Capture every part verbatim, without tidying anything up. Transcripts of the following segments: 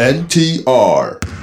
エヌティーアール。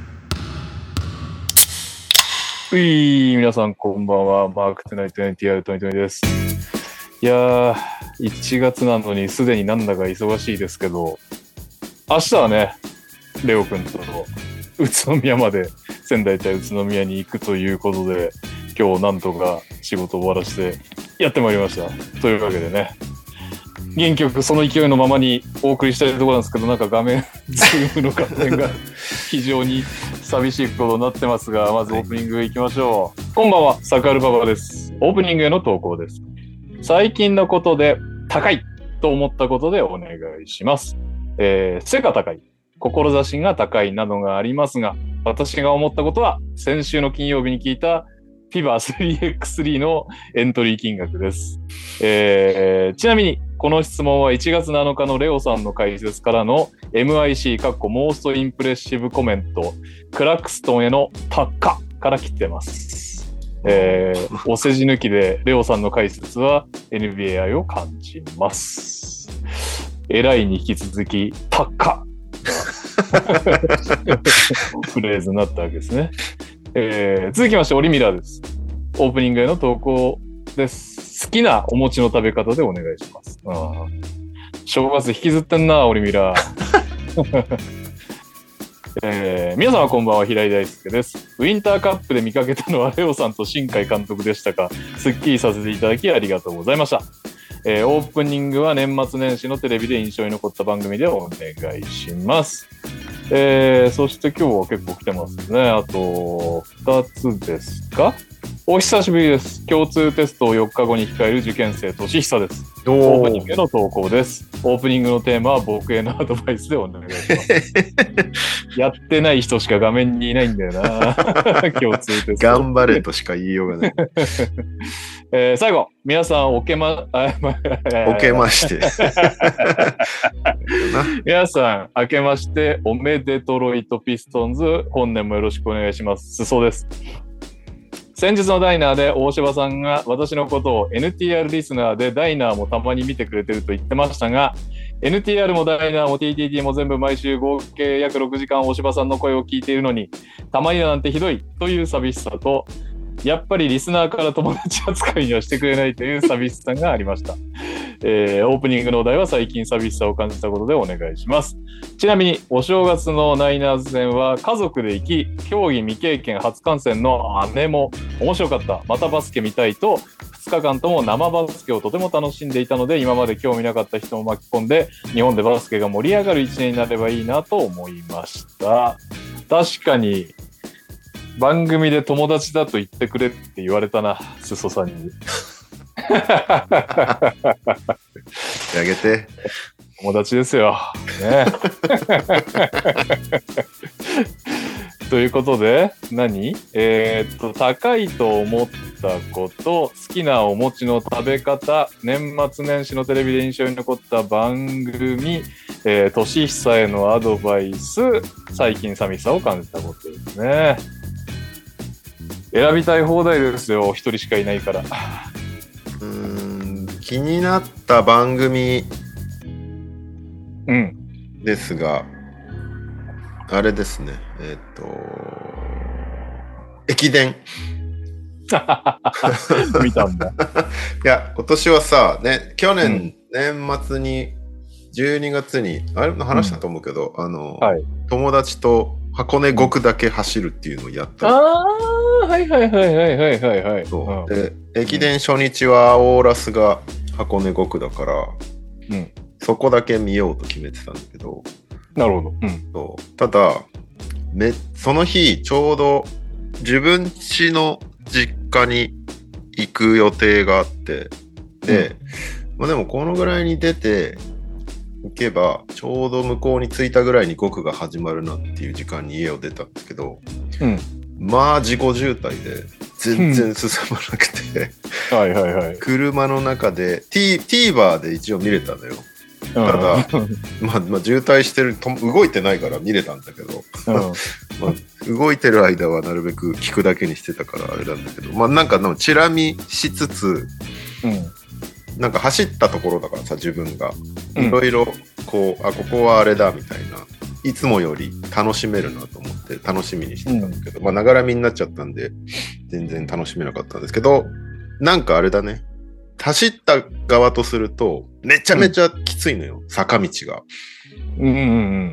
ういー、皆さんこんばんは。マークトゥナイト エヌティーアール トニトニです。いやー、いちがつなのにすでになんだか忙しいですけど、明日はね、レオ君と宇都宮まで、仙台対宇都宮に行くということで、今日なんとか仕事を終わらせてやってまいりました。というわけでね、原曲その勢いのままにお送りしたいところなんですけど、なんか画面、ズームの画面が非常に寂しいことになってますが、まずオープニングいきましょう。こんばんは、サクアルババです。オープニングへの投稿です。最近のことで高いと思ったことでお願いします。えー、背が高い、志が高いなどがありますが、私が思ったことは先週の金曜日に聞いたフィバ スリーエックススリー のエントリー金額です。えー、ちなみにこの質問はいちがつなのかのレオさんの解説からの エムアイシー かっこモーストインプレッシブコメントクラクストンへの高から来てます。えー、お世辞抜きでレオさんの解説は エヌビーエー 愛を感じます。えらいに引き続き高フレーズになったわけですね。えー、続きましてオリミラーです。オープニングへの投稿です。好きなお餅の食べ方でお願いします。あ、正月引きずってんなオリミラー、えー、皆様こんばんは、平井大輔です。ウィンターカップで見かけたのはレオさんと新海監督でしたか。すっきりさせていただきありがとうございました。えー、オープニングは年末年始のテレビで印象に残った番組でお願いします。えー、そして今日は結構来てますね。あとふたつですか。お久しぶりです。共通テストをよっかごに控える受験生としひさです。オープニングへの投稿です。オープニングのテーマは僕へのアドバイスでお願いしますやってない人しか画面にいないんだよな共通テスト頑張れとしか言いようがないえー、最後、皆さんおけま、あ、ま、 おけまして皆さん明けましておめでトロイトピストンズ、本年もよろしくお願いします。すそです。先日のダイナーで大柴さんが私のことを エヌティーアール リスナーでダイナーもたまに見てくれてると言ってましたが、 エヌティーアール もダイナーも ティーティーティー も全部毎週合計約ろくじかん大柴さんの声を聞いているのに、たまになんてひどいという寂しさと、やっぱりリスナーから友達扱いにはしてくれないという寂しさがありました。えー、オープニングのお題は最近寂しさを感じたことでお願いします。ちなみにお正月のナイナーズ戦は家族で行き、競技未経験初観戦の姉も面白かった、またバスケ見たいとふつかかんとも生バスケをとても楽しんでいたので、今まで興味なかった人も巻き込んで日本でバスケが盛り上がる一年になればいいなと思いました。確かに番組で友達だと言ってくれって言われたな、すそさんにあげて友達ですよ、ね、ということで何えー、っと高いと思ったこと、好きなお餅の食べ方、年末年始のテレビで印象に残った番組、えー、年久へのアドバイス、最近寂しさを感じたことですね。選びたい放題ですよ、一人しかいないから。うーん、気になった番組ですが、うん、あれですね、えっと駅伝見たんだいや今年はさね、去年、うん、年末にじゅうにがつにあれの話だと思うけど、うん、あの、はい、友達と箱根ごくだけ走るっていうのをやった。 ああ、はいはいはいはいはいはいはい。 そう。で、駅伝初日はオーラスが箱根ごくだから、うん、そこだけ見ようと決めてたんだけど。 なるほど。うん、 そうただめ、その日ちょうど自分家の実家に行く予定があって、で、うんまあ、でもこのぐらいに出て行けばちょうど向こうに着いたぐらいにごくが始まるなっていう時間に家を出たんですけど、うん、まあ自己渋滞で全然進まなくて、うん、はいはいはい、車の中で T TVer で一応見れたのよ。ただ、まあ、まあ渋滞してると動いてないから見れたんだけど、うんまあ、動いてる間はなるべく聞くだけにしてたからあれなんだけど、まあなんかのチラ見しつつ、うんなんか走ったところだからさ、自分がいろいろこう、あここはあれだみたいないつもより楽しめるなと思って楽しみにしてたんですけど、うん、まあながらみになっちゃったんで全然楽しめなかったんですけど、なんかあれだね、走った側とするとめちゃめちゃきついのよ、うん、坂道が。 うんうんうん。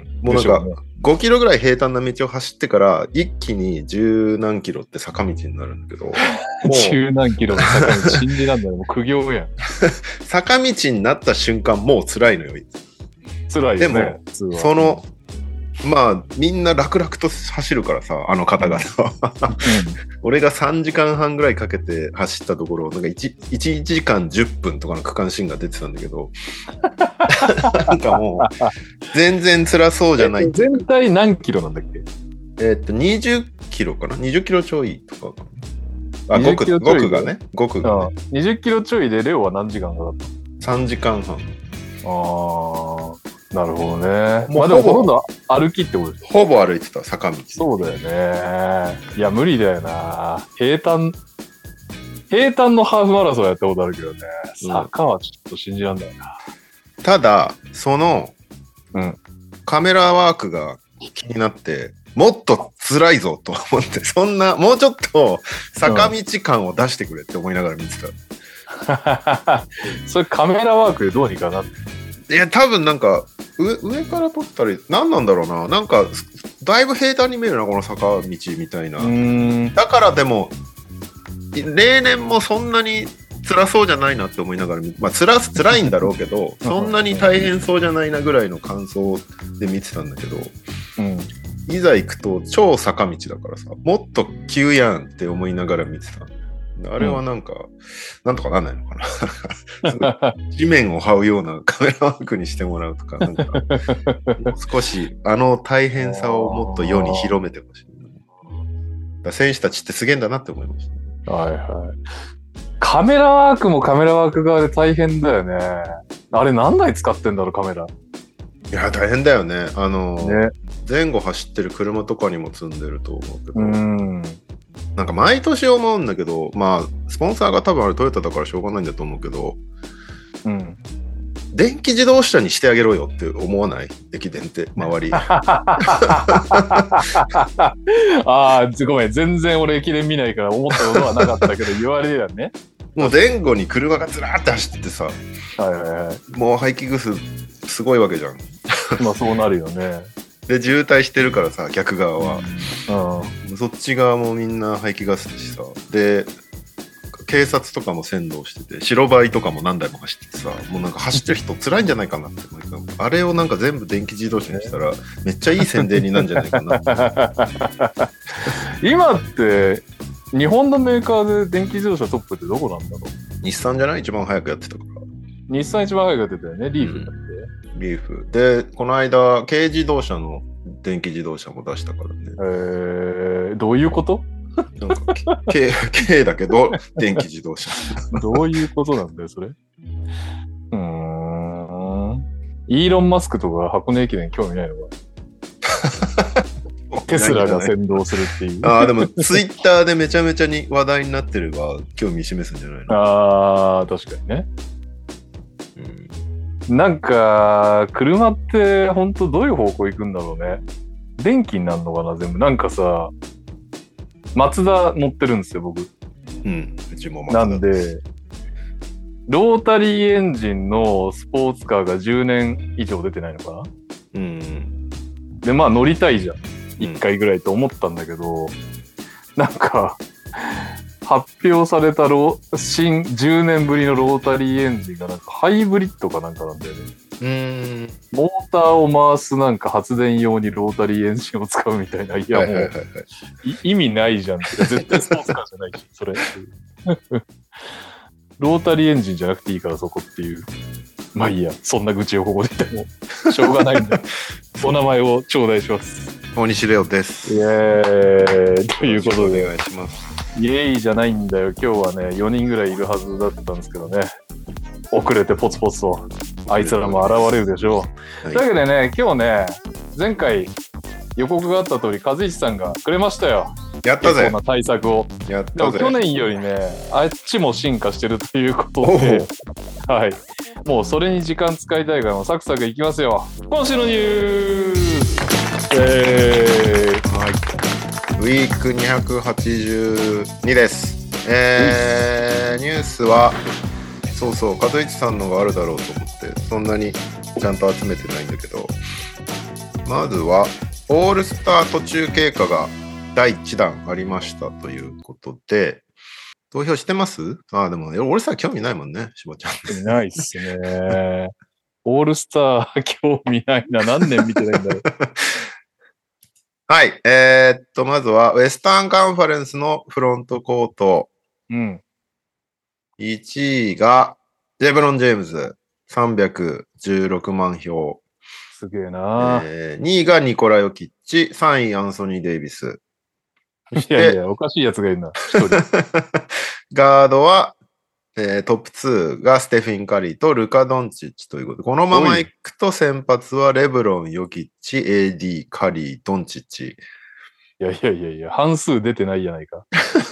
もうなんかごキロぐらい平坦な道を走ってから一気に十何キロって坂道になるんだけど、 十何キロの坂道信じなんだよ、もう苦行やん。 坂道になった瞬間もう辛いのよ。 辛いよね。 でもそのまあみんな楽々と走るからさ、あの方々は、うん、俺がさんじかんはんぐらいかけて走ったところなんか 1, いちじかんじゅっぷんとかの区間新が出てたんだけどなんかもう全然辛そうじゃない。 全体何キロなんだっけ？ えー、っとにじゅっキロかな、にじゅっキロちょいとかかな。あ、ごくがね、ごくがね。 にじゅっキロちょいでレオは何時間かかった？ さんじかんはん。 ああ。なるほどね。まあでもほとんど歩きってことです。 ほぼ歩いてた、坂道。 そうだよね。いや、無理だよな。平坦、平坦のハーフマラソンやったことあるけどね。坂はちょっと信じらんないな。 うん、ただ、その、 うん、 カメラワークが気になって、もっと辛いぞと思って、そんな、もうちょっと坂道感を出してくれって思いながら見てた。 うん、それカメラワークでどうにかなって。 いや、多分なんか上、上から撮ったり、何なんだろうな。なんか、だいぶ平坦に見えるな、この坂道みたいな。だからでも、例年もそんなに辛そうじゃないなって思いながら、まあ辛、辛いんだろうけど、そんなに大変そうじゃないなぐらいの感想で見てたんだけど、うん、いざ行くと超坂道だからさ、もっと急やんって思いながら見てた。あれはなんか、うん、なんとかなんないのかな地面を這うようなカメラワークにしてもらうとか、なんか、もう少しあの大変さをもっと世に広めてほしい。だ選手たちってすげえんだなって思いました。 はいはい。カメラワークもカメラワーク側で大変だよね。あれ何台使ってんだろう、カメラ。 いや、大変だよね。あの、ね、前後走ってる車とかにも積んでると思うけど。うんなんか毎年思うんだけど、まあ、スポンサーが多分あれトヨタだからしょうがないんだと思うけど、うん。電気自動車にしてあげろよって思わない？駅伝って、周り。ああ、ごめん。全然俺駅伝見ないから思ったことはなかったけど、言われるよね。 もう前後に車がずらーって走っててさ、はいはいはい、もう排気グスすごいわけじゃん。 まあそうなるよね。 で渋滞してるからさ、逆側は、うん、そっち側もみんな排気ガスだしさ、で警察とかも先導してて、白バイとかも何台も走っててさ、もうなんか走ってる人辛いんじゃないかなってあれをなんか全部電気自動車にしたらめっちゃいい宣伝になるんじゃないかな今って日本のメーカーで電気自動車トップってどこなんだろう。 日産じゃない？一番早くやってたから。 日産一番早くやってたよね。リーフだって、 うん、リーフでこの間軽自動車の電気自動車も出したからね。 えー、どういうこと？ なんか軽, 軽だけど電気自動車どういうことなんだよそれ。うーん。イーロン・マスクとか箱根駅伝興味ないのか。テスラが先導するっていう。 ああ、でもツイッターでめちゃめちゃに話題になってれば興味示すんじゃないの？ ああ、確かにね。うん、なんか車って本当どういう方向行くんだろうね。電気になるのかな全部。なんかさ、マツダ乗ってるんですよ僕。 うん、うちもマツダ。 なんでロータリーエンジンのスポーツカーがじゅうねん以上出てないのかな。うん。でまあ乗りたいじゃん。いっかいぐらいと思ったんだけど、うん、なんか発表されたロ新じゅうねんぶりのロータリーエンジンがなんかハイブリッドかなんかなんだよね。うーん。モーターを回すなんか発電用にロータリーエンジンを使うみたいな。いやもう、はいはいはいはい、意味ないじゃんって。絶対スポーツカーじゃないし、それ。ロータリーエンジンじゃなくていいからそこっていう。まあいいや、そんな愚痴をここで言ってもしょうがないんで、お名前を頂戴します。 大西レオです。 イエーイということで、 お願いします。 イエーイじゃないんだよ。今日はね、よにんぐらいいるはずだったんですけどね。遅れてポツポツと、あいつらも現れるでしょう。はい、というわけでね、今日ね、前回予告があった通り、和石さんがくれましたよ。 やったぜ。 そんな対策を。 やったぜ。 でも去年よりね、あっちも進化してるということで、はい。もうそれに時間使いたいから、サクサクいきますよ。今週のニュースえー、 はい。ウィークにひゃくはちじゅうにです。えー、ニュースは、そうそう、和一さんのがあるだろうと思って、そんなにちゃんと集めてないんだけど、まずは、オールスター途中経過がだいいちだんありましたということで、投票してます？ああ、でも、オールスター興味ないもんね、しばちゃん。 興味ないっすね。オールスター興味ないな。何年見てないんだろう。 はい。えー、っと、まずは、ウエスタンカンファレンスのフロントコート。 うん。 いちいが、ジェブロン・ジェームズ、さんびゃくじゅうろくまん票。 すげえな、 えー、にいがニコラ・ヨキッチ、さんいアンソニー・デイビス。そして、 いやいや、おかしいやつがいるな。一人。 ガードは、えー、トップにがステフィン・カリーとルカ・ドンチッチということで、このままいくと先発はレブロン、ヨキッチ、エーディー、カリー、ドンチッチ。 いやいやいやいや、半数出てないじゃないか。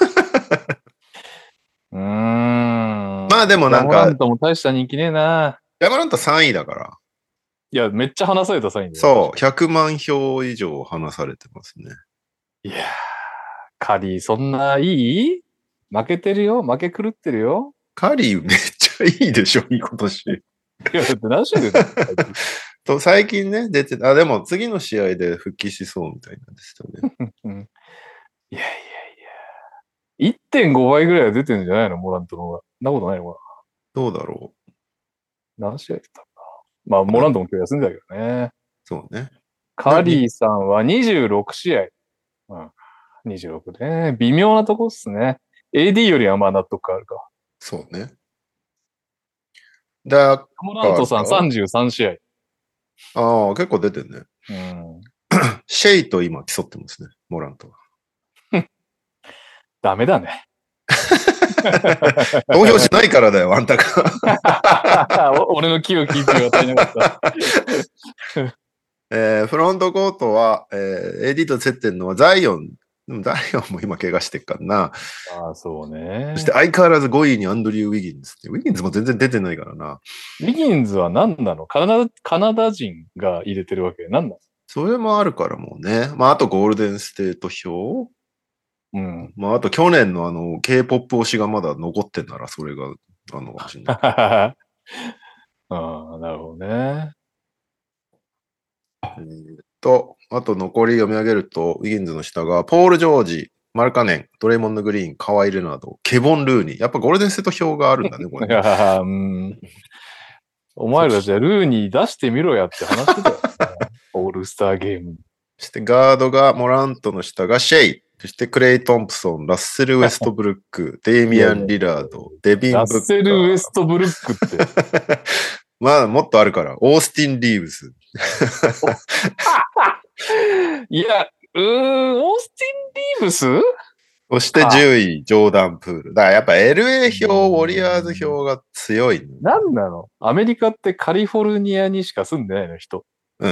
うーん。 まあでもなんか、 ヤモラントも大した人気ねえな。 ヤマラントさんいだから。 いや、めっちゃ話されたサインだよ。 そう、ひゃくまん票以上話されてますね。 いやー、カリーそんないい？負けてるよ。負け狂ってるよ。 カリーめっちゃいいでしょ、今年。 いや、だって何試合出たのと最近ね、出て、あ、でも次の試合で復帰しそうみたいなんですよね。 うん、いやいやいや。いってんごばいぐらいは出てるんじゃないのモラントの方が。そんなことないのかどうだろな。何試合出たかな。まあ、モラントも今日休んでたけどね。 う。そうね。 カリーさんはにじゅうろくしあい。うん。にじゅうろくね。微妙なとこっすね。エーディー よりはまあ納得あるか。 そうね。だモラントさんさんじゅうさんしあい。 ああ、結構出てるね。 うん。 シェイと今競ってますね、モラントは。 ダメだね。 投票しないからだよ、あんたが。 俺の清き一票が足りなかった。 えー、フロントコートは、えー、エーディー と競ってるのはザイオン。でもザイオンも今怪我してっからな。 ああ、そうね。 そして相変わらずごいにアンドリュー・ウィギンズって。ウィギンズも全然出てないからな。 ウィギンズは何なの？カナダ、カナダ人が入れてるわけ？何なの？ それもあるからもうね。まあ、あとゴールデンステート票。 うん。 まあ、あと去年のあの、K-ポップ 推しがまだ残ってんなら、それがあるのかもしれない。 ああ、なるほどね。 えーっと、あと残り読み上げると、ウィギンズの下が、ポール・ジョージ、マルカネン、ドレイモンド・グリーン、カワイ・レナード、ケボン・ルーニー。やっぱゴールデンステート票があるんだね、これ、ね。 うん、お前らじゃルーニー出してみろやって話してたよ、ね。オールスターゲーム。 そしてガードがモラントの下がシェイ。そしてクレイ・トンプソン、ラッセル・ウェストブルック、デイミアン・リラード、デビン・ブッカー。 ラッセル・ウェストブルックって。 まあ、もっとあるから。オースティン・リーブス。 いや、うーん、オースティン・リーブス？ そしてじゅうい、ジョーダン・プール。だからやっぱ エルエー 票、ウォリアーズ票が強い、ね。 何なの？アメリカってカリフォルニアにしか住んでないの人。 うん。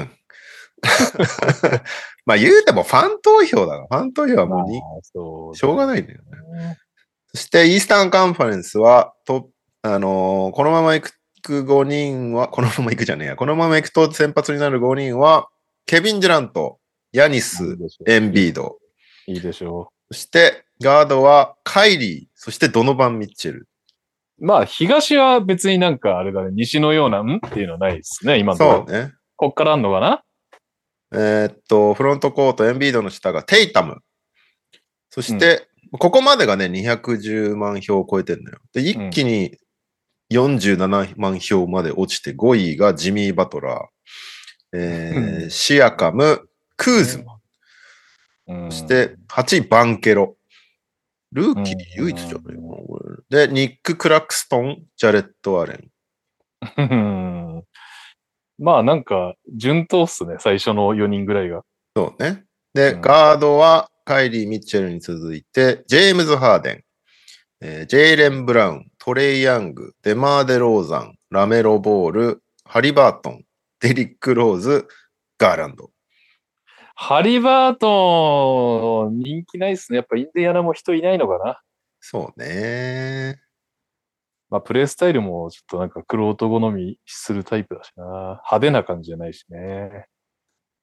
まあ言うてもファン投票だから。ファン投票はもうに、まあ、そうしょうがないんだよね。そしてイースタンカンファレンスは、と、あのー、このまま行くごにんは、このまま行くじゃねえや。このまま行くと先発になるごにんは、ケビン・デュラント、ヤニス、エンビード。 いいでしょう。そして、ガードはカイリー、そしてドノバン・ミッチェル。 まあ、東は別になんかあれだね、西のような、んっていうのはないですね、今のところ。 そうね。 こっからあんのかな？ えー、っと、フロントコート、エンビードの下がテイタム。そして、うん、ここまでがね、にひゃくじゅうまん票を超えてるのよ。で、一気によんじゅうななまん票まで落ちて、ごいがジミー・バトラー、えーうん、シアカム、クーズマ。そして、はちい、バンケロ。ルーキー唯一じゃないかな。で、ニック・クラクストン、ジャレット・アレン。 まあなんか、順当っすね、最初のよにんぐらいが。 そうね。で、うん、ガードはカイリー・ミッチェルに続いて、ジェームズ・ハーデン、えー、ジェイレン・ブラウン、トレイ・ヤング、デマーデ・ローザン、ラメロ・ボール、ハリバートン、デリック・ローズ、ガーランド。 ハリバートン、人気ないっすね。やっぱインディアナも人いないのかな。 そうね。 まあ、プレイスタイルもちょっとなんかクロート好みするタイプだしな。派手な感じじゃないしね。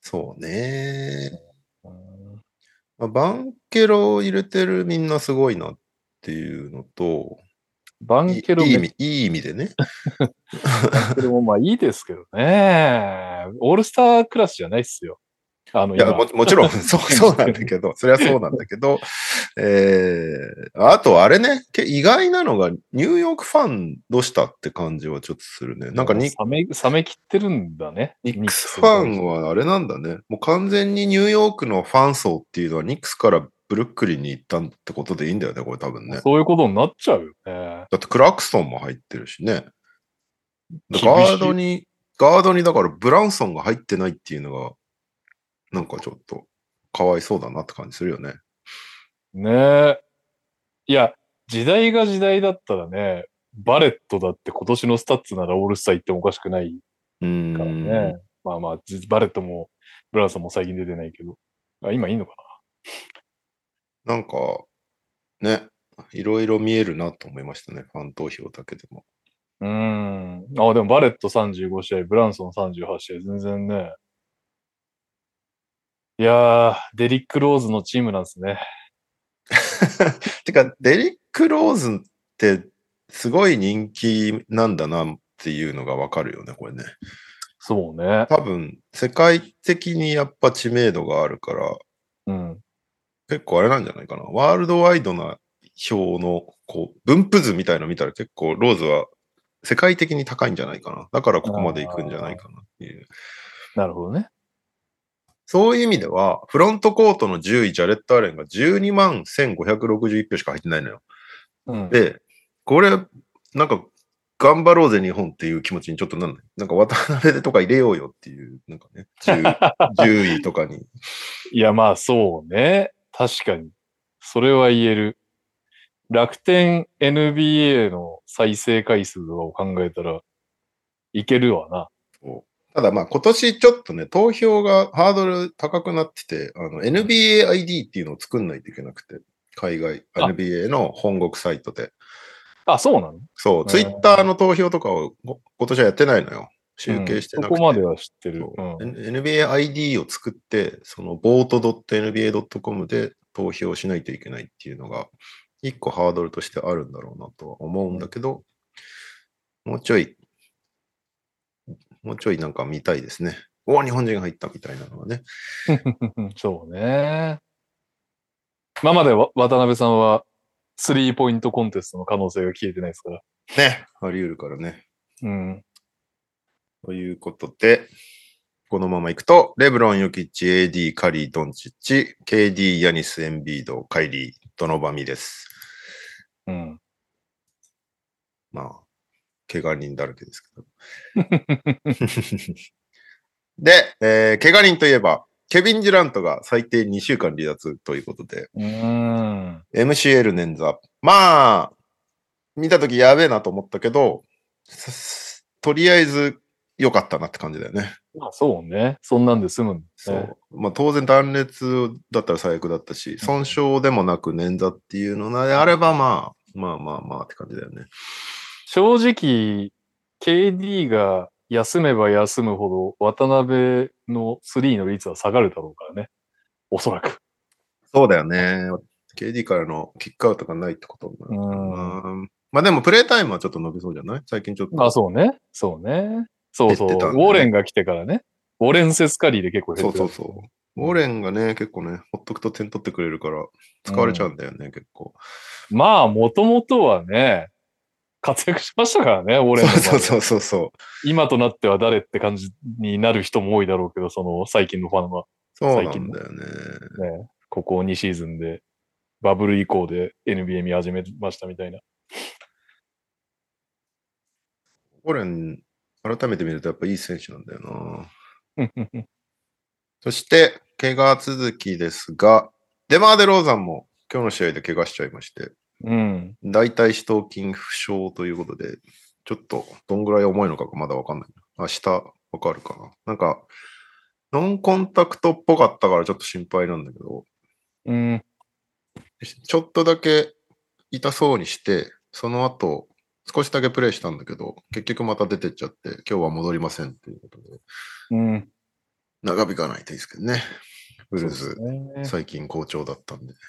そうね。 うん、 まあ、バンケロを入れてるみんなすごいなっていうのと、 バンいいケロめ、 い意味、いい意味でね。 バンケロもまあいいですけどね。オールスタークラスじゃないっすよ。あの、 いや、も、 今。 もちろん、そう、そうなんだけど、それはそうなんだけど、えー、あとあれね、け意外なのが、ニューヨークファンどうしたって感じはちょっとするね。なんかニ、 もう冷め、冷め切ってるんだね。 ニックニックススファに対して。 ンはあれなんだね。もう完全にニューヨークのファン層っていうのはニックスからブルックリンに行ったってことでいいんだよね、これ多分ね。 そういうことになっちゃうよね。 だってクラクソンも入ってるしね。でガー厳しい。 ドに、ガードにだからブランソンが入ってないっていうのが、なんかちょっとかわいそうだなって感じするよね。 ねえ。いや、時代が時代だったらね、バレットだって今年のスタッツならオールスター行ってもおかしくないうーからん。 ね。まあまあ、じバレットもブランソンも最近出てないけど。あ、今いいのかなんか、ね、いろいろ見えるなと思いましたね。ファン投票だけでも。 な。うーん。あ、でもバレットさんじゅうご試合、ブランソンさんじゅうはち試合、全然ね。いやー、デリック・ローズのチームなんですね。 てか、デリック・ローズってすごい人気なんだなっていうのがわかるよね、これね。 そうね。 多分、世界的にやっぱ知名度があるから、 うん。 結構あれなんじゃないかな。ワールドワイドな表のこう分布図みたいの見たら結構ローズは世界的に高いんじゃないかな。だからここまで行くんじゃないあー、 かなっていう。 なるほどね。 そういう意味では、フロントコートのじゅうい、ジャレット・アレンがじゅうにまんせんごひゃくろくじゅういち票しか入ってないのよ。 うん。 で、これ、なんか、頑張ろうぜ日本っていう気持ちにちょっとなんない。なんか渡辺とか入れようよっていう、なんかね、じゅう、じゅういとかに。 いや、まあそうね。確かに。それは言える。楽天 エヌビーエー の再生回数を考えたらいけるわな。 ただまあ今年ちょっとね、投票がハードル高くなってて、あの エヌビーエーアイディー っていうのを作んないといけなくて、海外あ、 エヌビーエー の本国サイトで。 あ、そうなの？ そう、 えツイッターーの投票とかをご今年はやってないのよ。集計うん。 してそなくて。 こまでは知ってる。 そう。 うん。 エヌビーエーアイディー を作って、その ボートドットエヌビーエードットコム で投票しないといけないっていうのが、一個ハードルとしてあるんだろうなとは思うんだけど、もうちょい、もうちょいなんか見たいですね。おお、日本人が入ったみたいなのはね。 そうね。まあまでわ渡辺さんはスリーポイントコンテストの可能性が消えてないですから。 ね。あり得るからね。 うん。 ということで、このままいくと、レブロン、ヨキッチ、エーディー、カリー、ドンチッチ、ケーディー、ヤニス、エンビード、カイリー、ドノバミです。 うん。 まあ、怪我人だらけですけど。で、えー、怪我人といえば、ケビン・デュラントが最低にしゅうかん離脱ということで、 うーん。 エムシーエル 捻挫。まあ、見たときやべえなと思ったけど、とりあえず良かったなって感じだよね。 まあそうね。そんなんで済むんですね。 そう。まあ当然断裂だったら最悪だったし、損傷でもなく捻挫っていうのであればまあ、まあまあまあって感じだよね。 正直、ケーディー が休めば休むほど渡辺のスリーの率は下がるだろうからね。おそらく。 そうだよね。ケーディー からのキックアウトがないってことになうるからん。 な。まあでもプレイタイムはちょっと伸びそうじゃない最近ちょっあ、 とそうね。そうね。そう減ってそう。ウたんでね。 ォーレンが来てからね。ウォーレン・セスカリーで結構減そうってた。 そうそう。ウォーうん。 レンがね、結構ね、ほっとくと点取ってくれるから使われちゃうんだよね、結構。 まあ、もともとはね、活躍しましたからね、ウォーレそうンの前は。 そうそうそうそう。 今となっては誰って感じになる人も多いだろうけど、その最近のファンは、 そう最近のなんだよね。 ね、ここにシーズンで、バブル以降で エヌビーエー 見始めましたみたいな。 ウォーレン、改めて見るとやっぱいい選手なんだよな。そして、怪我続きですが、デマーデローザンも今日の試合で怪我しちゃいまして、 うん。 大腿四頭筋負傷ということで、ちょっとどんぐらい重いのかまだわかんない。明日わかるかな。なんか、ノンコンタクトっぽかったからちょっと心配なんだけど、 うん。 ちょっとだけ痛そうにして、その後、少しだけプレイしたんだけど、結局また出てっちゃって、今日は戻りませんっていうことで。 うん。 長引かないといいですけどね。ブルーズ、 ね、 最近好調だったんで。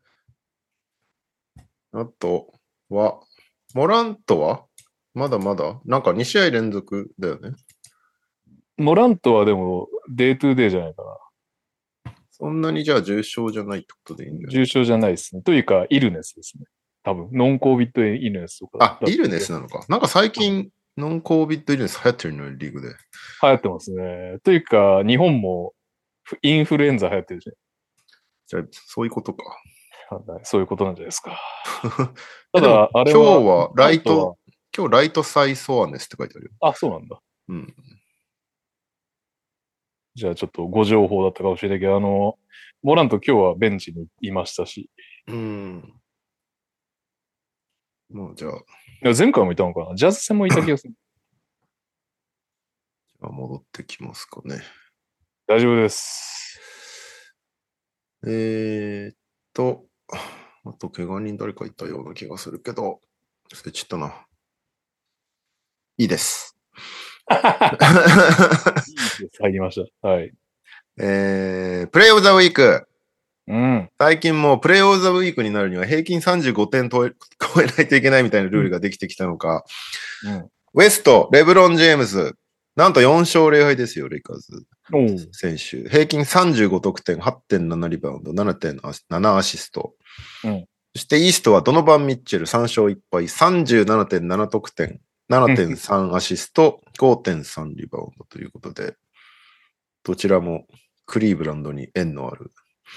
あとは、モラントはまだまだなんかに試合連続だよね。 モラントはでも、デートゥーデーじゃないかな。 そんなにじゃあ重症じゃないってことでいいんだよね。 重症じゃないですね。というか、イルネスですね。多分、ノンコービッドイルネスとか。 あ、イルネスなのか。なんか最近、ノンコービッドイルネス流行ってるのよ、リーグで。 流行ってますね。というか、日本もインフルエンザ流行ってるしね。 じゃあ、そういうことか。 そういうことなんじゃないですか。 ただ、あれは、今日はライト、今日ライトサイソアネスって書いてあるよ。 あ、そうなんだ。 うん。 じゃあちょっとご情報だったかもしれないけど、あの、モラント今日はベンチにいましたし。 うん。もうじゃあ。 前回もいたのかな、ジャズ戦もいた気がする。 じゃあ戻ってきますかね。 大丈夫です。 えーっと、あと怪我人誰かいたような気がするけど、捨てちったな。いいです。 いいです。入りました。はい。 えー、プレイオブザウィーク。 うん。 最近もうプレイオブザウィークになるには平均さんじゅうごてん超えないといけないみたいなルールができてきたのか。 うん、 ウエスト、レブロン・ジェームズ。なんとよん勝れい敗ですよ、レイカーズ選手。平均さんじゅうご得点、はってんななリバウンド、ななてんななアシスト。 うん、 そしてイーストはドノバン・ミッチェルさん勝いっ敗、さんじゅうななてんなな得点、ななてんさんアシスト、ごてんさんリバウンドということで、どちらもクリーブランドに縁のある。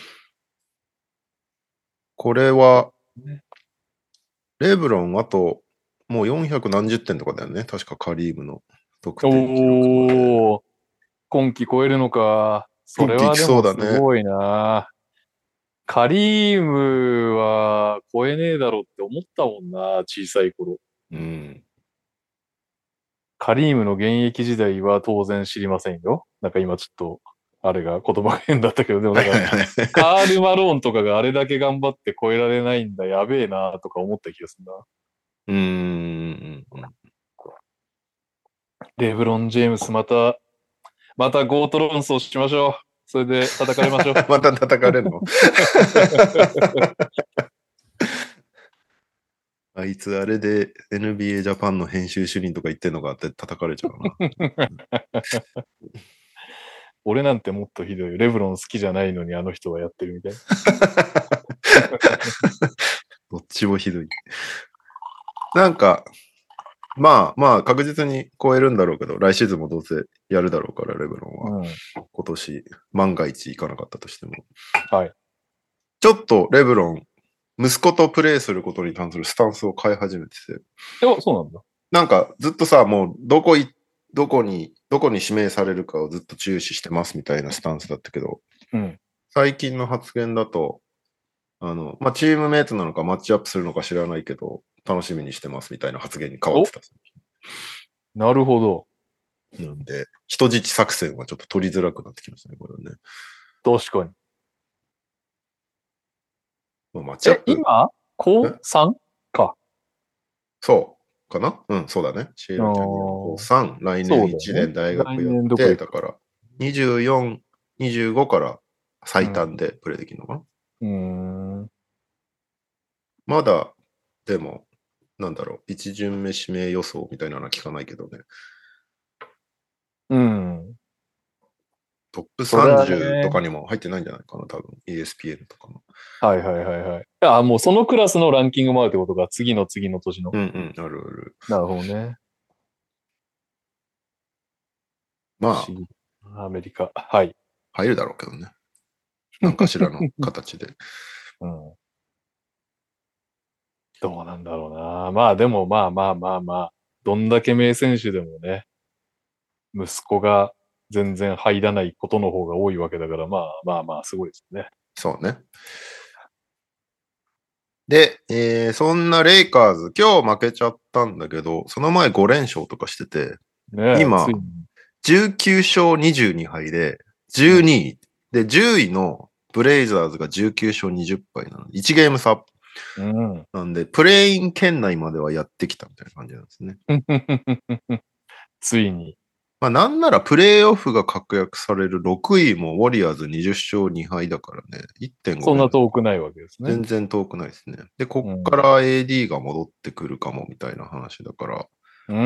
これは、レブロンあともうよんひゃくなんじゅってんとかだよね。確かカリームの得点記録まで。 おー、今季超えるのか。それはでもすごいな。カリームは超えねえだろって思ったもんな、小さい頃。 うん。 カリームの現役時代は当然知りませんよ。なんか今ちょっと、あれが言葉が変だったけど、でもなんか、カール・マローンとかがあれだけ頑張って超えられないんだ、やべえな、とか思った気がするな。 うーん。 レブロン・ジェームスまた、またゴート論争しましょう。それで叩かれましょう。 また叩かれるのあいつあれで エヌビーエー ジャパンの編集主任とか言ってんのかって叩かれちゃうな。 俺なんてもっとひどい。レブロン好きじゃないのにあの人はやってるみたいな。 どっちもひどい。なんか、まあまあ確実に超えるんだろうけど、来シーズンもどうせやるだろうから、レブロンは。うん、今年、万が一いかなかったとしても。 はい。 ちょっとレブロン、息子とプレイすることに関するスタンスを変え始めてて。 え、そうなんだ。 なんかずっとさ、もうどこい、どこに、どこに指名されるかをずっと注視してますみたいなスタンスだったけど、 うん、 最近の発言だと、あの、まあ、チームメイトなのかマッチアップするのか知らないけど、楽しみにしてますみたいな発言に変わってた。 なるほど。 なんで、人質作戦はちょっと取りづらくなってきましたね、これはね。 確かに。 まあ、マッチアップ。 え、今、高 さん か。 そうかなうん、そうだね。シエラ・キャニオン高さん、来年いちねん大学やって、だから、にじゅうよん、にじゅうごから最短でプレイできるのかな、 うん、うーん。 まだ、でも、なんだろう、一巡目指名予想みたいなのは聞かないけどね。 うん。 トップさんじゅうとかにも入ってないんじゃないかな、多分。イーエスピーエヌ とかも。 はいはいはいはい。あ、もうそのクラスのランキングもあるってことが、次の次の年の。 うんうん、あるある。 なるほどね。 まあ、アメリカ。はい。 入るだろうけどね。何かしらの形で。 うん。どうなんだろうな。まあでもまあまあまあまあ、どんだけ名選手でもね、息子が全然入らないことの方が多いわけだから、まあまあまあ、すごいですね。 そうね。で、えー、そんなレイカーズ、今日負けちゃったんだけど、その前ご連勝とかしてて、ね、今、じゅうきゅう勝にじゅうに敗で、じゅうにい、うん、で、じゅういのブレイザーズがじゅうきゅう勝にじゅう敗なので、いちゲーム差。うん、なんで、プレイン圏内まではやってきたみたいな感じなんですね。 ついに。 まあなんならプレーオフが確約されるろくいもウォリアーズにじゅっしょうにはいだからね。いってんごそんなゲーム。 遠くないわけですね。 全然遠くないですね。で、こっうん。 から エーディー が戻ってくるかもみたいな話だから、 うん。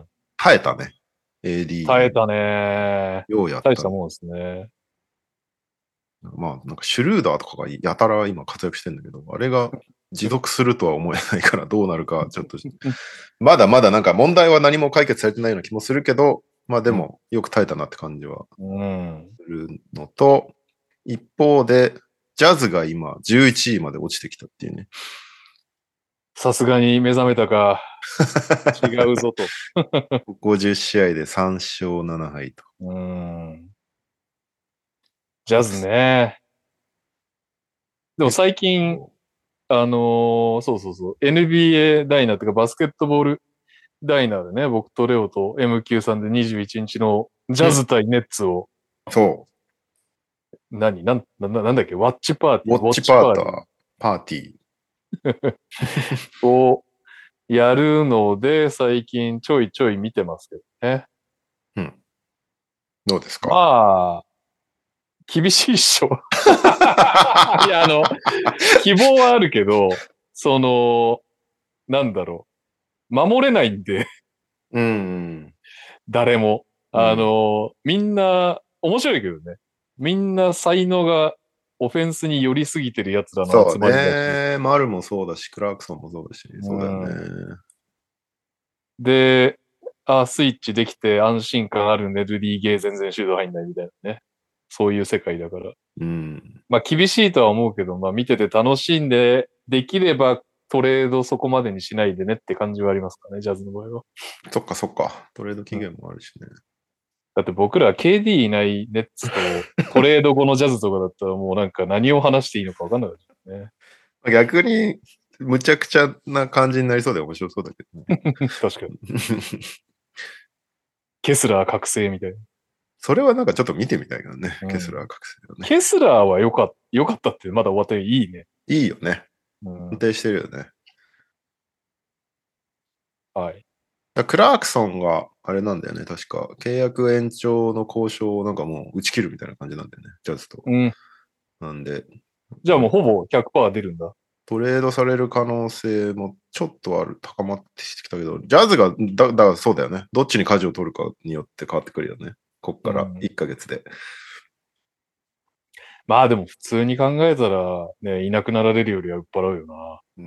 耐えたね。エーディー に。 耐えたね。 ようやったね。 大したもんですね。 まあ、なんかシュルーダーとかがやたら今活躍してんだけど、あれが持続するとは思えないからどうなるか、ちょっと、まだまだなんか問題は何も解決されてないような気もするけど、まあでもよく耐えたなって感じはうん。 するのと、一方で、ジャズが今じゅういちいまで落ちてきたっていうね。 さすがに目覚めたか。違うぞと。 ごじゅっしあいでさんしょうななはいと。 うん。ジャズね。でも最近、あのーそうそうそう、エヌビーエー ダイナーとかバスケットボールダイナーでね、僕とレオと エムキュー さんでにじゅういちにちのジャズ対ネッツを、 そ何なんな、なんだっけワッチパーテう。 ィー、ウォッウォッチチパーティパーター、パーティー。 ーをやるので、最近ちょいちょい見てますけどね。 うん。どうですか？ まあ、厳しいっしょ。いや、あの、希望はあるけど、その、なんだろう。守れないんで、 うん。 誰も。あうん。 の、みんな、面白いけどね。みんな才能がオフェンスに寄りすぎてる奴らのそう集まりだし。 ね。マルもそうだし、クラークソンもそうだし、 うそうだよん。 ね。 で、あ、スイッチできて安心感あるね、ルディゲー全然シュート入んないみたいなね。そういう世界だから。 うん。 まあ厳しいとは思うけど、まあ見てて楽しんで、できればトレードそこまでにしないでねって感じはありますかね、ジャズの場合は。 そっかそっか。トレード期うん、 限もあるしね。 だって僕ら ケーディー いないネッツとトレード後のジャズとかだったらもうなんか何を話していいのか分かんなかったね。 逆に、むちゃくちゃな感じになりそうで面白そうだけどね。 確かに。ケスラー覚醒みたいな。 それはなんかちょっと見てみたいからね。 うん、 ケスラー覚醒だね。 ケスラーは良かった、良かったってまだ終わっていいね。 いいよね。 うん、 安定してるよね。 はい。 クラークソンがあれなんだよね。確か契約延長の交渉をなんかもう打ち切るみたいな感じなんだよね。ジャズと。 うん。 なんで、 じゃあもうほぼひゃくパーセント出るんだ。 トレードされる可能性もちょっとある、高まってきたけど、ジャズが、だ、だ、そうだよね。どっちに舵を取るかによって変わってくるよね。こっからうん、 いっかげつで。 まあでも普通に考えたらね、いなくなられるよりは売っ払うよな。 うん。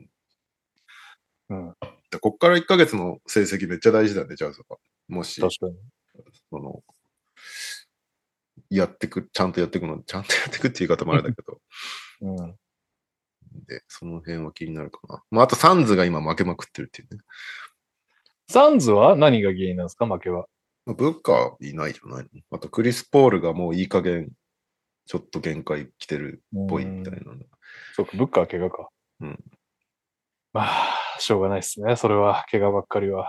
うん。 でこっからいっかげつの成績めっちゃ大事だね、ジャズは。もし、 確かに。 その、やってく、ちゃんとやっていくの、ちゃんとやっていくっていう言い方もあれだけど、 うん。 で、その辺は気になるかな。まあ、あとサンズが今負けまくってるっていうね。 サンズは何が原因なんですか負けは。 まあブッカーいないじゃないの。あとクリス・ポールがもういい加減、ちょっと限界来てるっぽいみたいな。 そうか、ブッカー怪我か。 うん。 まあ、しょうがないですね。それは、怪我ばっかりは。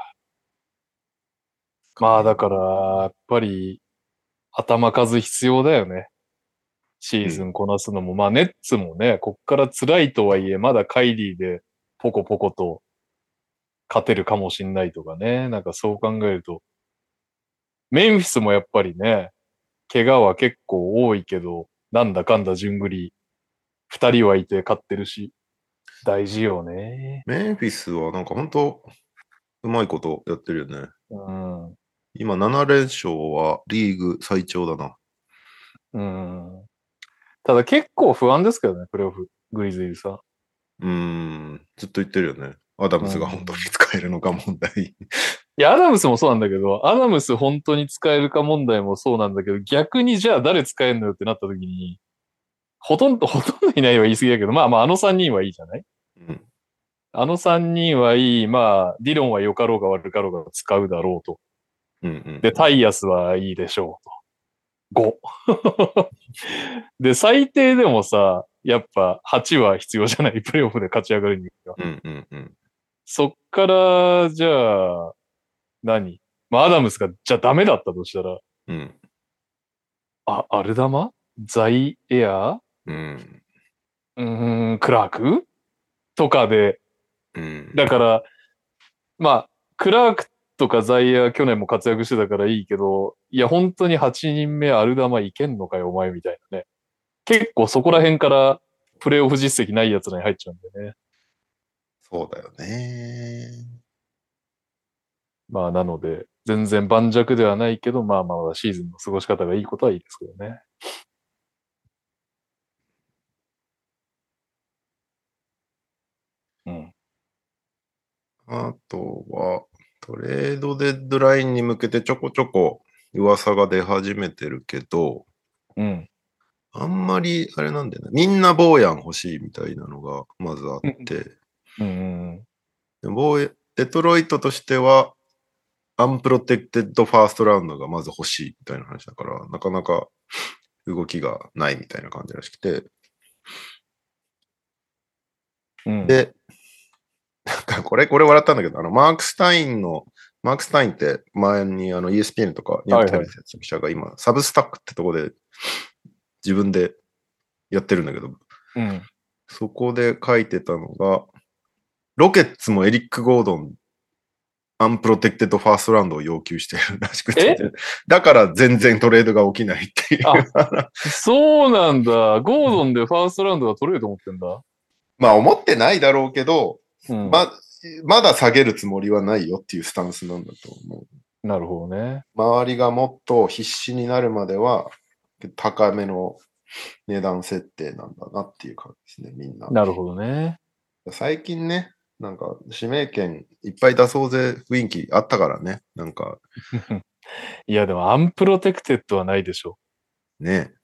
かね。 まあ、だから、やっぱり、頭数必要だよね。シーズンこなすのも。まあ、ネッツもね、こっから辛いとはいえ、まだカイリーでポコポコと勝てるかもしんないとかね。なんかそう考えると。メンフィスもやっぱりね、怪我は結構多いけど、なんだかんだ順繰り、二人はいて勝ってるし、大事よね。 メンフィスはなんか本当うまいことやってるよね。 うん。 今なな連勝はリーグ最長だな。 うん。ただ結構不安ですけどね、プレイオフ、グリズリーさん。 うーん、ずっと言ってるよね。アダムスが本当に使えるのか問題。 いや、アダムスもそうなんだけど、アダムス本当に使えるか問題もそうなんだけど、逆にじゃあ誰使えるのよってなった時に、ほとんど、ほとんどいないは言い過ぎだけど、まあまああのさんにんはいいじゃない。 うん、 あのさんにんはいい、まあ、ディロンは良かろうが悪かろうが使うだろうと。 うん、うん。 で、タイヤスはいいでしょうと。ご。で、最低でもさ、やっぱはちは必要じゃない、プレイオフで勝ち上がるには。 うん、うん、うん。 そっから、じゃあ、何まあ、アダムスが、じゃあダメだったとしたら、 うん、 あ、アルダマザイエアうん、 うーん、クラークとかで、 うん。 だから、まあ、クラークとかザイヤー去年も活躍してたからいいけど、いや、本当にはちにんめアルダマいけんのかよ、お前みたいなね。結構そこら辺からプレイオフ実績ないやつらに入っちゃうんでね。 そうだよね。 まあ、なので、全然盤石ではないけど、まあまあ、シーズンの過ごし方がいいことはいいですけどね。うん。 あとは、トレードデッドラインに向けてちょこちょこ噂が出始めてるけど、 うん。 あんまりあれなんだよね。みんなボーヤン欲しいみたいなのがまずあって、 うん。 でボーデトロイトとしては、アンプロテクテッドファーストラウンドがまず欲しいみたいな話だから、なかなか動きがないみたいな感じらしくて。 うん。 で、なんかこれ、これ笑ったんだけど、あの、マーク・スタインの、マーク・スタインって前にあの イーエスピーエヌ とかニューヨーク・タイムズやってた記者が今、サブスタックってとこで自分でやってるんだけど、 うん。 そこで書いてたのが、ロケッツもエリック・ゴードン、アンプロテクテッドファーストラウンドを要求してるらしくて、だから全然トレードが起きないっていう。 あ、そうなんだ。ゴードンでファーストラウンドが取れると思ってんだ。 まあ思ってないだろうけど、 うん、 ま、まだ下げるつもりはないよっていうスタンスなんだと思う。 なるほどね。 周りがもっと必死になるまでは、高めの値段設定なんだなっていう感じですね、みんな。 なるほどね。 最近ね、なんか指名権いっぱい出そうぜ雰囲気あったからね、なんか。 いや、でもアンプロテクテッドはないでしょ。 ね。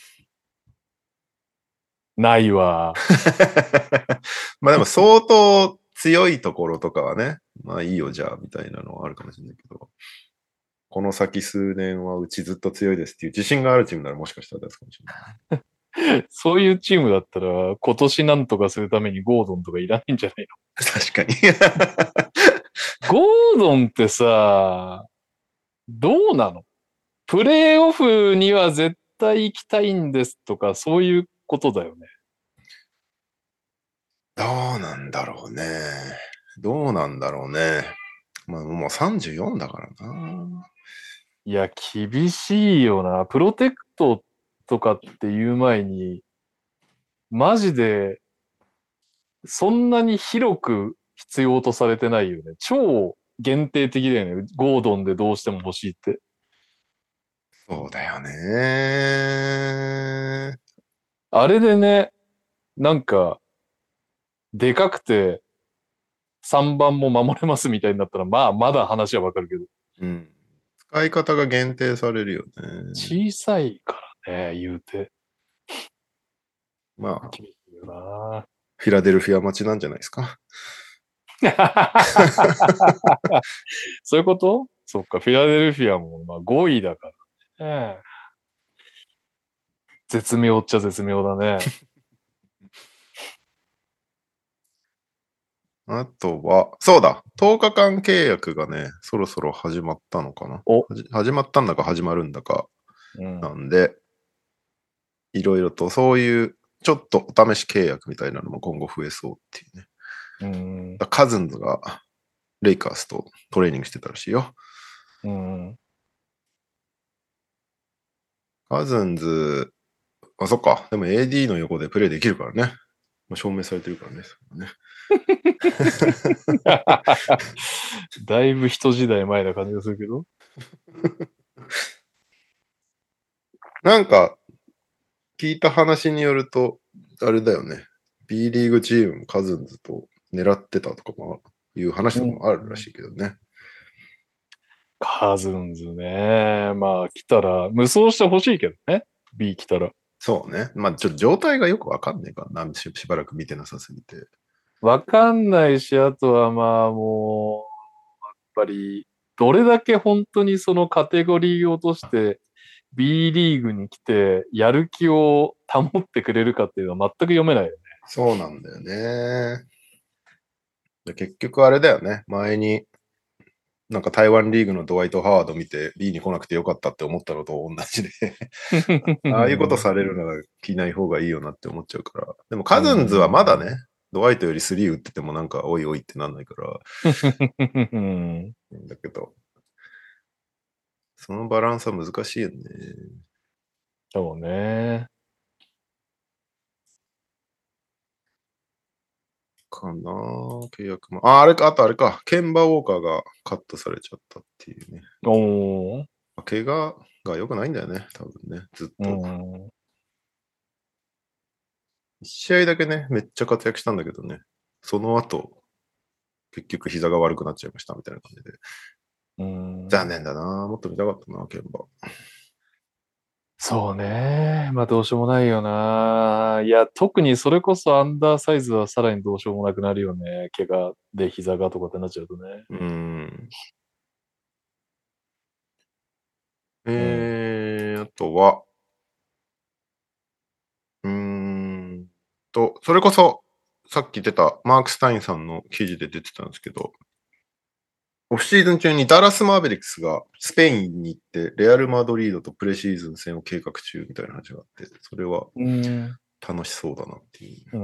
ないわ。 まあでも相当強いところとかはね、まあいいよじゃあみたいなのはあるかもしれないけど、この先数年はうちずっと強いですっていう自信があるチームならもしかしたら出すかもしれない。 そういうチームだったら、今年なんとかするためにゴードンとかいらないんじゃないの？ 確かに。 ゴードンってさ、どうなの？プレイオフには絶対行きたいんですとか、そういうことだよね。 どうなんだろうね。どうなんだろうね。まあもうさんじゅうよんだからな。 いや、厳しいよな。プロテクトとかっていう前に、マジで、そんなに広く必要とされてないよね。超限定的だよね。ゴードンでどうしても欲しいって。 そうだよね。 あれでね、なんか、でかくて、さんばんも守れますみたいになったら、まあ、まだ話はわかるけど。 うん。使い方が限定されるよね。 小さいからね、言うて。 まあ、 厳しいよな。 フィラデルフィア待ちなんじゃないですか。 そういうこと？そっか、フィラデルフィアもまあごいだからね。絶妙っちゃ絶妙だね。 あとは、そうだ、とおかかん契約がね、そろそろ始まったのかな。 お、 はじ始まったんだか始まるんだかうん、 なんで、いろいろとそういうちょっとお試し契約みたいなのも今後増えそうっていうね。 うん、 だカズンズがレイカーズとトレーニングしてたらしいよ。 うん。 カズンズ、あ、そっか。でも エーディー の横でプレイできるからね。まあ、証明されてるからね。ねだいぶ一時代前な感じがするけど。 なんか、聞いた話によると、あれだよね。B リーグチームもカズンズと狙ってたとかもいう話とかもあるらしいけどね。 カズンズね。まあ、来たら、無双してほしいけどね。B 来たら。 そうね。まあ、ちょっと状態がよくわかんないからな。ししばらく見てなさすぎて。 わかんないし、あとはまあもう、やっぱり、どれだけ本当にそのカテゴリーを落として B リーグに来てやる気を保ってくれるかっていうのは全く読めないよね。 そうなんだよね。で結局あれだよね。前に、なんか台湾リーグのドワイト・ハワード見て B に来なくてよかったって思ったのと同じでああいうことされるなら着ない方がいいよなって思っちゃうから。でもカズンズはまだね、 ドワイトよりスリー打っててもなんか、おいおいってなんないから。 うん、 だけど、そのバランスは難しいよね。 そうね。 かな契約も。あ、あれか、あとあれか。ケンバーウォーカーがカットされちゃったっていうね。 おー。 怪我が良くないんだよね、多分ね、ずっと。 うん。 一試合だけね、めっちゃ活躍したんだけどね。その後、結局膝が悪くなっちゃいましたみたいな感じで。 うん、 残念だなもっと見たかったな、ケンバー。 そうね。まあどうしようもないよな。いや、特にそれこそアンダーサイズはさらにどうしようもなくなるよね。怪我で膝がとかってなっちゃうとね。 うーん。 うん。 えー、あとは、うーんと、それこそ、さっき出たマーク・スタインさんの記事で出てたんですけど、オフシーズン中にダラス・マーベリックスがスペインに行って、レアル・マドリードとプレシーズン戦を計画中みたいな話があって、それはうん。 楽しそうだなっていう。 うん。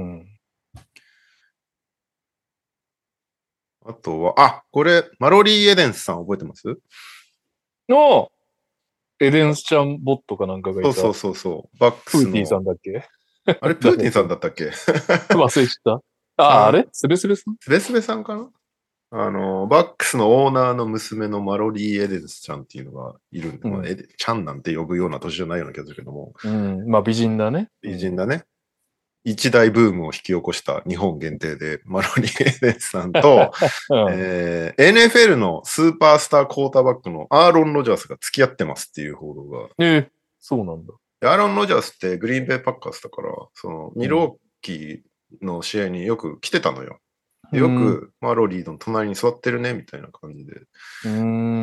あとは、あ、これ、マロリー・エデンスさん覚えてます？ の、エデンスちゃんボットかなんかがいた。 そうそうそうそう。バックスの、 プーティーさんだっけ？ あれ、プーティンさん誰だっけ？ だったっけ？ 忘れちゃった。ああ、あさん、 れスレスレさん？ スベスベさんかな。あの、バックスのオーナーの娘のマロリー・エデンスちゃんっていうのがいるんで、まあ、 うん。 エデちゃんなんて呼ぶような年じゃないような気がするけども、 うん。まあ美人だね。 美人だね。一大ブームを引き起こした日本限定で、マロリー・エデンスさんと、 うん。うん。 えー、エヌエフエル のスーパースタークォーターバックのアーロン・ロジャースが付き合ってますっていう報道が。 ええ、そうなんだ。 アーロン・ロジャースってグリーンベイ・パッカーズだから、そのミうん。 ローキーの試合によく来てたのよ。 うん。 よくマロリーの隣に座ってるねみたいな感じでうん。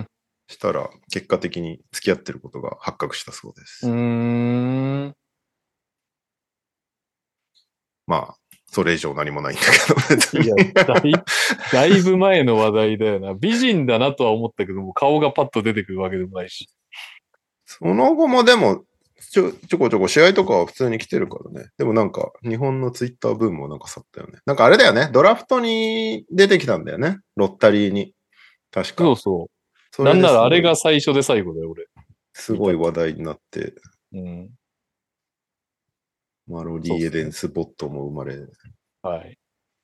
したら、結果的に付き合ってることが発覚したそうでうす。 ん。 まあ、それ以上何もないんだけど、別に。 いや、だい、だいぶ前の話題だよな。美人だなとは思ったけども、顔がパッと出てくるわけでもないし。 その後もでも、ちょ、ちょこちょこ試合とかは普通に来てるからね。でもなんか、日本のツイッターブームもなんか去ったよね。なんかあれだよね。ドラフトに出てきたんだよね。ロッタリーに。確か。 そうそう。 それなんならあれですごい、 が最初で最後だよ、俺。 すごい見た。 話題になって、 うん。 マロリー・エそうっすね。 デンスボットも生まれ、 はい。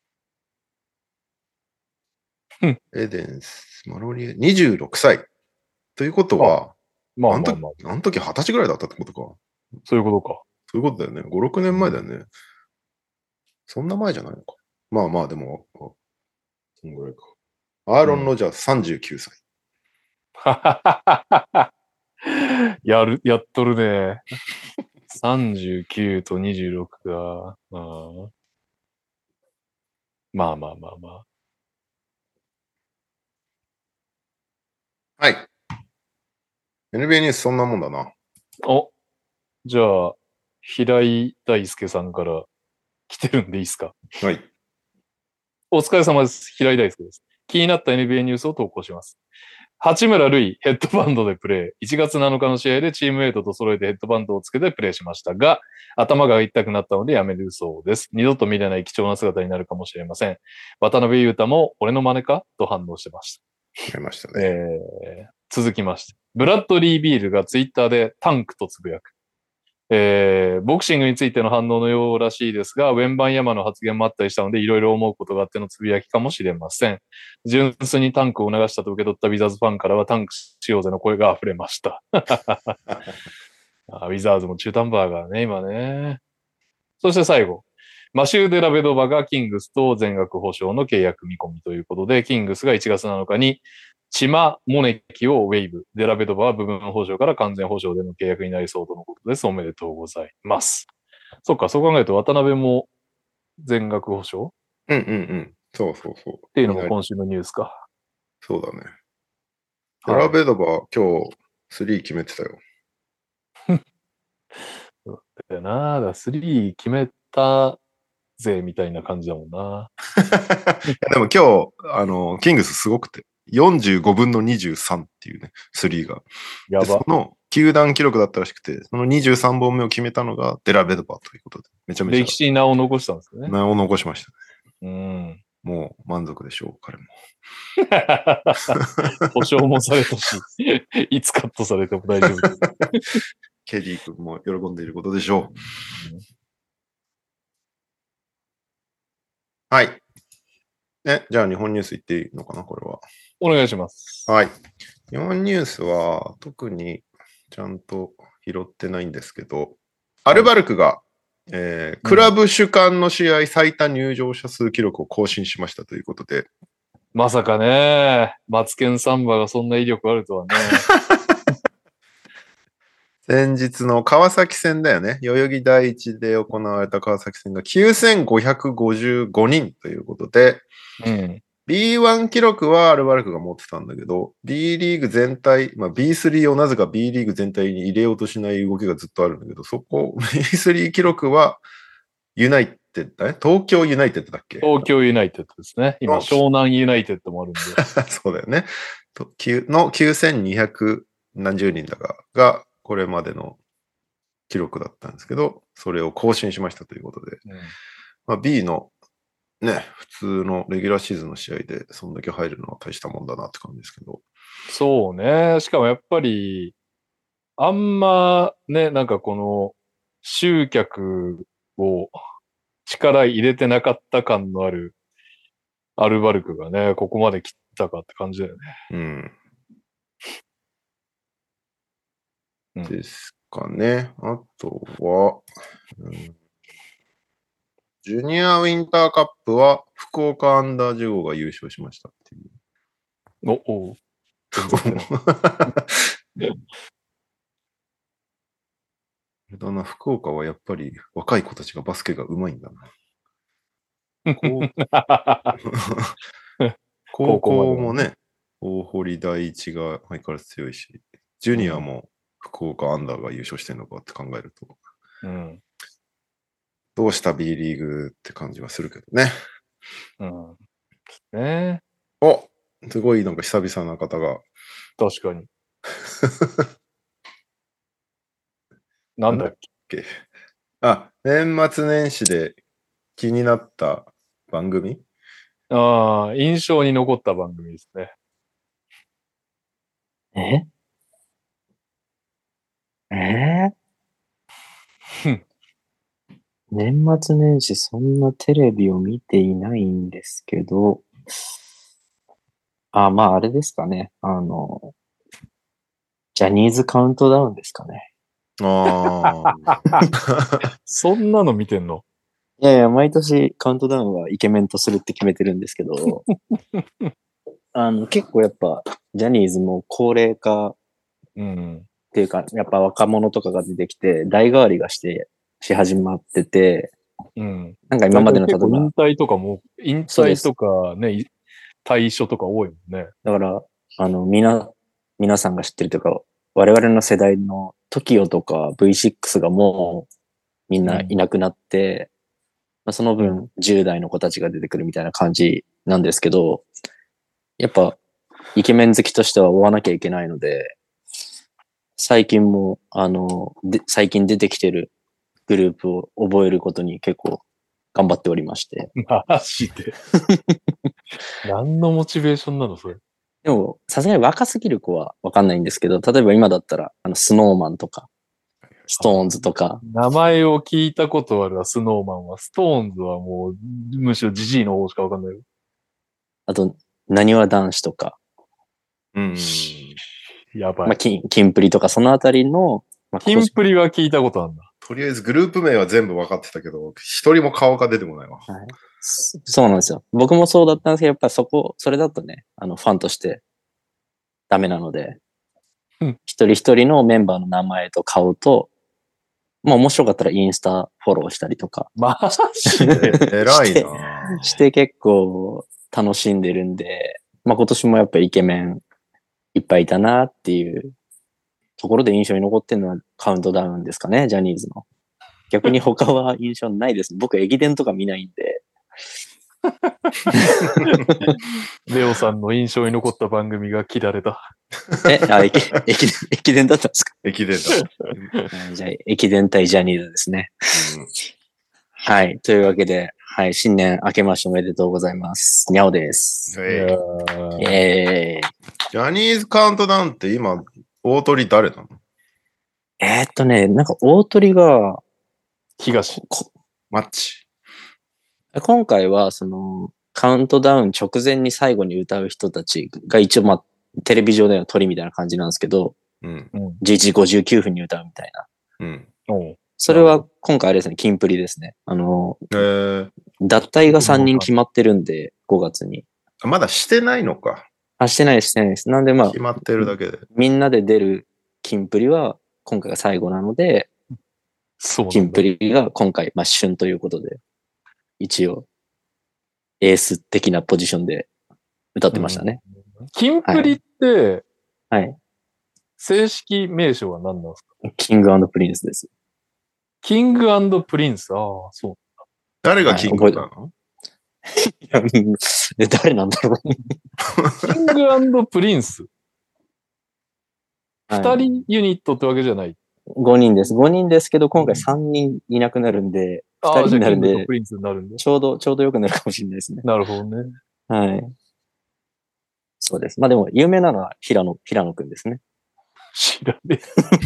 うん。 エデンス、マロリー、にじゅうろくさい。ということあ、 は、あの時、 まあまあまあ。 あの時はたちぐらいだったってことか。 そういうことか。 そういうことだよね。ご、ろくねんまえだよね。そんな前じゃないのか。まあまあ、でも、あそんぐらいか。アーロン・うん。 ロジャースさんじゅうきゅうさい。 やる、やっとるね。さんじゅうきゅうとにじゅうろくが、うん、まあまあまあまあ。 はい。エヌビーエー ニュースそんなもんだな。 お、じゃあ、平井大輔さんから来てるんでいいですか？ はい。 お疲れ様です。平井大輔です。気になった エヌビーエー ニュースを投稿します。八村塁ヘッドバンドでプレー。いちがつなのかの試合でチームメイトと揃えてヘッドバンドをつけてプレーしましたが、頭が痛くなったのでやめるそうです。二度と見れない貴重な姿になるかもしれません。渡辺裕太も俺の真似かと反応してました。 やりましたね。 えー、続きまして。ブラッドリー・ビールがツイッターでタンクとつぶやく。えー、ボクシングについての反応のようらしいですが、ウェンバンヤマの発言もあったりしたので、いろいろ思うことがあってのつぶやきかもしれません。純粋にタンクを流したと受け取ったウィザーズファンからはタンクしようぜの声が溢れました。あウィザーズも中途半端だからね、今ね。そして最後。マシュー・デラベドバがキングスと全額保証の契約見込みということで、キングスがいちがつなのかにチマ・モネキをウェイブ。デラベドバは部分保証から完全保証での契約になりそうとのことです。おめでとうございます。そっか、そう考えると渡辺も全額保証うんうんうん。そうそうそう。 っていうのも今週のニュースか。 そうだね。デはい。 ラベドバ今日スリー決めてたよ。 だよな。だからスリー決めたぜみたいな感じだもんな。 でも今日、あの、キングスすごくて、よんじゅうごぶんのにじゅうさんっていうね、スリーが。で、そやば。 の球団記録だったらしくて、そのにじゅうさんぼんめを決めたのがデラベドバーということで、めちゃめちゃ歴史に名を残したんですよね。 名を残しましたね。 うん。 もう満足でしょう、彼も。 保証もされたし、いつカットされても大丈夫。 ケディ君も喜んでいることでしょう。 うん、 はい。え、じゃあ日本ニュース言っていいのかな、これは。 お願いします。 はい。日本ニュースは特にちゃんと拾ってないんですけど、アルバルクが、えー、クラブ主幹の試合最多入場者数記録を更新しましたということで。 まさかね、マツケンサンバがそんな威力あるとはね。 先日の川崎戦だよね。代々木第一で行われた川崎戦がきゅうせんごひゃくごじゅうごにんということで、 うん、 ビーワン 記録はアルバルクが持ってたんだけど、B リーグ全体、まあ ビースリー をなぜか B リーグ全体に入れようとしない動きがずっとあるんだけど、そこ、ビースリー 記録はユナイテッド、ね、東京ユナイテッドだっけ？ 東京ユナイテッドですね。今、湘南ユナイテッドもあるんで。 そうだよね。のきゅうせんにひゃく何十人だかが、これまでの記録だったんですけど、それを更新しましたということで、うん、まあ、B のね、普通のレギュラーシーズンの試合でそんだけ入るのは大したもんだなって感じですけど。 そうね。しかもやっぱり、あんまね、なんかこの集客を力入れてなかった感のあるアルバルクがね、ここまで来たかって感じだよね。 うん。うん、ですかね。あとは、うん、ジュニアウィンターカップは福岡アンダーじゅうごが優勝しましたっていう。 お、お。 だな、福岡はやっぱり若い子たちがバスケが上手いんだな。高校もね、大堀第一が相変わらず強いし、ジュニアも福岡アンダーが優勝してるのかって考えると、うん、どうした B リーグって感じはするけどね。 うん。ね、 お、すごいなんか久々な方が。 確かに。なんだっけ。 あ、年末年始で気になった番組？ ああ、印象に残った番組ですね。 ええー、年末年始そんなテレビを見ていないんですけど、あ、まああれですかね。あの、ジャニーズカウントダウンですかね。 ああ。 そんなの見てんの？ いやいや、毎年カウントダウンはイケメンとするって決めてるんですけど、あの、結構やっぱ、ジャニーズも高齢化っていうか、やっぱ若者とかが出てきて、代替わりがして、し始まってて、 うん。 なんか今までの例えば引退とかも、引退とかね、退所とか多いもんね。 だから、あの、みな、皆さんが知ってるというか、我々の世代の トキオ とか ブイシックス がもうみんないなくなって、うん、その分じゅう代の子たちが出てくるみたいな感じなんですけど、やっぱイケメン好きとしては追わなきゃいけないので、最近も、あの、で最近出てきてるグループを覚えることに結構頑張っておりまして。 マジで何のモチベーションなのそれ。 でも、さすがに若すぎる子はわかんないんですけど、例えば今だったら、あの、スノーマンとか、ストーンズとか。 名前を聞いたことあるわ、スノーマンは。ストーンズはもう、むしろジジイの方しかわかんない。 あと、なにわ男子とか。 うん。 やばい。 まあ、キン、キンプリとか、そのあたりの、 まあ、キンプリは聞いたことあるんだ。 とりあえずグループ名は全部分かってたけど、一人も顔が出てこないわ。はい。 そうなんですよ。僕もそうだったんですけど、やっぱそこ、それだとね、あの、ファンとしてダメなので、うん、一人一人のメンバーの名前と顔と、まあ面白かったらインスタフォローしたりとか。 マジで偉いなして結構楽しんでるんで、まあ今年もやっぱイケメンいっぱいいたなっていうところで印象に残ってるのはカウントダウンですかね、ジャニーズの。逆に他は印象ないです。僕駅伝とか見ないんで。 レオさんの印象に残った番組が切られた。 え、あ、駅、駅伝、駅伝だったんですか？ 駅伝だ。 じゃあ、駅伝対ジャニーズですね。 はい。というわけで、はい。新年明けましておめでとうございます。にゃおです。 いやえいーえジャニーズカウントダウンって今、大鳥誰なの？ ー、えーっとね、なんか大鳥が、 東。 こマッチ。 今回はその、カウントダウン直前に最後に歌う人たちが一応まあ、テレビ上での鳥みたいな感じなんですけど、 うん。 うん。 じゅういちじごじゅうきゅうふんに歌うみたいな。 うん。 おうそれは今回あれですね、キンプリですね。あの、 えー、 脱退がさんにん決まってるんで、ごがつに。 まだしてないのか。 あ、してないです、してないです。なんでまあ決、まってるだけで。 みんなで出るキンプリは今回が最後なので、 そうなんだ。 キンプリが今回、まあ旬ということで、一応、エース的なポジションで歌ってましたね。 キンプリって、 はい。 正式名称は何なんですか？ キングプリンスです。 キングプリンス。ああ、そう。 誰がキングなの？ いやえ誰なんだろう。 キングプリンス。二、 はい人ユニットってわけじゃない。 ごにんです。ごにんですけど、今回さんにんいなくなるんで、2 ああ、じゃあキ人になるんで、 ングとプリンスになるんで。 ちょうど、ちょうど良くなるかもしれないですね。 なるほどね。 はい。そうです。まあでも、有名なのは平野、平野くんですね。 知らね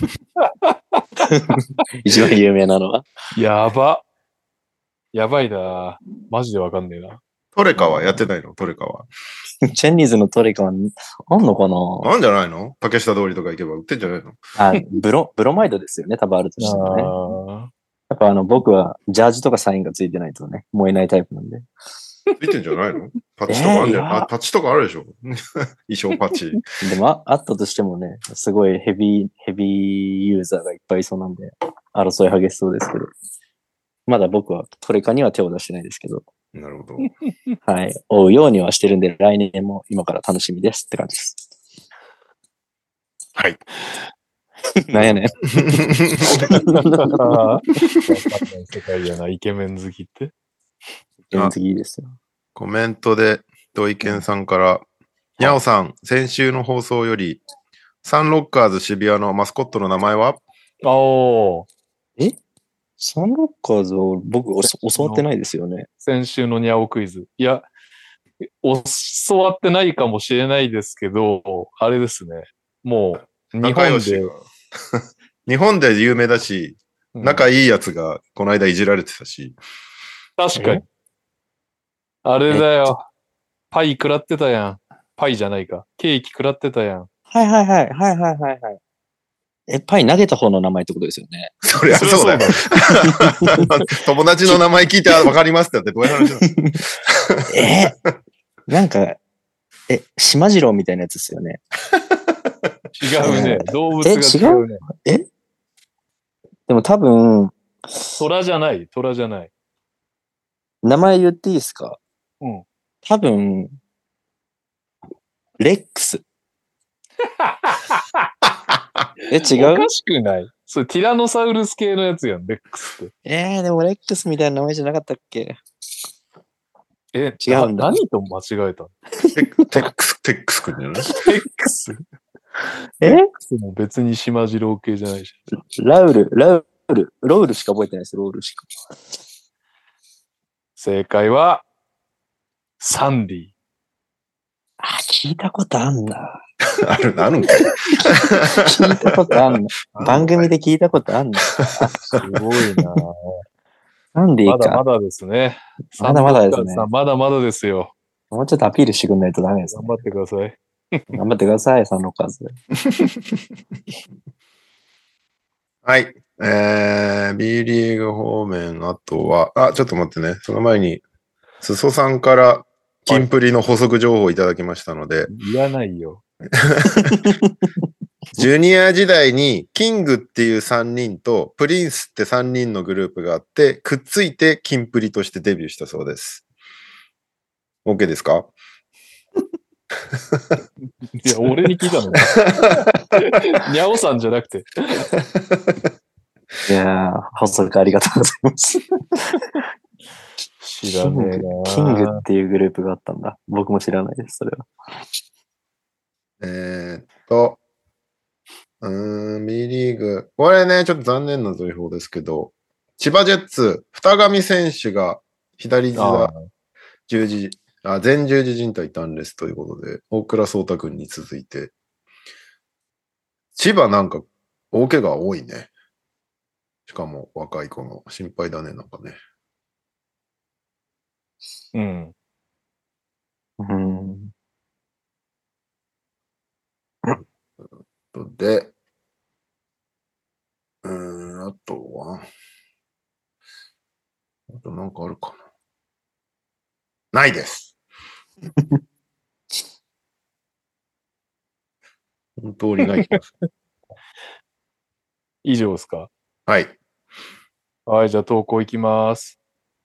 一番有名なのは。 え。やば。やばいな。マジでわかんねえな。 トレカはやってないの？トレカは。 チェンニーズのトレカは、あんのかななんじゃないの？竹下通りとか行けば売ってんじゃないの？ あ、ブロ、ブロマイドですよね。多分あるとしてもね。 あやっぱあの、僕はジャージとかサインがついてないとね、燃えないタイプなんで。 ついてんじゃないの？パチとかあるんじゃん、 えーいやあ、パチとかあるでしょ？衣装パチ。 でもあ、あったとしてもね、すごいヘビー、ヘビーユーザーがいっぱいいそうなんで、争い激しそうですけど。まだ僕はトレカには手を出してないですけど、 なるほど。 はい。追うようにはしてるんで、来年も今から楽しみですって感じです。 はい。 なんやねん。 あ。わかんない世界やな、イケメン好きって。 次いいですよ。 コメントで、土井健さんから、にゃおさん、先週の放送より、サンロッカーズ渋谷のマスコットの名前は？ あお。 えサンロッカーズを僕おそ教わってないですよね。 先週のニャオクイズ。いや、教わってないかもしれないですけど、あれですね。もう、日仲良本で。 しが。日本で有名だし、 うん仲いいやつがこの間いじられてたし。 確かに。あれだよ。パイ食らってたやん。パイじゃないか。ケーキ食らってたやん。 はいはいはい、はいはいはいはい。え、パイ投げた方の名前ってことですよね。 そりゃそうだよ。友達の名前聞いてわかりますってどういう話なの？ えなんか、え、島次郎みたいなやつですよね。 違うね。動物が違うね。 えでも多分、 虎じゃない。虎じゃない。 名前言っていいですか？ うん。 多分、レックス。え、違うおかしくない？それティラノサウルス系のやつやん、レックスって。 えー、でもレックスみたいな名前じゃなかったっけ？ え、 違うんだな何と間違えたの？ テテックス、テックスくんじゃない？ レックス。 えレックスも別に島次郎系じゃないし。 ラウル、ラウル、ロールしか覚えてないです、ロールしか。 正解は、サンディ。 あ、聞いたことあんな。 ある、あるんかい。 聞いたことあんな。番組で聞いたことあんな。 すごいななんでいいまだまか。 だですね。 まだまだですねサンドッカーさんまだまだですよ。 もうちょっとアピールしてくんないとダメですね。 頑張ってください。 頑張ってください、サンロッカーズ。 はい。えー、B リーグ方面、あとは、あ、ちょっと待ってね。その前に、すそさんから、キンプリの補足情報をいただきましたので、 いらないよ。 ジュニア時代に、キングっていうさんにんと、プリンスってさんにんのグループがあって、くっついてキンプリとしてデビューしたそうです。OK ですか？ いや、俺に聞いたの。にゃおさんじゃなくて。 いやー、補足ありがとうございます。 知らねえなキングっていうグループがあったんだ。僕も知らないです、それは。 えーっと、うーん、B リーグ。これね、ちょっと残念な情報ですけど、 千葉ジェッツ、二上選手が左ああ膝十字、あ、前十字靭帯断裂ということで、大倉壮太君に続いて、千葉なんか大怪我多いね。しかも若い子の心配だね、なんかね。 うん。 うん。 で、うーん、あとは、あとなんかあるかな。ないです。本当にない気がする。 以上ですか。 はい。 はい、じゃあ投稿いきます。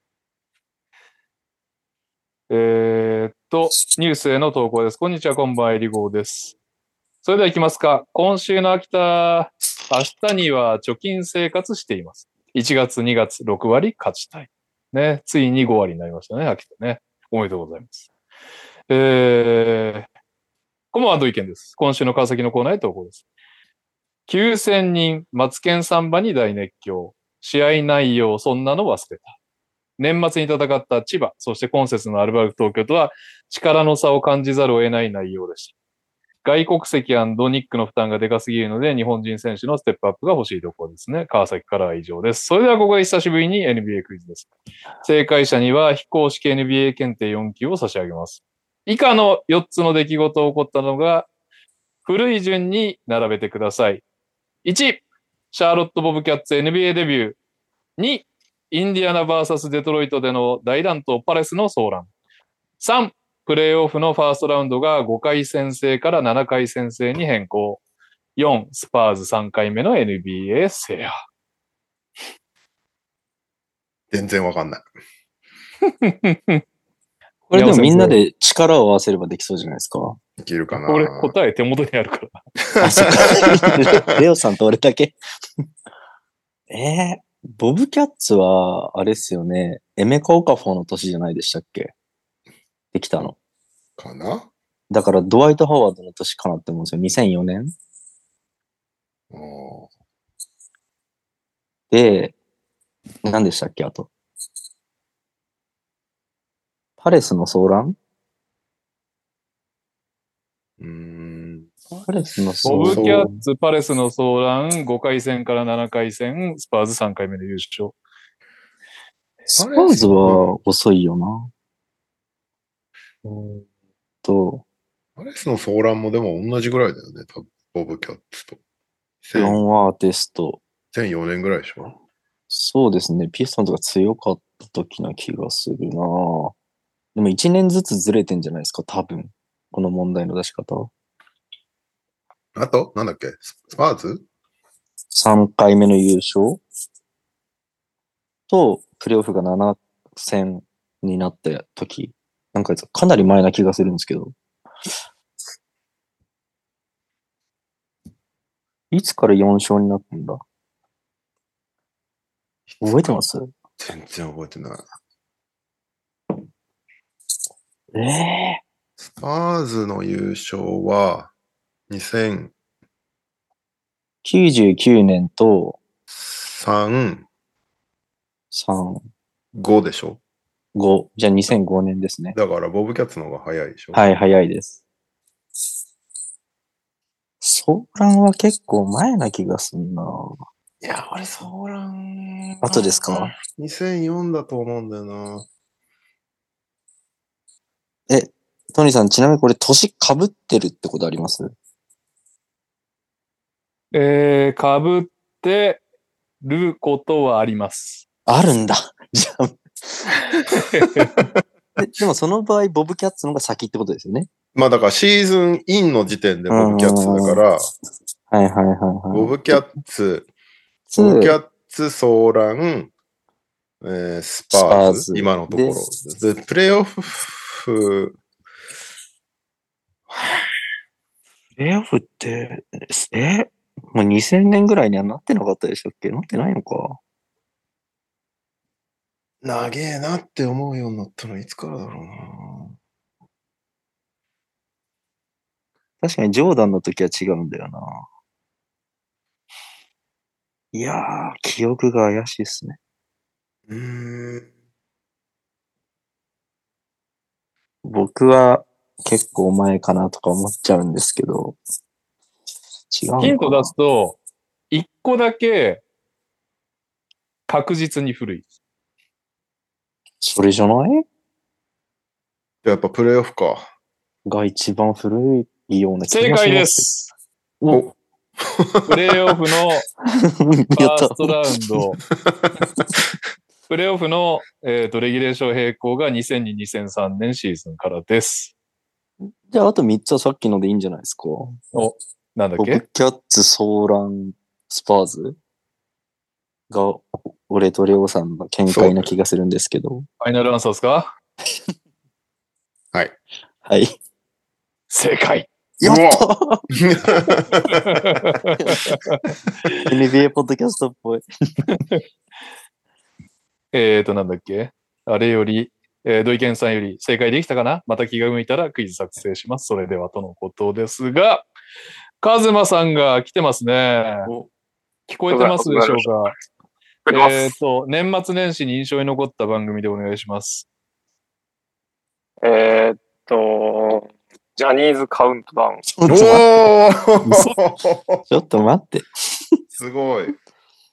えーっと、ニュースへの投稿です。こんにちは、こんばんは、えりごーです。それでは行きますか。今週の秋田、明日には貯金生活しています。いちがつ、にがつ、ろくわり勝ちたい。ね、ついにごわりになりましたね、秋田ね。おめでとうございます。えー、こんばんは、土井健です。今週の川崎のコーナーへ投稿です。きゅうせんにん、マツケンサンバに大熱狂。試合内容、そんなの忘れた。年末に戦った千葉、そして今節のアルバルク東京とは力の差を感じざるを得ない内容でした。外国籍ニックの負担がでかすぎるので、日本人選手のステップアップが欲しいところですね。川崎からは以上です。それではここで久しぶりに エヌビーエー クイズです。正解者には非公式 エヌビーエー 検定よん級を差し上げます。以下のよっつの出来事を起こったのが、古い順に並べてください。いち、シャーロット・ボブキャッツ エヌビーエー デビュー。に、インディアナ ブイエス デトロイトでの大乱闘パレスの騒乱。さん、プレイオフのファーストラウンドがごかい先制からななかい先制に変更。よん、スパーズさんかいめの エヌビーエー 制覇。 全然わかんない。 これでもみんなで力を合わせればできそうじゃないですか。 いけるかな。 これ答え手元にあるから。 あ、そっか。レオさんと俺だけ。えー、ボブキャッツは、あれっすよね。エメカオカフォーの年じゃないでしたっけ？できたの。 かな。 だから、ドワイト・ハワードの年かなって思うんですよ。にせんよねんおーで、何でしたっけあと。パレスの騒乱うーん。 パレスのボブ騒キャッ乱。 ツ、パレスの騒乱、ごかい戦からななかい戦、スパーズさんかいめの優勝。 スパーズは遅いよな。 うんと、 パレスの騒乱もでも同じぐらいだよね、多分ボブキャッツと。 ロンアーティスト。 せんよねんぐらいでしょ。 そうですね。ピストンズが強かった時な気がするな。でもいちねんずつずれてんじゃないですか、多分。この問題の出し方は。 あと、なんだっけスパーズさんかいめの優勝と、プレイオフがなな戦になった時。なんかかなり前な気がするんですけど。いつからよん勝になったんだ覚えてます？ 全然覚えてない。 ええスパーズの優勝はにせんー、きゅうじゅうきゅうねんとさん、 さん、 ごでしょ。 ご。じゃあにせんごねんですね。 だからボブキャッツの方が早いでしょ。 はい、早いです。騒乱は結構前な気がすんな。 いや、俺騒乱。 後ですか？ にせんよんだと思うんだよな。 え、トニーさん、ちなみにこれ年被ってるってことあります？ えー、被ってることはあります。 あるんだ。じゃあで。でもその場合、ボブキャッツの方が先ってことですよね。 まあだからシーズンインの時点でボブキャッツだから、 はいはいはいはい。 ボブキャッツ、ボブキャッツ騒乱、えー、スパーズ、 スパーズ今のところ。で、プレイオフ、 プレイオフって、えもうにせんねんぐらいにはなってなかったでしたっけ？なってないのか。 長えなって思うようになったのいつからだろうな。 確かにジョーダンの時は違うんだよな。いやー、記憶が怪しいっすね。 うーん。 僕は結構前かなとか思っちゃうんですけど、違うヒント出のかな。 すと、一個だけ確実に古い。 それじゃないやっぱプレイオフか。 が一番古いような気正解もしま。 ですす。 お、 プレイオフのフやったァース。トラウンド、プレイオフの、えーとレギュレーション並行がにせんに、にせんさんねんシーズンからです。 じゃあ、あとみっつはさっきのでいいんじゃないですか。 お、なんだっボブけキャッツ、ソーラン、スパーズが、俺とレオさんの見解な気がするんですけど。 ファイナルアンサーですか？ はい。 はい。 正解。 やっうわたエヌビーエー ポッドキャストっぽい。 えーと、なんだっけあれより、えー、土井健さんより正解できたかな？また気が向いたらクイズ作成します。それではとのことですが、カズマさんが来てますね。聞こえてますでしょうか？えーと、年末年始に印象に残った番組でお願いします。 えーっと、ジャニーズカウントダウン。 ちょっと待って。 おーちょっと待って。 すごい。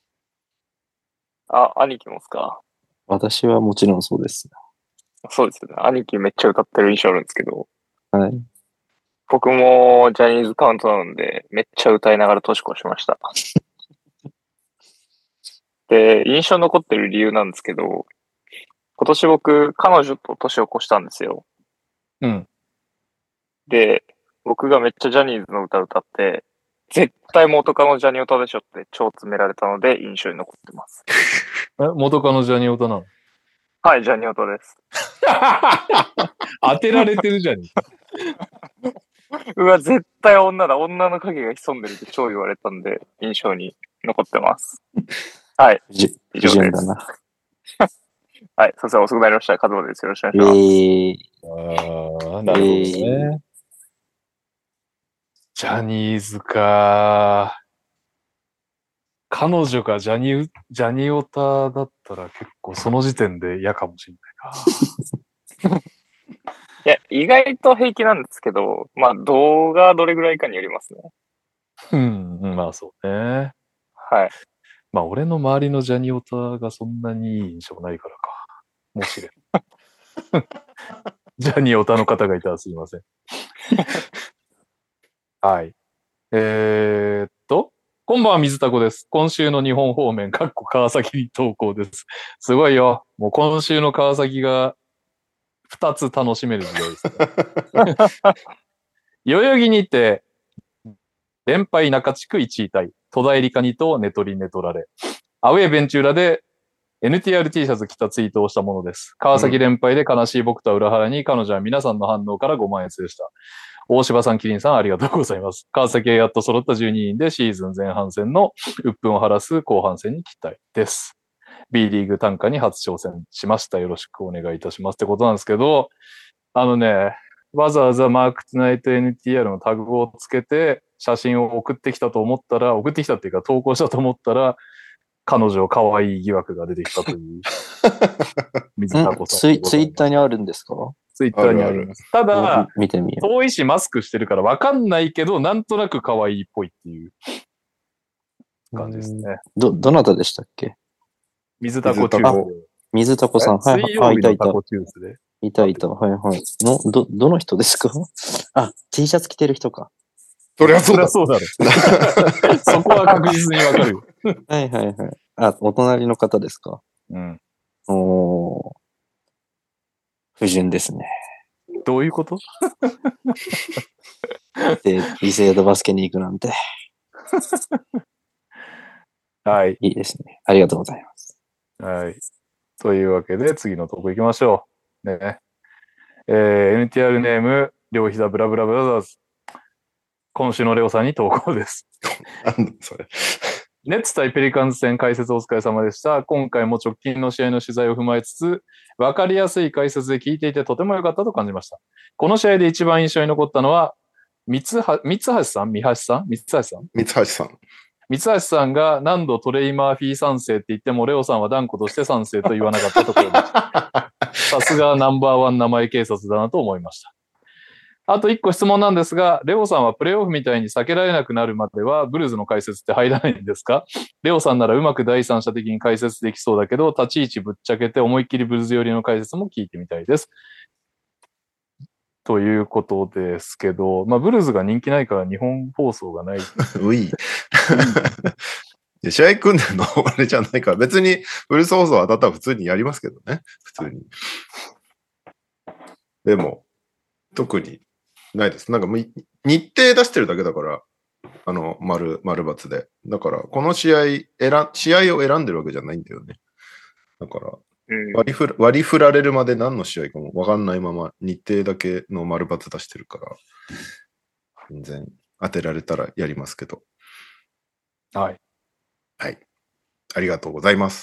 あ、兄貴もっすか？ 私はもちろんそうです。 そうですよね。兄貴めっちゃ歌ってる印象あるんですけど、 はい。 僕もジャニーズカウントダウンでめっちゃ歌いながら年越しました。で、印象に残ってる理由なんですけど、今年僕、彼女と年を越したんですよ。 うん。 で、僕がめっちゃジャニーズの歌歌って、絶対元カノジャニオタでしょって超詰められたので印象に残ってます。 え、元カノジャニオタなの？ はい、ジャニオタです。 当てられてるじゃん。 うわ、絶対女だ。女の影が潜んでるって超言われたんで、印象に残ってます。はい。 じ以上です。 だな。 はい。それでは遅くなりました。カズマです。よろしくお願えいします。 ー、 ああ、なるほどね。 えージャニーズか。彼女がジャニ、ジャニオタだったら結構その時点で嫌かもしれないいや、意外と平気なんですけど、まあ、動画どれぐらいかによりますね。 な。うん、うんまあそうね。 はい。 まあ俺の周りのジャニオタがそんなにいい印象ないからか。もしれん。ジャニオタの方がいたらすいません。はい。えー、っと、こんばんは、水田子です。今週の日本方面、かっこ川崎に投稿です。すごいよ。もう今週の川崎が二つ楽しめる時代ですね。代々木にて、連敗中地区いちい対、戸田恵梨香にとネトリネトラレ。アウェーベンチューラで エヌティーアールT シャツ着たツイートをしたものです。川崎連敗で悲しい僕とは裏腹に彼女は皆さんの反応からご満悦でした。大柴さん、キリンさん、ありがとうございます。川崎はやっと揃ったじゅうににんでシーズン前半戦の鬱憤を晴らす後半戦に期待です。B リーグ単価に初挑戦しました。よろしくお願いいたします。ってことなんですけど、あのね、わざわざマークツナイト エヌティーアール のタグをつけて写真を送ってきたと思ったら、送ってきたっていうか投稿したと思ったら、彼女可愛い疑惑が出てきたという。水田子さん。 ツイ、ツイッターにあるんですか？ ツイッターにあります。ただ、 見てみよう。 遠いしマスクしてるから分かんないけど、なんとなく可愛いっぽいっていう感じですね。 ど、どなたでしたっけ？ 水田子チュースで。 水田子さん。はい、 水曜日のタコチュースで。 いたいた。はいはい。の、ど、どの人ですか？あ、T シャツ着てる人か。 そりゃそうだ。 そりゃそうだろ。そこは確実にわかるよ。 はいはいはい。あ、お隣の方ですか？ うん。 おー。不純ですね。 どういうこと？ で、異性とバスケに行くなんて。 はい。 いいですね。ありがとうございます。 はい。というわけで、次のとこ行きましょう。ね。えー、エヌティーアール ネーム、両膝ブラブラブラザーズ。今週のレオさんに投稿です。 なんだそれ。 ネッツ対ペリカンズ戦解説お疲れ様でした。今回も直近の試合の取材を踏まえつつ、わかりやすい解説で聞いていてとても良かったと感じました。この試合で一番印象に残ったのは、三橋、三橋さん三橋さん三橋さん三橋さん。 三橋さんが何度トレイ・マーフィー賛成って言っても、レオさんは断固として賛成と言わなかったところでした。さすがナンバーワン名前警察だなと思いました。あと一個質問なんですが、レオさんはプレイオフみたいに避けられなくなるまではブルーズの解説って入らないんですか？レオさんならうまく第三者的に解説できそうだけど、立ち位置ぶっちゃけて思いっきりブルーズ寄りの解説も聞いてみたいです。ということですけど、まあ、ブルーズが人気ないから日本放送がない。 うい。試合組んでるのあれじゃないから、別にブルース放送当たったら普通にやりますけどね。普通に。でも、特にないです。なんか日程出してるだけだから、あの、丸、丸抜で。だから、この試合、選、試合を選んでるわけじゃないんだよね。だから、割り振ら、割り振られるまで何の試合かも分かんないまま日程だけの丸抜出してるから、全然当てられたらやりますけど。 はい。 はい。ありがとうございます。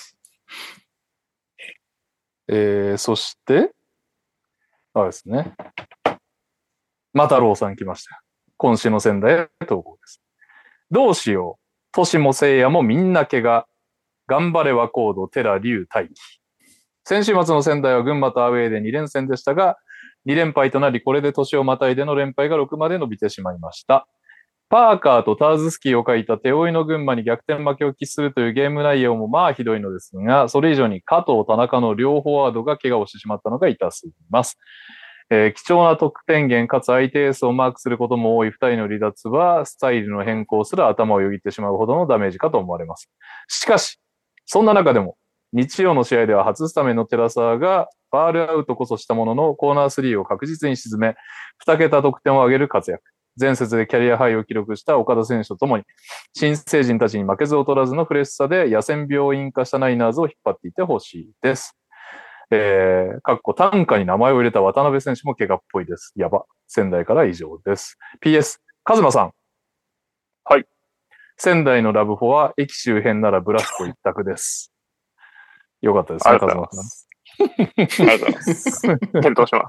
えー、そして、あれですね。またろうさん来ました。今週の仙台へ投稿です。どうしよう。都市も聖夜もみんな怪我。頑張れはコード、テラ、リュウ、大輝。先週末の仙台は群馬とアウェーでに連戦でしたが、に連敗となり、これで年をまたいでの連敗がろくまで伸びてしまいました。パーカーとターズスキーを書いた手負いの群馬に逆転負けを喫するというゲーム内容もまあひどいのですが、それ以上に加藤、田中の両フォワードが怪我をしてしまったのが痛すぎます。えー、貴重な得点源かつ相手エースをマークすることも多いふたりの離脱はスタイルの変更すら頭をよぎってしまうほどのダメージかと思われます。しかし、そんな中でも日曜の試合では初スタメンの寺澤がファールアウトこそしたもののコーナースリーを確実に沈め、に桁得点を挙げる活躍。前節でキャリアハイを記録した岡田選手とともに、新成人たちに負けず劣らずのフレッシュさで野戦病院化したナイナーズを引っ張っていってほしいです。えー、かっこ単価に名前を入れた渡辺選手も怪我っぽいです。やば。仙台から以上です。ピーエス、カズマさん。 はい。 仙台のラブホは駅周辺ならブラスコ一択です。よかったですね、カズマさん。 ありがとうございます。検討します。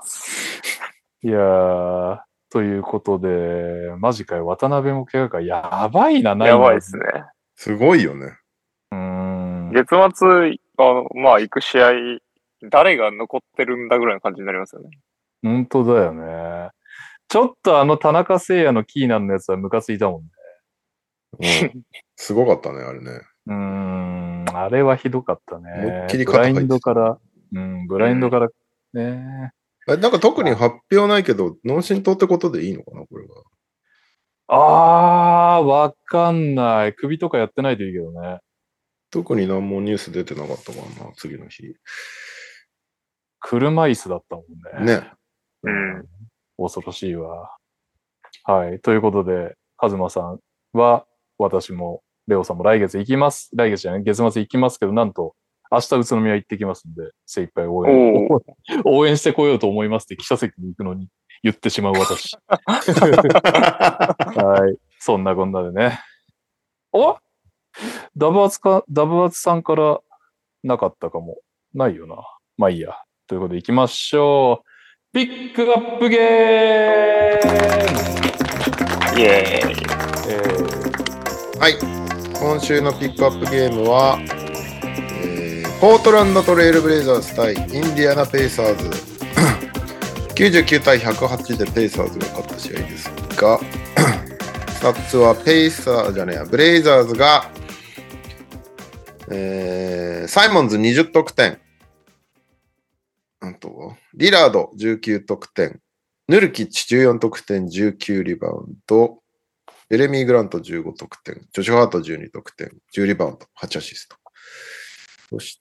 いやー、ということで、マジかよ、渡辺も怪我か。やばいな、ないやばいですね。 すごいよね。 うーん。 月末、あまあ、行く試合、誰が残ってるんだぐらいの感じになりますよね。 本当だよね。ちょっとあの田中聖也のキーナンのやつはムカついたもんね。うん、すごかったね、あれね。 うーん、あれはひどかったね。 思いっきりブライ肩入ってンドから、うん、ブラインドからね。 え、なんか特に発表ないけど、脳震盪ってことでいいのかな、これは。 あー、わかんない。首とかやってないといいけどね。 特に何もニュース出てなかったかな、次の日。 車椅子だったもんね。 ね。 うん。恐ろしいわ。はい。ということで、カズマさんは、私も、レオさんも来月行きます。来月じゃない、月末行きますけど、なんと、明日宇都宮行ってきますんで、精一杯応援、応援してこようと思いますって記者席に行くのに言ってしまう私。はい。そんなこんなでね。おダブアツか、ダブアツさんからなかったかも。ないよな。まあいいや。ということで行きましょう。ピックアップゲームイエーイ、えー、はい。今週のピックアップゲームは、えー、ポートランドトレイルブレイザーズ対インディアナペイサーズきゅうじゅうきゅうたいひゃくはちでペイサーズが勝った試合ですがスタッツはペイサーじゃねえやブレイザーズが、えー、サイモンズにじゅう得点、あとリラードじゅうきゅう得点、ヌルキッチじゅうよん得点、じゅうきゅうリバウンド、ベレミー・グラントじゅうご得点、ジョシュ・ハートじゅうに得点、じゅうリバウンド、はちアシスト。そして、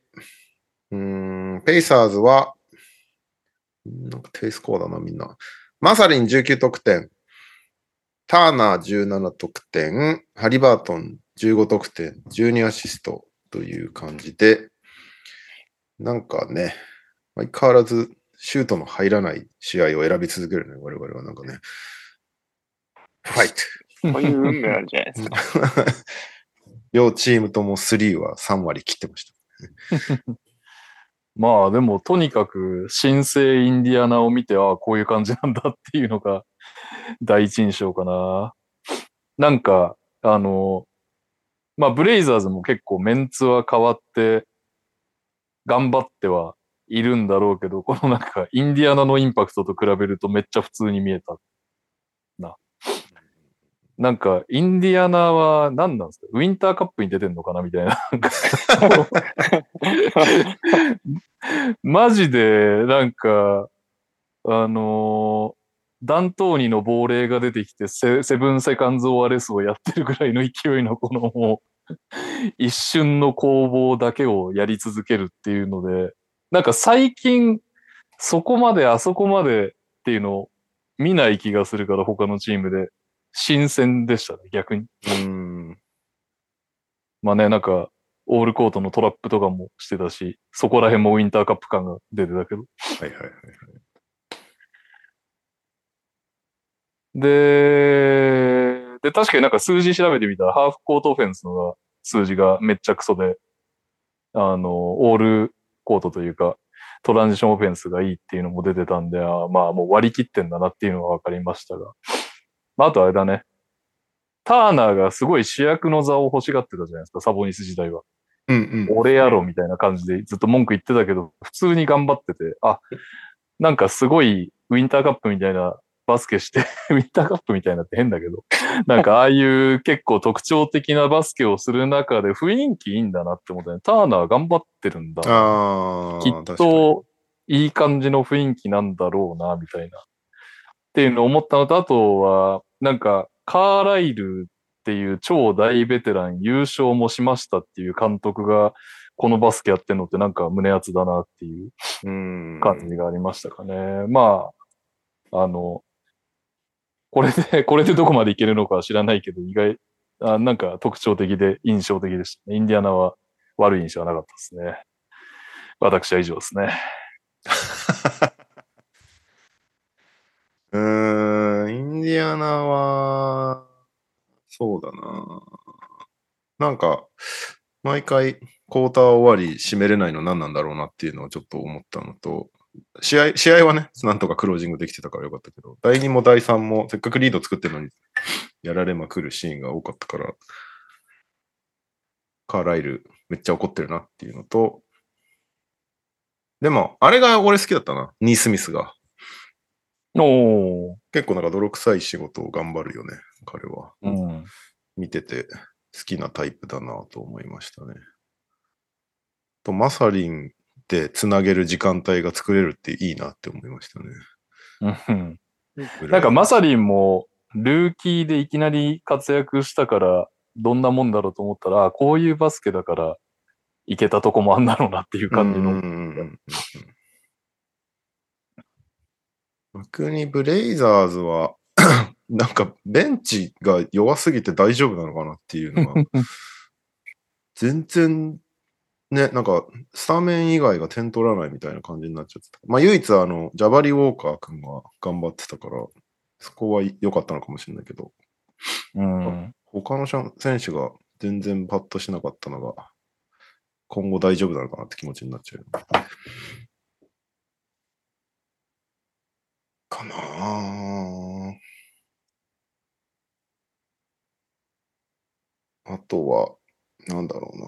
うーん、ペイサーズは、なんか低スコアだな、みんな。マサリンじゅうきゅう得点、ターナーじゅうなな得点、ハリバートンじゅうご得点、じゅうにアシストという感じで、なんかね、相変わらずシュートの入らない試合を選び続けるね、我々はなんかね。ファイト。 そういう運命なんじゃないですか。 両チームともスリーはさん割切ってました。 まあでもとにかく新生インディアナを見て、ああこういう感じなんだっていうのが第一印象かな。なんかあのまあブレイザーズも結構メンツは変わって頑張ってはいるんだろうけど、このなんかインディアナのインパクトと比べるとめっちゃ普通に見えたな。なんかインディアナは何なんですか？ウィンターカップに出てんのかなみたいな。マジでなんかあのーダントーニの亡霊が出てきてセ、セブンセカンズオアレスをやってるぐらいの勢いのこのもう、一瞬の攻防だけをやり続けるっていうので、なんか最近、そこまであそこまでっていうのを見ない気がするから他のチームで、新鮮でしたね、逆に。 うーん。 まあね、なんか、オールコートのトラップとかもしてたし、そこら辺もウィンターカップ感が出てたけど。 はいはいはい。 で、で、確かになんか数字調べてみたら、ハーフコートオフェンスのが数字がめっちゃクソで、あの、オールコートというか、トランジションオフェンスがいいっていうのも出てたんで、あまあもう割り切ってんだなっていうのが分かりましたが。まあ、あとあれだね。ターナーがすごい主役の座を欲しがってたじゃないですか、サボニス時代は。 うんうん。 俺やろみたいな感じでずっと文句言ってたけど、普通に頑張ってて、あ、なんかすごいウィンターカップみたいなバスケして、ウィンターカップみたいなって変だけど、なんかああいう結構特徴的なバスケをする中で雰囲気いいんだなって思ったね。ターナー頑張ってるんだな。きっああ、確かに。 といい感じの雰囲気なんだろうな、みたいな。っていうのを思ったのと、あとは、なんか、カーライルっていう超大ベテラン優勝もしましたっていう監督が、このバスケやってんのってなんか胸熱だなっていううん。 感じがありましたかね。まあ、あの、これで、これでどこまでいけるのかは知らないけど、意外、あなんか特徴的で印象的でしたね。インディアナは悪い印象はなかったですね。私は以上ですね。 うーん、インディアナは、そうだな。なんか、毎回、クォーター終わり締めれないの何なんだろうなっていうのをちょっと思ったのと、試合、試合はね、なんとかクロージングできてたからよかったけど、だいにもだいさんもせっかくリード作ってるのに、やられまくるシーンが多かったから、カーライルめっちゃ怒ってるなっていうのと、でも、あれが俺好きだったな、ニースミスが。 おー。 結構なんか泥臭い仕事を頑張るよね、彼は。 うん。 見てて好きなタイプだなと思いましたね。と、マサリンでつなげる時間帯が作れるっていいなって思いましたね。 うんなんかマサリンもルーキーでいきなり活躍したからどんなもんだろうと思ったら、こういうバスケだからいけたとこもあんだろうなっていう感じの。 うんうんうんうん逆にブレイザーズはなんかベンチが弱すぎて大丈夫なのかなっていうのが全然ね、なんかスタメン以外が点取らないみたいな感じになっちゃってた。まあ唯一あのジャバリ・ウォーカー君が頑張ってたからそこは良かったのかもしれないけど、 うん、 他の選手が全然パッとしなかったのが今後大丈夫なのかなって気持ちになっちゃう。かなぁ。あとは、なんだろう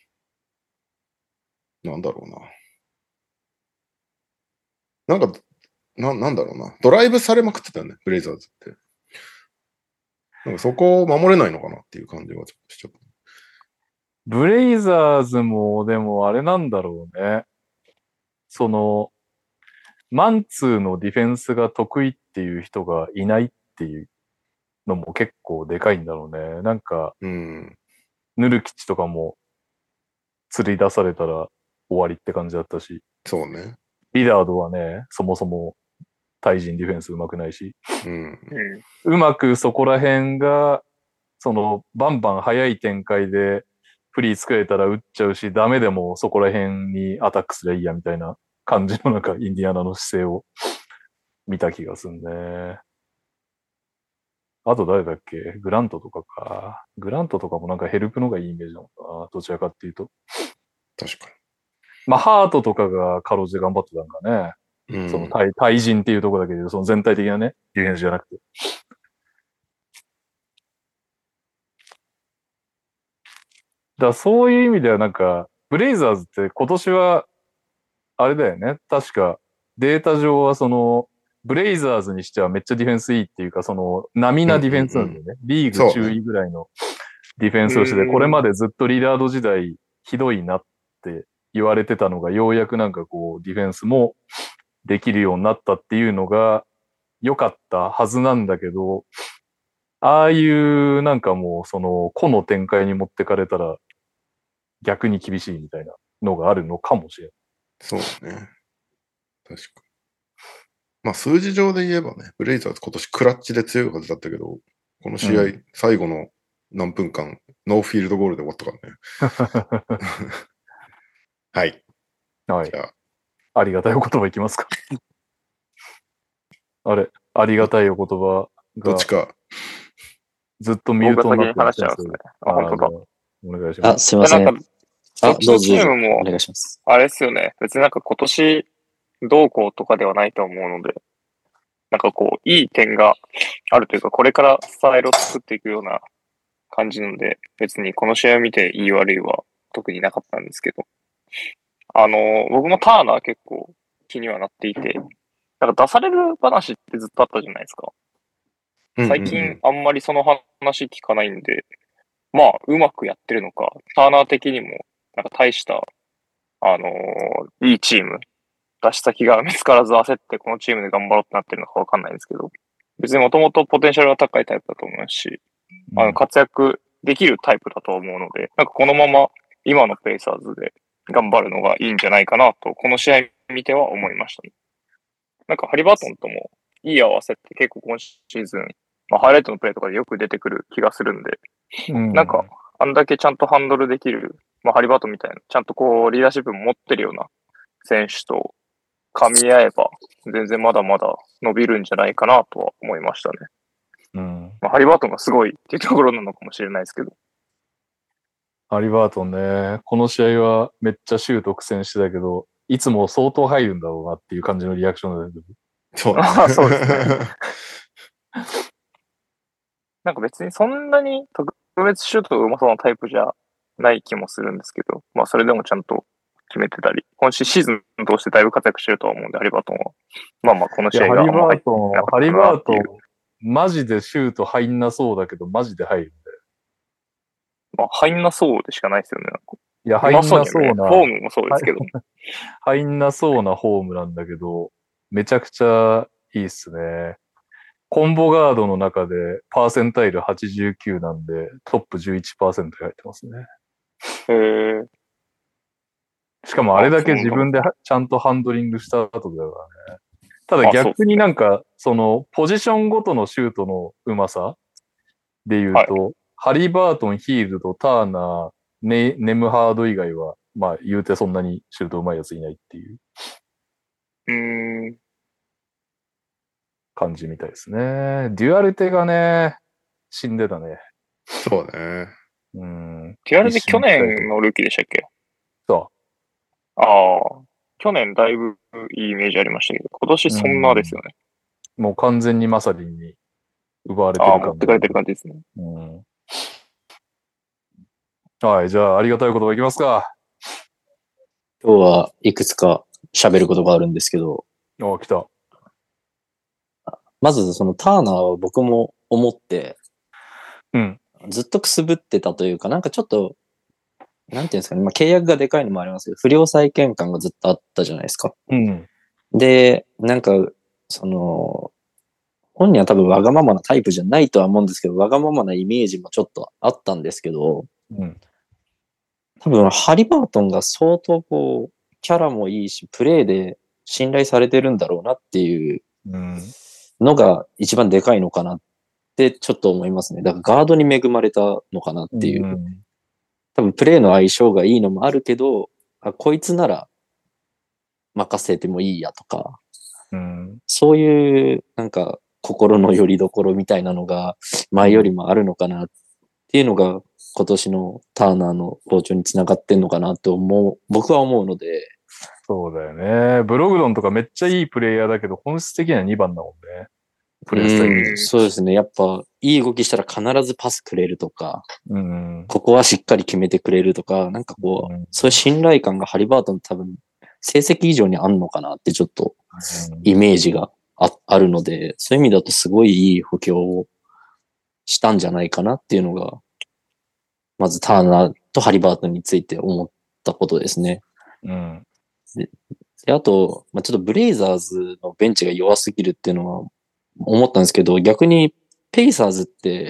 な。なんだろうな。なんか、ななんだろうな。ドライブされまくってたよね、ブレイザーズって。なんかそこを守れないのかなっていう感じがちょっとしちゃった。 ブレイザーズもでもあれなんだろうね。その、マンツーのディフェンスが得意っていう人がいないっていうのも結構でかいんだろうね。なんか、 うん。 ヌルキッチとかも釣り出されたら終わりって感じだったし、 そうね。 リラードはね、そもそも対人ディフェンス上手くないし、 うん。 うまくそこら辺が、その、バンバン速い展開でフリー作れたら打っちゃうし、ダメでもそこら辺にアタックすりゃいいやみたいな感じのなんかインディアナの姿勢を見た気がするね。あと誰だっけグラントとかか。グラントとかもなんかヘルプのがいいイメージなのかな。どちらかっていうと。 確かまあ、ハートとかがかろうじて頑張ってたんかね。 に。うん、 その対、対人っていうところだけで、その全体的なね、ディフェンスじゃなくて。 だそういう意味ではなんか、ブレイザーズって今年は、あれだよね。確か、データ上はその、ブレイザーズにしてはめっちゃディフェンスいいっていうか、その、並なディフェンスなんだよね。うんうんうん、リーグ中位ぐらいのディフェンスをしてて、これまでずっとリラード時代ひどいなって言われてたのが、ようやくなんかこう、ディフェンスもできるようになったっていうのが良かったはずなんだけど、ああいうなんかもうその個の展開に持ってかれたら逆に厳しいみたいなのがあるのかもしれない。 そうね。確かに。まあ数字上で言えばね、ブレイザーズ今年クラッチで強いはずだったけど、この試合、うん、最後の何分間、ノーフィールドゴールで終わったからね。はい。 はい。じゃあ。ありがたいお言葉いきますか。あれ、ありがたいお言葉が。 どっちか。 ずっとミュートになって話しちゃうんですね。あ、本当だ。 お願いします。 あ、すいません。 なんか、 あ、どうぞチームも、 お願いします。 あれですよね。別になんか今年どうこうとかではないと思うので、なんかこう、いい点があるというか、これからスタイルを作っていくような感じなので、別にこの試合を見ていい悪いは特になかったんですけど、あの、僕もターナー結構気にはなっていて、なんか出される話ってずっとあったじゃないですか。最近あんまりその話聞かないんで、まあ、うまくやってるのか、ターナー的にも、なんか大した、あのー、いいチーム、出し先が見つからず焦ってこのチームで頑張ろうってなってるのかわかんないんですけど、別にもともとポテンシャルが高いタイプだと思いますし、あの、活躍できるタイプだと思うので、なんかこのまま今のペイサーズで頑張るのがいいんじゃないかなと、この試合見ては思いましたね。なんかハリバートンともいい合わせって結構今シーズン、まあ、ハイライトのプレーとかでよく出てくる気がするんで、うん、なんか、あんだけちゃんとハンドルできる、まあ、ハリバートンみたいな、ちゃんとこう、リーダーシップも持ってるような選手と噛み合えば、全然まだまだ伸びるんじゃないかなとは思いましたね。うん。まあ、ハリバートンがすごいっていうところなのかもしれないですけど。 ハリバートンね、この試合はめっちゃシュート苦戦してたけど、いつも相当入るんだろうなっていう感じのリアクションだけど。 そうあそうですね。なんか別にそんなに特別シュートが上手そうなタイプじゃない気もするんですけど、まあそれでもちゃんと決めてたり、今シーズン通してだいぶ活躍してるとは思うんで、ハリバートンは。まあまあこの試合があんま入ってなかったハリバートン、マジでシュート入んなそうだけど、マジで入るんだよ。 まあ入んなそうでしかないですよね。なんかいや、入んなそうな。そうね、 フォームもそうですけど。 入んなそうなフォームなんだけど、めちゃくちゃいいっすね。コンボガードの中でパーセンタイルはちじゅうきゅうなんでトップ じゅういちパーセント 入ってますね。 へー。 しかもあれだけ自分でちゃんとハンドリングした後だからね。ただ逆になんか、そのポジションごとのシュートのうまさで言うと、はい、ハリバートン、ヒールド、ターナー、ネ、ネムハード以外は、まあ言うてそんなにシュートうまいやついないっていう。 うーん。 感じみたいですね。デュアルテがね、死んでたね。 そうね。 うん。 デュアルテ去年のルーキーでしたっけ？ そう。 ああ。去年だいぶいいイメージありましたけど、今年そんなですよね。 うん、もう完全にマサリンに奪われてる感じ。 ああ、持ってかれてる感じですね。 うん。はい、じゃあありがたい言葉いきますか。 今日はいくつか喋ることがあるんですけど。 ああ、来た。 まずそのターナーは僕も思って、 うん、 ずっとくすぶってたというか、なんかちょっと、なんていうんですかね、まあ、契約がでかいのもありますけど、不良債権感がずっとあったじゃないですか。 うん、 で、なんか、その、本人は多分わがままなタイプじゃないとは思うんですけど、わがままなイメージもちょっとあったんですけど、 うん、 多分ハリバートンが相当こう、キャラもいいし、プレーで信頼されてるんだろうなっていう、うんのが一番でかいのかなってちょっと思いますね。だからガードに恵まれたのかなっていう。うん、多分プレーの相性がいいのもあるけど、あこいつなら任せてもいいやとか、うん、そういうなんか心の拠り所みたいなのが前よりもあるのかなっていうのが今年のターナーの好調につながってんのかなと思う、僕は思うので。 そうだよね。ブログドンとかめっちゃいいプレイヤーだけど、本質的にはにばんだもんね。 プレースタイル。 うん、そうですね。やっぱ、いい動きしたら必ずパスくれるとか、 うん。 ここはしっかり決めてくれるとか、なんかこう、 うんそういう信頼感がハリバートン多分、成績以上にあんのかなってちょっとイメージが あ, あるので、そういう意味だとすごいいい補強をしたんじゃないかなっていうのが、まずターナーとハリバートンについて思ったことですね。 うん。 で、あと、まあ、ちょっとブレイザーズのベンチが弱すぎるっていうのは思ったんですけど、逆にペイサーズって、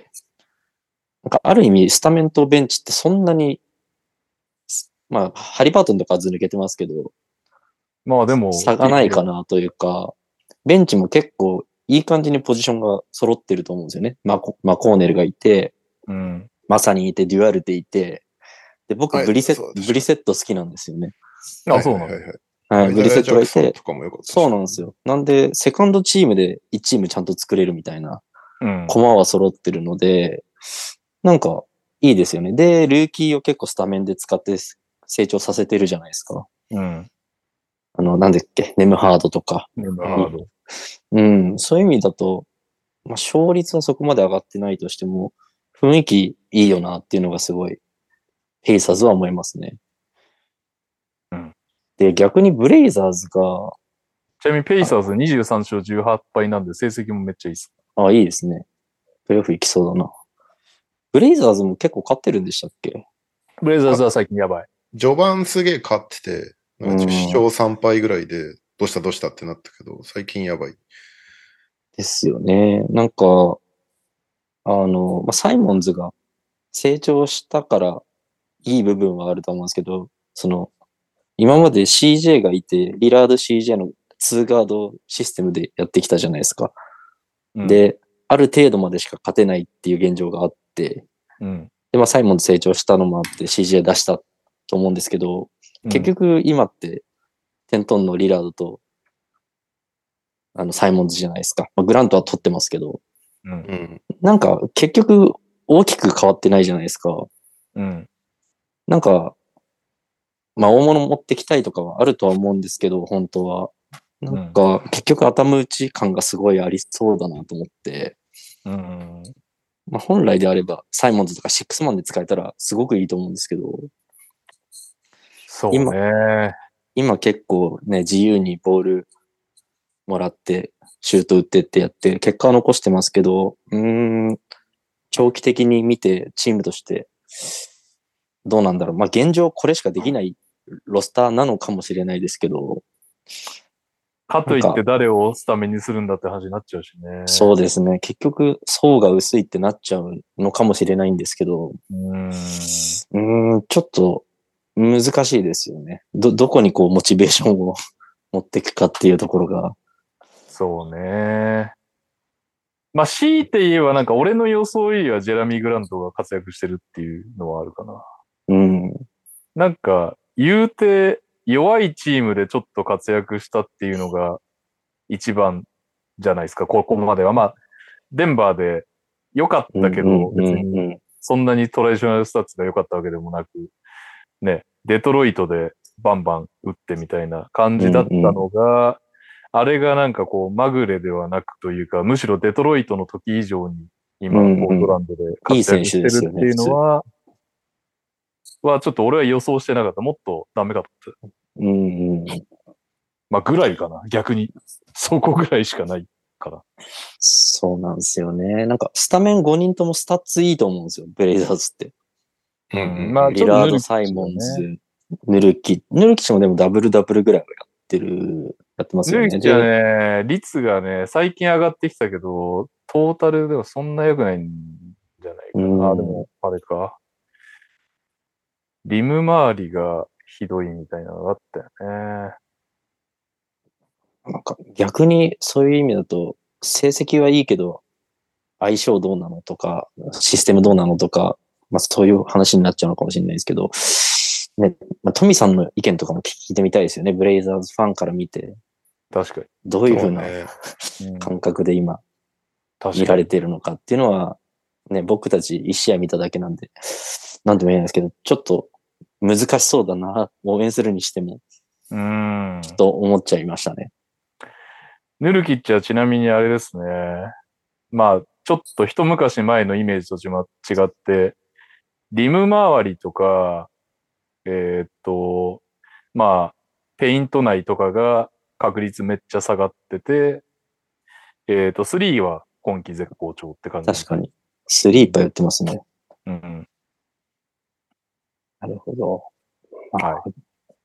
なんかある意味スタメンとベンチってそんなに、まあ、ハリバートンとかはず抜けてますけど、 まあでも、 差がないかなというか、ベンチも結構いい感じにポジションが揃ってると思うんですよね。マコ、マコーネルがいて、 うん。 マサにいて、デュアルテいて、で、僕はいブリセット、 そうですブリセット好きなんですよね。 あ、そうなのはいはいはいはい、ブリセットがいて、 とかも良かったしそうなんですよ。なんで、セカンドチームでいちチームちゃんと作れるみたいな、 うん。 駒は揃ってるので、なんか、いいですよね。で、ルーキーを結構スタメンで使って成長させてるじゃないですか。 うん。 あの、なんだっけ、ネムハードとか。 ネムハード。 うん、そういう意味だと、まあ、勝率はそこまで上がってないとしても、雰囲気いいよなっていうのがすごい、ペイサーズは思いますね。 うんで、逆にブレイザーズが、 ちなみにペイサーズにじゅうさん勝じゅうはち敗なんで成績もめっちゃいいっす。 あ、いいですね。プレイオフ行きそうだな。ブレイザーズも結構勝ってるんでしたっけ？ ブレイザーズは最近やばい。 序盤すげえ勝ってて、なんかじゅっ勝さん敗ぐらいで、どうしたどうしたってなったけど、最近やばい。 ですよね。なんか、あの、まあ、サイモンズが成長したからいい部分はあると思うんですけど、その、今まで シージェー がいて、リラード シージェー のツーガードシステムでやってきたじゃないですか。 うん、 で、ある程度までしか勝てないっていう現状があって、 うん、 で、まあ、サイモンズ成長したのもあって シージェー 出したと思うんですけど、結局今ってテントンのリラードとあのサイモンズじゃないですか。まあ、グラントは取ってますけど、 うん、 うん。 なんか結局大きく変わってないじゃないですか。 うん、 なんか、まあ大物持ってきたいとかはあるとは思うんですけど、本当は。なんか結局頭打ち感がすごいありそうだなと思って、 うん、 まあ本来であればサイモンズとかシックスマンで使えたらすごくいいと思うんですけど、 そうね。 今結構ね、自由にボールもらって、シュート打ってってやって、結果は残してますけど、うーん、長期的に見てチームとしてどうなんだろう。まあ現状これしかできないロスターなのかもしれないですけど。 かといって誰をスタメンにするんだって話になっちゃうしね。 そうですね。結局層が薄いってなっちゃうのかもしれないんですけど、 うーん、 うーんちょっと難しいですよね。ど、どこにこうモチベーションを持っていくかっていうところが。 そうね。まあ、強いて言えばなんか俺の予想よりはジェラミー・グラントが活躍してるっていうのはあるかな。 うん。 なんか、言うて弱いチームでちょっと活躍したっていうのが一番じゃないですか、ここまでは。まあ、デンバーで良かったけど、別にそんなにトラディショナルスタッツが良かったわけでもなく、ね、デトロイトでバンバン打ってみたいな感じだったのが、あれがなんかこう、まぐれではなくというか、むしろデトロイトの時以上に今、ポートランドで活躍してるっていうのは、はちょっと俺は予想してなかった。もっとダメかと思って。 うんうん。 まあぐらいかな。逆に。そこぐらいしかないから。 そうなんですよね。なんかスタメンごにんともスタッツいいと思うんですよ。ブレイザーズって。 うん。まあリラード、サイモンズ、ヌルキ。ヌルキ氏もでもダブルダブルぐらいはやってる、やってますよね。 ヌルキはね、率がね、最近上がってきたけど、トータルではそんな良くないんじゃないかな。あ、でも、あれか。リム周りがひどいみたいなのがあったよね。 なんか逆にそういう意味だと、成績はいいけど、相性どうなのとか、システムどうなのとか、まあそういう話になっちゃうのかもしれないですけど、ね、まあ、トミさんの意見とかも聞いてみたいですよね。ブレイザーズファンから見て。 確かに。 どういうふうな感覚で今、見られているのかっていうのは、ね、僕たち一試合見ただけなんで、なんとも言えないですけど、ちょっと難しそうだな、応援するにしても、 うん。 ちょっと思っちゃいましたね。 ヌルキッチはちなみにあれですね。まあ、ちょっと一昔前のイメージと違って、リム周りとか、えー、っと、まあ、ペイント内とかが確率めっちゃ下がってて、えー、っと、スリーは今季絶好調って感じ。 確かに。スリーいっぱい売ってますね。 うん。 なるほど。 はい。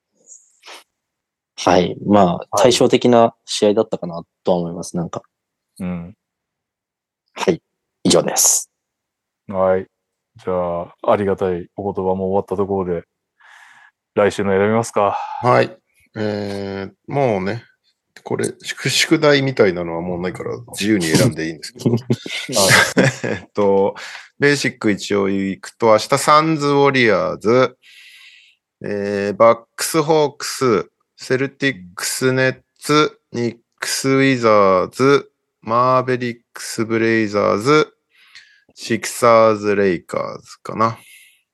はい。まあ、対照的な試合だったかなとは思います。なんか。 うん。 はい。以上です。 はい。じゃあ、ありがたいお言葉も終わったところで、来週の選びますか。 はい。えー、もうね、これ、宿題みたいなのはもうないから自由に選んでいいんですけど。えっと、ベーシック一応行くと、明日サンズ・ウォリアーズ、えー、バックス・ホークス、セルティックス・ネッツ、ニックス・ウィザーズ、マーベリックス・ブレイザーズ、シクサーズ・レイカーズかな。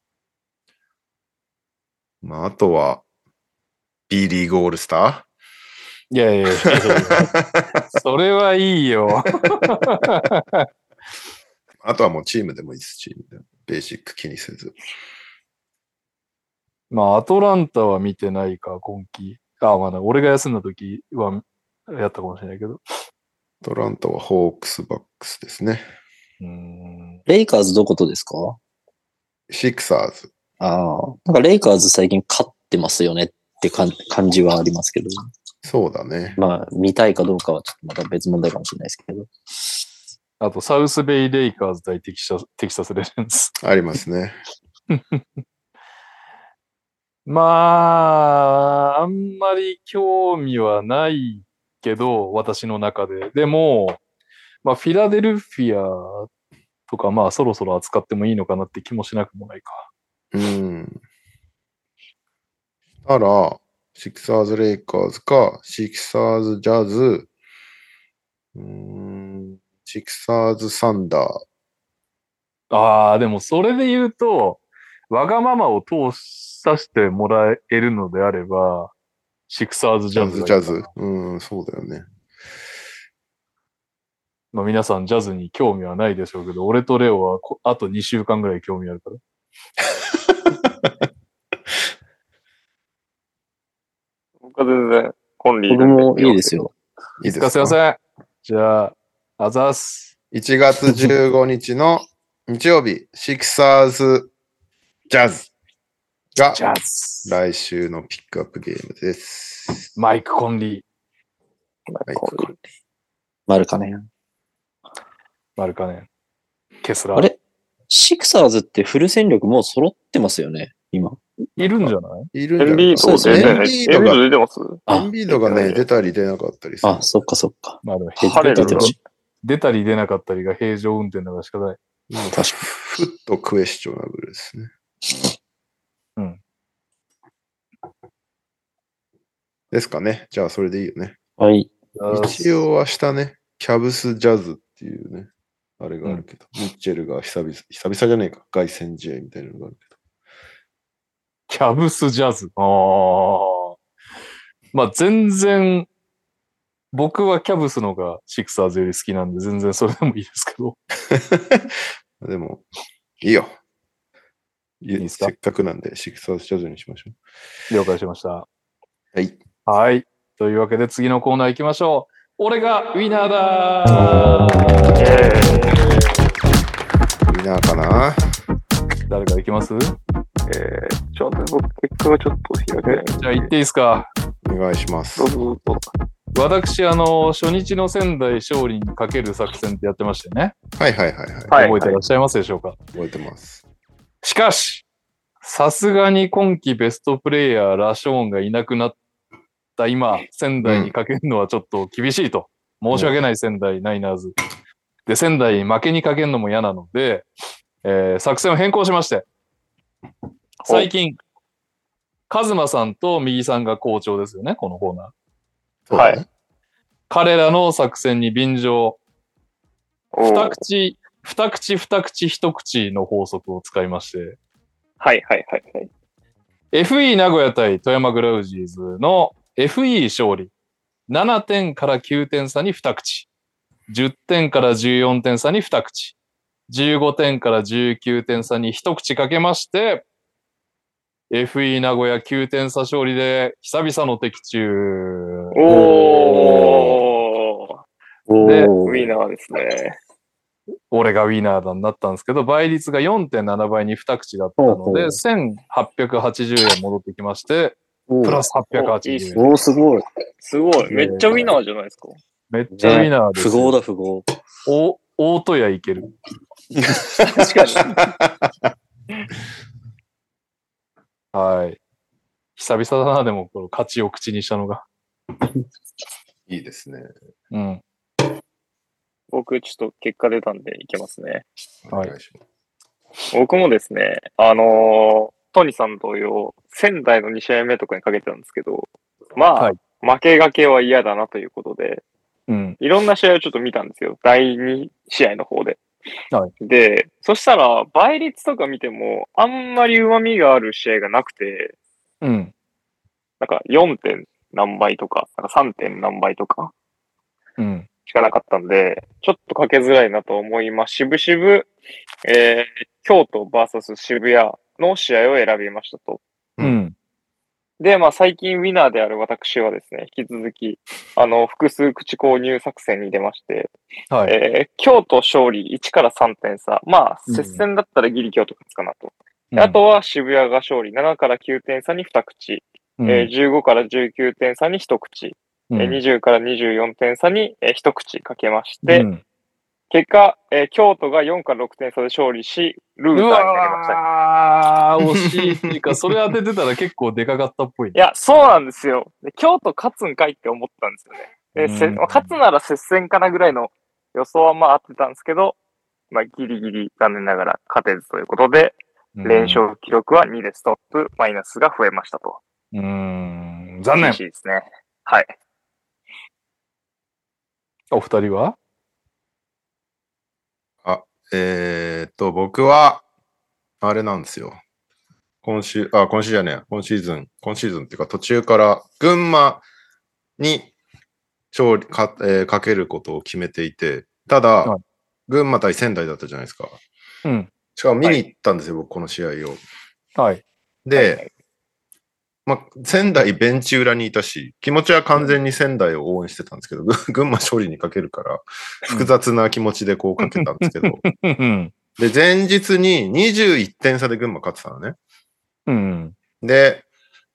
まあ、あとは、B リーグオールスターいやいやいやそれはいいよ。 あとはもうチームでもいいです、チームで。ベーシック気にせず。 まあ、アトランタは見てないか、今季。あ、まだ、俺が休んだ時はやったかもしれないけど。 アトランタはホークス、バックスですね。 うーん。 レイカーズどことですか？ シクサーズ。 ああ。なんかレイカーズ最近勝ってますよねって感じはありますけど。 そうだね。 まあ、見たいかどうかはちょっとまた別問題かもしれないですけど。 あと、サウスベイレイカーズ対テキサス、テキサスレジェンズ。 ありますね。 まあ、あんまり興味はないけど、私の中で。でも、まあ、フィラデルフィアとか、まあ、そろそろ扱ってもいいのかなって気もしなくもないか。 うん。たら、シクサーズ・レイカーズか、シクサーズ・ジャズ、うーん、シクサーズ・サンダー。 ああ、でもそれで言うと、わがままを通させてもらえるのであれば、シクサーズ・ジャズがいいかな。 ジャズ、ジャズ。うん、そうだよね。 まあ皆さんジャズに興味はないでしょうけど、俺とレオはあとにしゅうかんぐらい興味あるから。 僕は全然、コンリー僕もいいですよ。 いいですかすいません。じゃあ、あざーす。 いちがつじゅうごにちの日曜日、シクサーズ・ジャズがジャズ来週のピックアップゲームです。 マイク・コンリー。 マイク・コンリー。 マルカネン。 マルカネン。ケスラー。 あれシクサーズってフル戦力もう揃ってますよね、今。 いるんじゃないいるんじゃないエンビード出てない。エンビード出てます？ エンビードがね、出たり出なかったりする。 あ、そっかそっか。 まあでも、 ハレルが出たり出なかったりが平常運転だからしかない。 確かに。 ふっとクエスチョナブルですね。 うん。 ですかね。じゃあそれでいいよね。 はい。 一応明日ね、キャブスジャズっていうね、あれがあるけど、うん、ミッチェルが久々、久々じゃねえか、凱旋試合みたいなのがあるけど。 キャブスジャズ。ああ。まあ全然、僕はキャブスのがシクサーズより好きなんで、全然それでもいいですけど。 でも、いいよ。 いいですか？ せっかくなんで、シクサーズジャズにしましょう。了解しました。 はい。 はい。というわけで次のコーナー行きましょう。俺がウィナーだー。 ウィナーかな？ 誰から行きます？ えー、ちょっと僕、結果がちょっと開けない。 じゃあ行っていいですか？ お願いします。 どうぞどうぞ。 私、あの、初日の仙台勝利にかける作戦ってやってましたよね。 はいはいはいはい。 覚えてらっしゃいますでしょうか？ 覚えてます。 しかし、さすがに今季ベストプレイヤーラショーンがいなくなった今、仙台にかけるのはちょっと厳しいと。申し訳ない仙台ナイナーズ。で、仙台負けにかけるのも嫌なので、えー、作戦を変更しまして、最近、カズマさんと右さんが好調ですよね、このコーナー。 はい。 彼らの作戦に便乗。二口、二口、二口、一口の法則を使いまして。 はいはいはいはい。 エフイー 名古屋対富山グラウジーズの エフイー 勝利ななてんからきゅうてん差にに口。じゅってんからじゅうよんてん差にに口。じゅうごてんからじゅうきゅうてん差にいち口かけまして、エフイー 名古屋きゅうてん差勝利で久々の的中。 おー。 で、 おー。 ウィナーですね。 俺がウィナーだになったんですけど、倍率が よんてんなな 倍にに口だったので、 ほうほうせんはっぴゃくはちじゅうえん戻ってきまして、 おープラスはっぴゃくはちじゅうえん。 おー、すごい。 すごい。めっちゃウィナーじゃないですか。 めっちゃウィナーですよ。 富豪だ、富豪。 お、大戸屋いける。 確かに。 はい。久々だな、でも、この勝ちを口にしたのが。 いいですね。 うん。 僕、ちょっと結果出たんでいけますね。 お願いします。 僕もですね、あのートニーさん同様、仙台のに試合目とかにかけてたんですけど、まあ、 はい負けがけは嫌だなということで、 うん。 いろんな試合をちょっと見たんですよ。だいに試合の方で。 はで、そしたら、倍率とか見ても、あんまり旨味がある試合がなくて、 うん。 なんかよんてん何倍とか、なんかさんてん何倍とかうん。 しかなかったんで、ちょっとかけづらいなと思います。渋々、えー、京都 ブイエス 渋谷の試合を選びましたと。 うん。 で、まあ最近ウィナーである私はですね、引き続き、あの、複数口購入作戦に出まして、 はい。 えー、京都勝利いちからさんてん差。まあ、 うん接戦だったらギリ京都勝つかなと。 うんあとは渋谷が勝利ななからきゅうてん差にに口。 うんえー、じゅうごからじゅうきゅうてん差にいち口。 うんえー、にじゅうからにじゅうよんてん差にえーいち口かけまして、 うん結果、えー京都がよんからろくてん差で勝利し、ルーザーになりました。 ああ、惜しいっていうか、それ当ててたら結構でかかったっぽいね。 いや、そうなんですよ。で京都勝つんかいって思ったんですよね。でせうん勝つなら接戦かなぐらいの予想はまあ合ってたんですけど、まあギリギリ残念ながら勝てずということで、連勝記録はにでストップ、マイナスが増えましたと。 うーん。残念厳し。いですね。はい。 お二人はあ、えー、っと、僕は、あれなんですよ。今週、あ、今週じゃねえ、今シーズン、今シーズンっていうか途中から群馬に勝利か、えーかけることを決めていて、ただ、 はい群馬対仙台だったじゃないですか。 うん。 しかも見に行ったんですよ、僕、この試合を。 はい。 で、 はいはいまあ、仙台ベンチ裏にいたし、気持ちは完全に仙台を応援してたんですけど、ぐ群馬勝利にかけるから、複雑な気持ちでこうかけたんですけど、 うん。 で、前日ににじゅういってん差で群馬勝ってたのね。 うん。 で、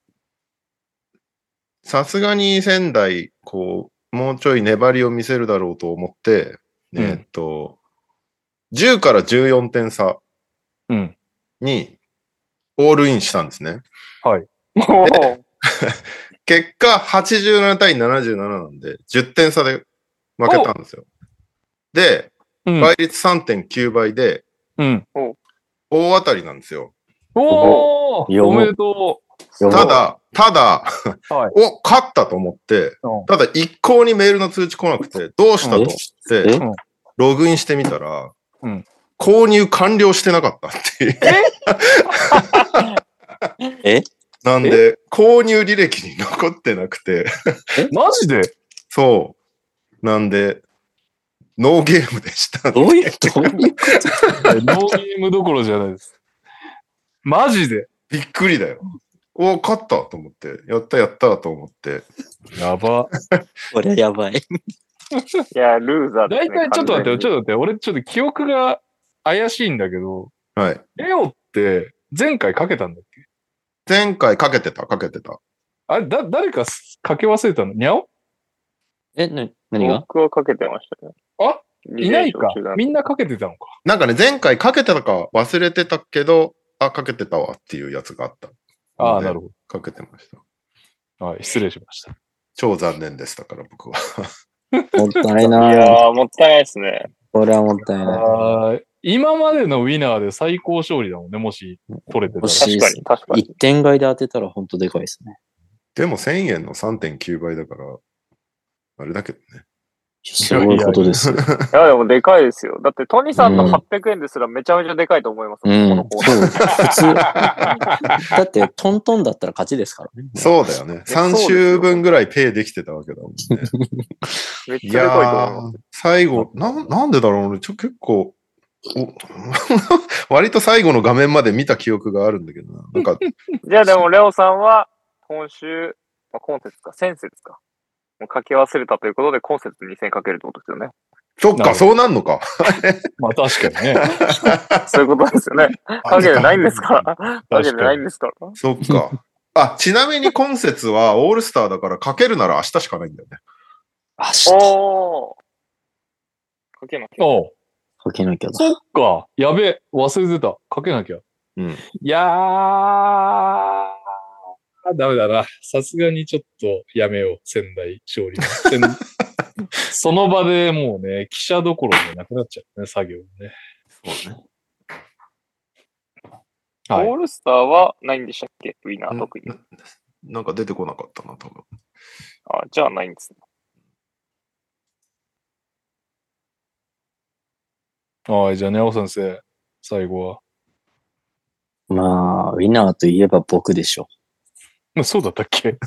さすがに仙台、こう、もうちょい粘りを見せるだろうと思って、 うんえーっと、じゅうからじゅうよんてん差うん。 にオールインしたんですね。 はい。 もう、 結果はちじゅうなな対ななじゅうなななんで、じゅってん差で負けたんですよ。で、 うん。 倍率 さんてんきゅう 倍でうん。 大当たりなんですよ。 おーよおめでとよただ、ただ、 う。はい。 お、勝ったと思って、 うんただ一向にメールの通知来なくて、どうしたと思って、 えうんログインしてみたら、 うん購入完了してなかったっていう。 えなんで、購入履歴に残ってなくて、 マジでそう。なんで、ノーゲームでした。 どういう、どういうこノーゲームどころじゃないです。マジでびっくりだよ。お、勝ったと思って、やったやったと思って。 やば。 とこれはやばい。 いや、ルーザーです大ね。 体ちょっと待って、ちょっっと待って。俺ちょっと記憶が怪しいんだけど、 はい。 レオって前回かけたんだっけ前回かけてた、かけてた。 あれ、だ、誰かかけ忘れたのにゃおえ、な、何が僕はかけてましたね。 あいないかに連勝中だ。 みんなかけてたのか。 なんかね、前回かけてたか忘れてたけど、あ、かけてたわっていうやつがあった。 ああ、なるほかけてました。 ど。はい、失礼しました。 超残念でしたから、僕は。 もったいいない。 やー、もったいないですね。 これはもったいない。 あー今までのウィナーで最高勝利だもんね、もし取れてたら。 欲しい確かに、確かに。 一点買いで当てたら本当でかいですね。 でもせんえんのさんてんきゅうばいだから、あれだけどね。 すごいことですよ。 いや、でもでかいですよ。だってトニさんのはっぴゃくえんですらめちゃめちゃでかいと思いますもん、 うん。 このコーそう、 ナー。 普通。だって、トントンだったら勝ちですからね。 そうだよね。さん週分ぐらいペイできてたわけだもんね。いめっちゃでかいと思いやーます。、 最後、な、なんでだろう俺、ちょ、結構、お割と最後の画面まで見た記憶があるんだけどな。なんか、 じゃあでもレオさんは今週、まあ、今節か、先節か。もうかけ忘れたということで今節にせんかけるってことですよね。 そっか、そうなんのか。 まあ確かにね。 そういうことですよね。かけてないんですから。かけてないんですから。 そっか。あ、ちなみに今節はオールスターだからかけるなら明日しかないんだよね。 明日、 おー。かけなきゃ。 おうかけなきゃだ。 そっか。やべえ。忘れてた。かけなきゃ。 うん。 いやー、ダメだな。さすがにちょっとやめよう。仙台勝利。仙その場でもうね、記者どころじゃなくなっちゃうね、作業ね。 そうね。 はいオールスターはないんでしたっけウィナー特に。 ななんか出てこなかったな、多分。 あ、じゃあないんですね。 はい、じゃあ、ネオ先生、最後は。 まあ、ウィナーといえば僕でしょ。 そうだったっけ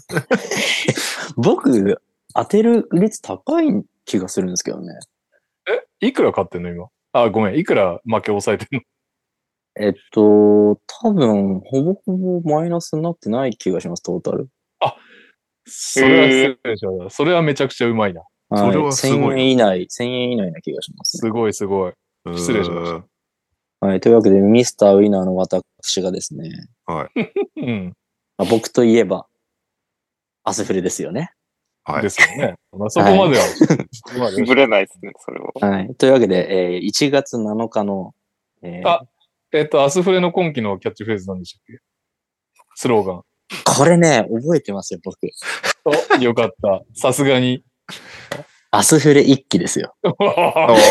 僕、当てる率高い気がするんですけどね。 えいくら買ってんの今。あ、ごめん。いくら負け抑えてんのえっと、多分、ほぼほぼマイナスになってない気がします、トータル。 それは失礼しました。それはめちゃくちゃうまいな。 それはい。1000 はすごいな円以内、せんえん以内な気がしますね。 すごいすごい。失礼しましたた。 はい。というわけで、ミスターウィナーの私がですね、 うん。 まあ、僕といえば、アスフレですよね。 はい。 ですよね。まあ、そこまでは。そこまではぶれないですね、それは。 はい。というわけで、えー、いちがつなのかの、えーあえっと、アスフレの今期のキャッチフレーズなんでしたっけスローガン。 これね、覚えてますよ、僕。 お、よかった。さすがに。 アスフレ一期ですよ。 おー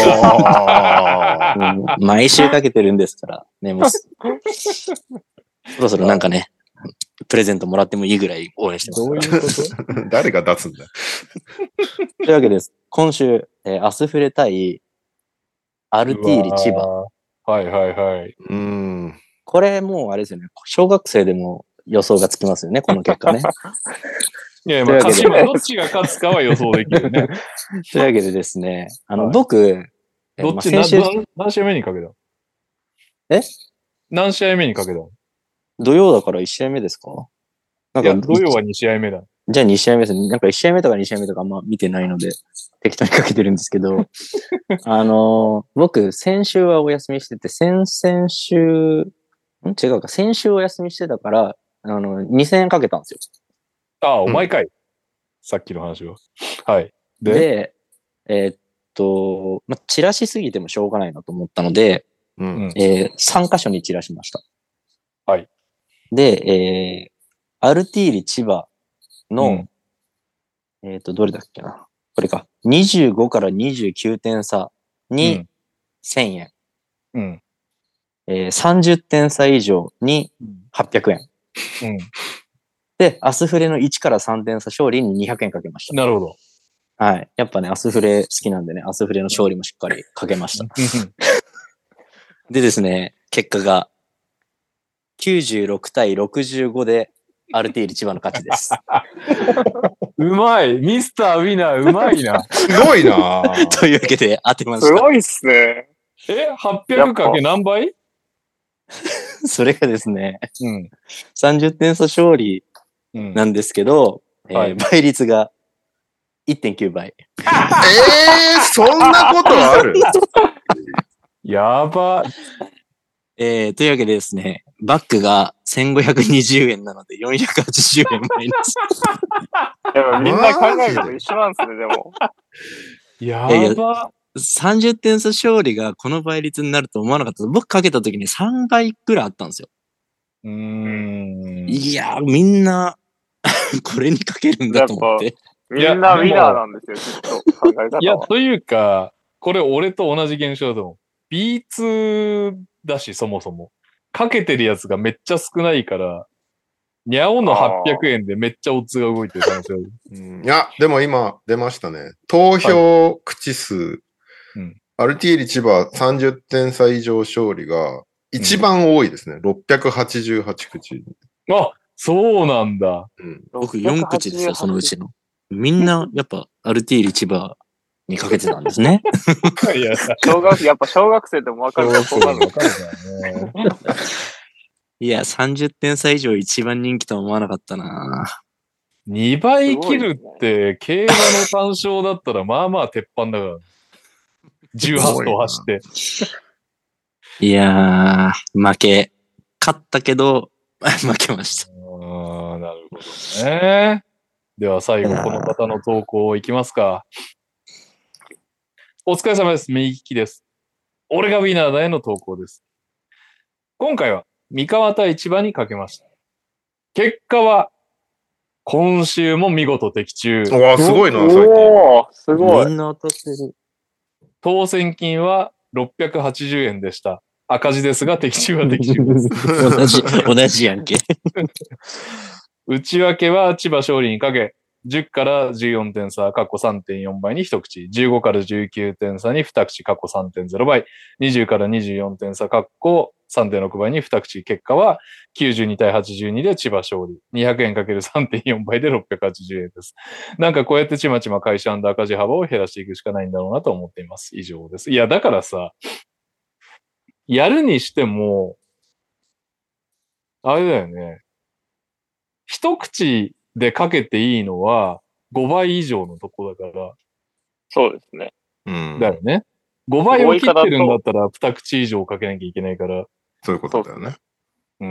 うん毎週かけてるんですから、ね、もうす、そろそろなんかね、プレゼントもらってもいいぐらい応援してますどから。 ういうこと誰が出すんだよ。 というわけです。今週、えーアスフレ対アルティーリ千葉。 葉。はいはいはい。 うーん。 これもうあれですよね。小学生でも予想がつきますよね、この結果ね。 いや、まあ、 というわけで勝ちはどっちが勝つかは予想できるね。 というわけでですね、あの、 はい僕、えーどっち、なまあ先週何何試合目にかけたえ何試合目にかけたの土曜だからいち試合目ですかなんいや、 か、 土曜はに試合目だ。 じゃあに試合目ですね。なんかいち試合目とかに試合目とかあんま見てないので、適当にかけてるんですけど、あのー僕、先週はお休みしてて、先々週、ん違うか、先週お休みしてたから、あの、にせんえんかけたんですよ。 ああ、お前かい。さっきの話は。はい。で、 で、えーっと、まあ、チラしすぎてもしょうがないなと思ったので、 う。 うんん。 えー、さん箇所にチラしました。 はい。 で、えー、アルティーリ千葉の、 うんえーっと、どれだっけな。これか。にじゅうごからにじゅうきゅうてん差にせんえん。 うん。 えー、さんじゅってん差以上にはっぴゃくえん。 うん。 で、アスフレのいちからさんてん差勝利ににひゃくえんかけました。 なるほど。 はい。やっぱね、アスフレ好きなんでね、アスフレの勝利もしっかりかけました。でですね、結果がきゅうじゅうろくたいろくじゅうごでアルティーリ千葉の勝ちです。 うまい。ミスターウィナーうまいな。 すごいなぁというわけで当てました。 すごいっすね。 え、はっぴゃくかけ何倍それがですね、 うん。 さんじゅってん差勝利うん。 なんですけど、えーはい倍率が いってんきゅうばい。 えー、そんなことあるやば。 えー、というわけでですね、バックがせんごひゃくにじゅうえんなのでよんひゃくはちじゅうえんマイナス。 でもみんな考えること一緒なんですね、でも。 やいやいやば。 さんじゅってん差勝利がこの倍率になると思わなかった。僕かけた時にさんばいくらいあったんですよ。 うーん。 いやー、みんな、これにかけるんだと思って。 みんなウィナーなんですよ、きっと。考えいや、 方は。 というか、これ俺と同じ現象だと思う。ビーツー だし、そもそも。かけてるやつがめっちゃ少ないから、 にゃおのはっぴゃくえんでめっちゃオッズが動いてる可能性ある。 うん、いや、でも今出ましたね。投票口数、はい、うん、アルティーリ千葉さんじゅってん差以上勝利が一番多いですね。うん、ろっぴゃくはちじゅうはち口。 あ、そうなんだ。 うん、僕よん口ですよ、そのうちの。みんな、やっぱ、アルティーリ千葉にかけてたんですね。 いや、小学、やっぱ小学生でもわかるからそうなの。 いや、さんじゅってん差以上一番人気とは思わなかったな。 にばい切るって、競馬の単勝だったら、まあまあ鉄板だから。じゅうはちと走って。 いやー、負け。勝ったけど、負けました。 ああ、なるほどね。では最後、この方の投稿いきますか。お疲れ様です。右利きです。俺がウィナーだへの投稿です。今回は、三河対千葉にかけました。結果は、今週も見事的中。 うわ、すごいな、最近。 おー、すごい。 みんな当たってる。 当選金はろっぴゃくはちじゅうえんでした。赤字ですが、的中は的中です。 同じ、同じやんけ。 内訳は千葉勝利にかけ、じゅうからじゅうよんてん差、過去 さんてんよん 倍に一口、じゅうごからじゅうきゅうてん差に二口、過去 さんてんゼロ 倍、にじゅうからにじゅうよんてん差、過去 さんてんろく 倍に二口、結果はきゅうじゅうに対はちじゅうにで千葉勝利。にひゃくえんかけるさんてんよん 倍でろっぴゃくはちじゅうえんです。なんかこうやってちまちま会社赤字幅を減らしていくしかないんだろうなと思っています。以上です。いや、だからさ、やるにしても、あれだよね。一口でかけていいのはごばい以上のとこだから。 そうですね。 うん。 だよね。ごばいを切ってるんだったらに口以上かけなきゃいけないから。 そういうことだよね。 うん。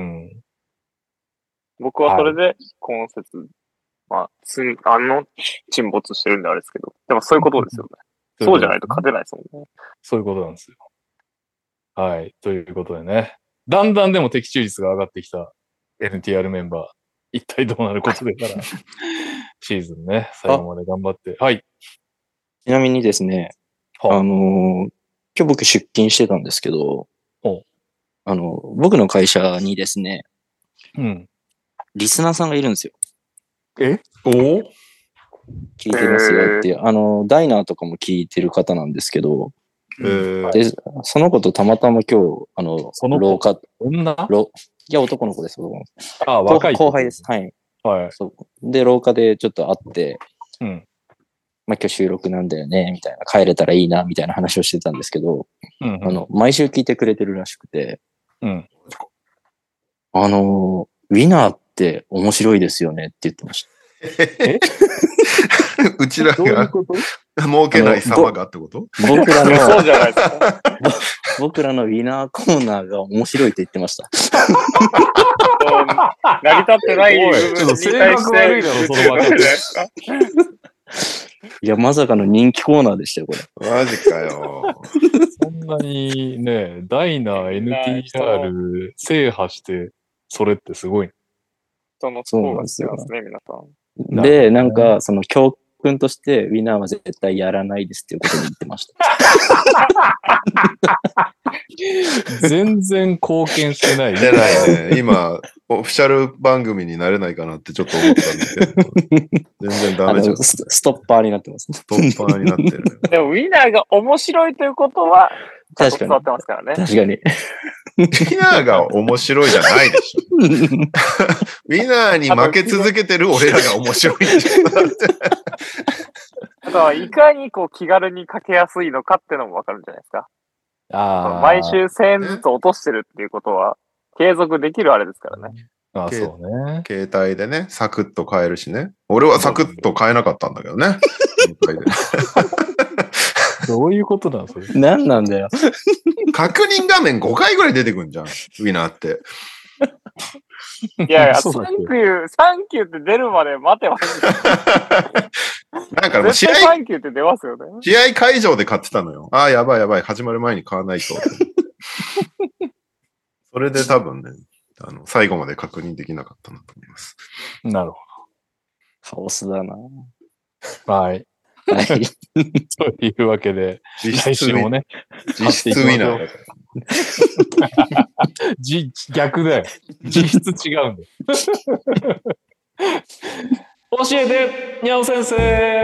僕はそれで今節、はい、まあ、つん、あの、沈没してるんであれですけど。でもそういうことですよね。そうじゃないと勝てないですもんね。 そういうことなんですよ。はい。ということでね。だんだんでも的中率が上がってきた エヌティーアール メンバー。一体どうなることでから、シーズンね、最後まで頑張って。はい。 ちなみにですね、あのー、今日僕出勤してたんですけど、あの、僕の会社にですね、 うん。 リスナーさんがいるんですよ。 えお聞いてますよって、あの、ダイナーとかも聞いてる方なんですけど、で、その子とたまたま今日、あの、 その廊下、 女廊いや、男の子です。 ああ、若い後輩です。はい。 はい。 そう。で、廊下でちょっと会って、 うん。 まあ今日収録なんだよね、みたいな。帰れたらいいな、みたいな話をしてたんですけど、 うんうん、 あの、毎週聞いてくれてるらしくて、 うん。 あの、ウィナーって面白いですよねって言ってました。 えうちらが儲けない様がってこと？ 僕らの、 そうじゃないですか。 僕らのウィナーコーナーが面白いって言ってました。 成り立ってない部分にちょっと性格悪いだろ、その場で。 いや、まさかの人気コーナーでしたよ、これ。 マジかよ。 そんなにね、ダイナー、エヌティーアール 制覇して、それってすごい。 人の層がしてますね、皆さん。 で、なんか、その教訓として、ウィナーは絶対やらないですっていうことに言ってました。 全然貢献してない。 出ないね。今、オフィシャル番組になれないかなってちょっと思ったんだけど。全然ダメじゃん。 ス, ストッパーになってます。 ストッパーになってる。 でも、ウィナーが面白いということは、 確かに。 伝わってますからね。 確かに。 ウィナーが面白いじゃないでしょ。ウィナーに負け続けてる俺らが面白いんでしょ。 あとは、いかにこう気軽にかけやすいのかっていうのもわかるんじゃないですか。 あ毎週せんえんずつ落としてるっていうことは、継続できるあれですからね。 ああ、そうね。 携帯でね、サクッと買えるしね。俺はサクッと買えなかったんだけどね。携帯でどういうことなのそれ。 何なんだよ。 確認画面ごかいぐらい出てくんじゃん、ウィナーって。 いやいや、サンキュー、サンキューって出るまで待てますよ。 なんかもう試合、 サンキューって出ますよね。 試合会場で買ってたのよ。ああ、やばいやばい、始まる前に買わないと。それで多分ね、あの、最後まで確認できなかったなと思います。 なるほど。 カオスだな。 はい。はい。というわけで、 実質もね、 実質ウィナーだから。 じ、逆だよ。実質違うんだよ。教えて、にゃお先生。 イ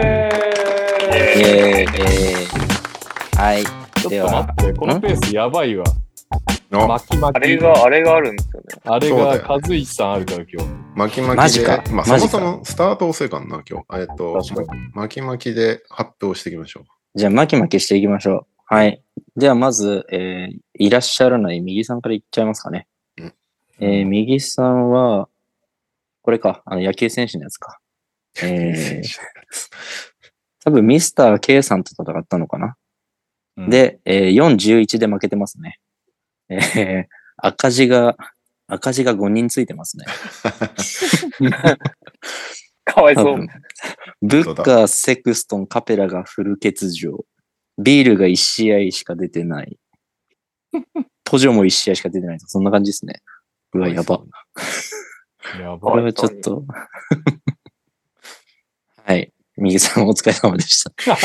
エーイ。はい。 ちょっと待って、このペースやばいわ。 あ巻き巻き。 あれが、あれがあるんですよね。 あれそうだよが、和石さんあるから今日。 巻き巻きで、 マジかまあ、そマジかもそもスタート遅いかな、今日。えっと、 確か巻き巻きで発表していきましょう。 じゃあ、巻き巻きしていきましょう。はい。では、まず、えー、いらっしゃらない右さんからいっちゃいますかね。 うんえー、右さんは、これか、あの、野球選手のやつか。えー、多分ミスター K さんと戦ったのかな。 うん、 で、えー、よんじゅういちで負けてますね。えー、赤字が、赤字がごにんついてますね。 かわいそう。 多分ブッカー、セクストン、カペラがフル欠場。ビールがいち試合しか出てない。ポジョもいち試合しか出てない。そんな感じですね。うわ、やば。 やばこれはちょっと。はい。右さんお疲れ様でした。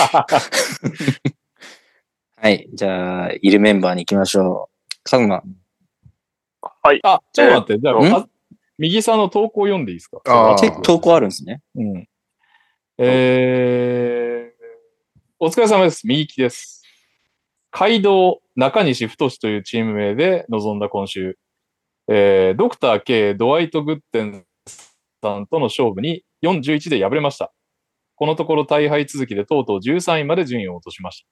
はい。じゃあ、いるメンバーに行きましょう。カズマ。 はい。 あ、ちょっと待って。じゃんあ、右さんの投稿読んでいいですか？ あー結構投稿あるんですね。 うん。えー、お疲れ様です。右利きです。街道中西太というチーム名で臨んだ今週、えー、ドクター K、ドワイト・グッテンさんとの勝負によんじゅういちで敗れました。このところ大敗続きでとうとうじゅうさんいまで順位を落としました。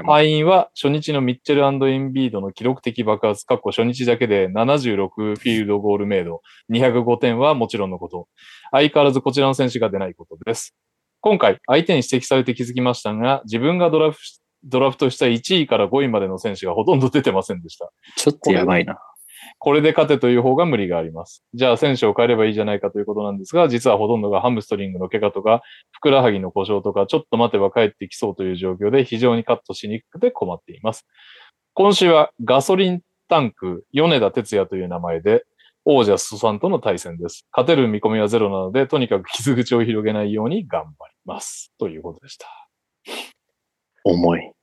敗因は初日のミッチェル&エンビードの記録的爆発、過去初日だけでななじゅうろくフィールドゴールメイド、にひゃくごてんはもちろんのこと、相変わらずこちらの選手が出ないことです。今回、相手に指摘されて気づきましたが、自分がドラフ、ドラフトしたいちいからごいまでの選手がほとんど出てませんでした。 ちょっとやばいな。 これで勝てという方が無理があります。じゃあ選手を変えればいいじゃないかということなんですが、実はほとんどがハムストリングの怪我とか、ふくらはぎの故障とか、ちょっと待てば帰ってきそうという状況で非常にカットしにくくて困っています。今週はガソリンタンク米田哲也という名前で、王者スさんとの対戦です。勝てる見込みはゼロなので、とにかく傷口を広げないように頑張ります。ということでした。 重い。い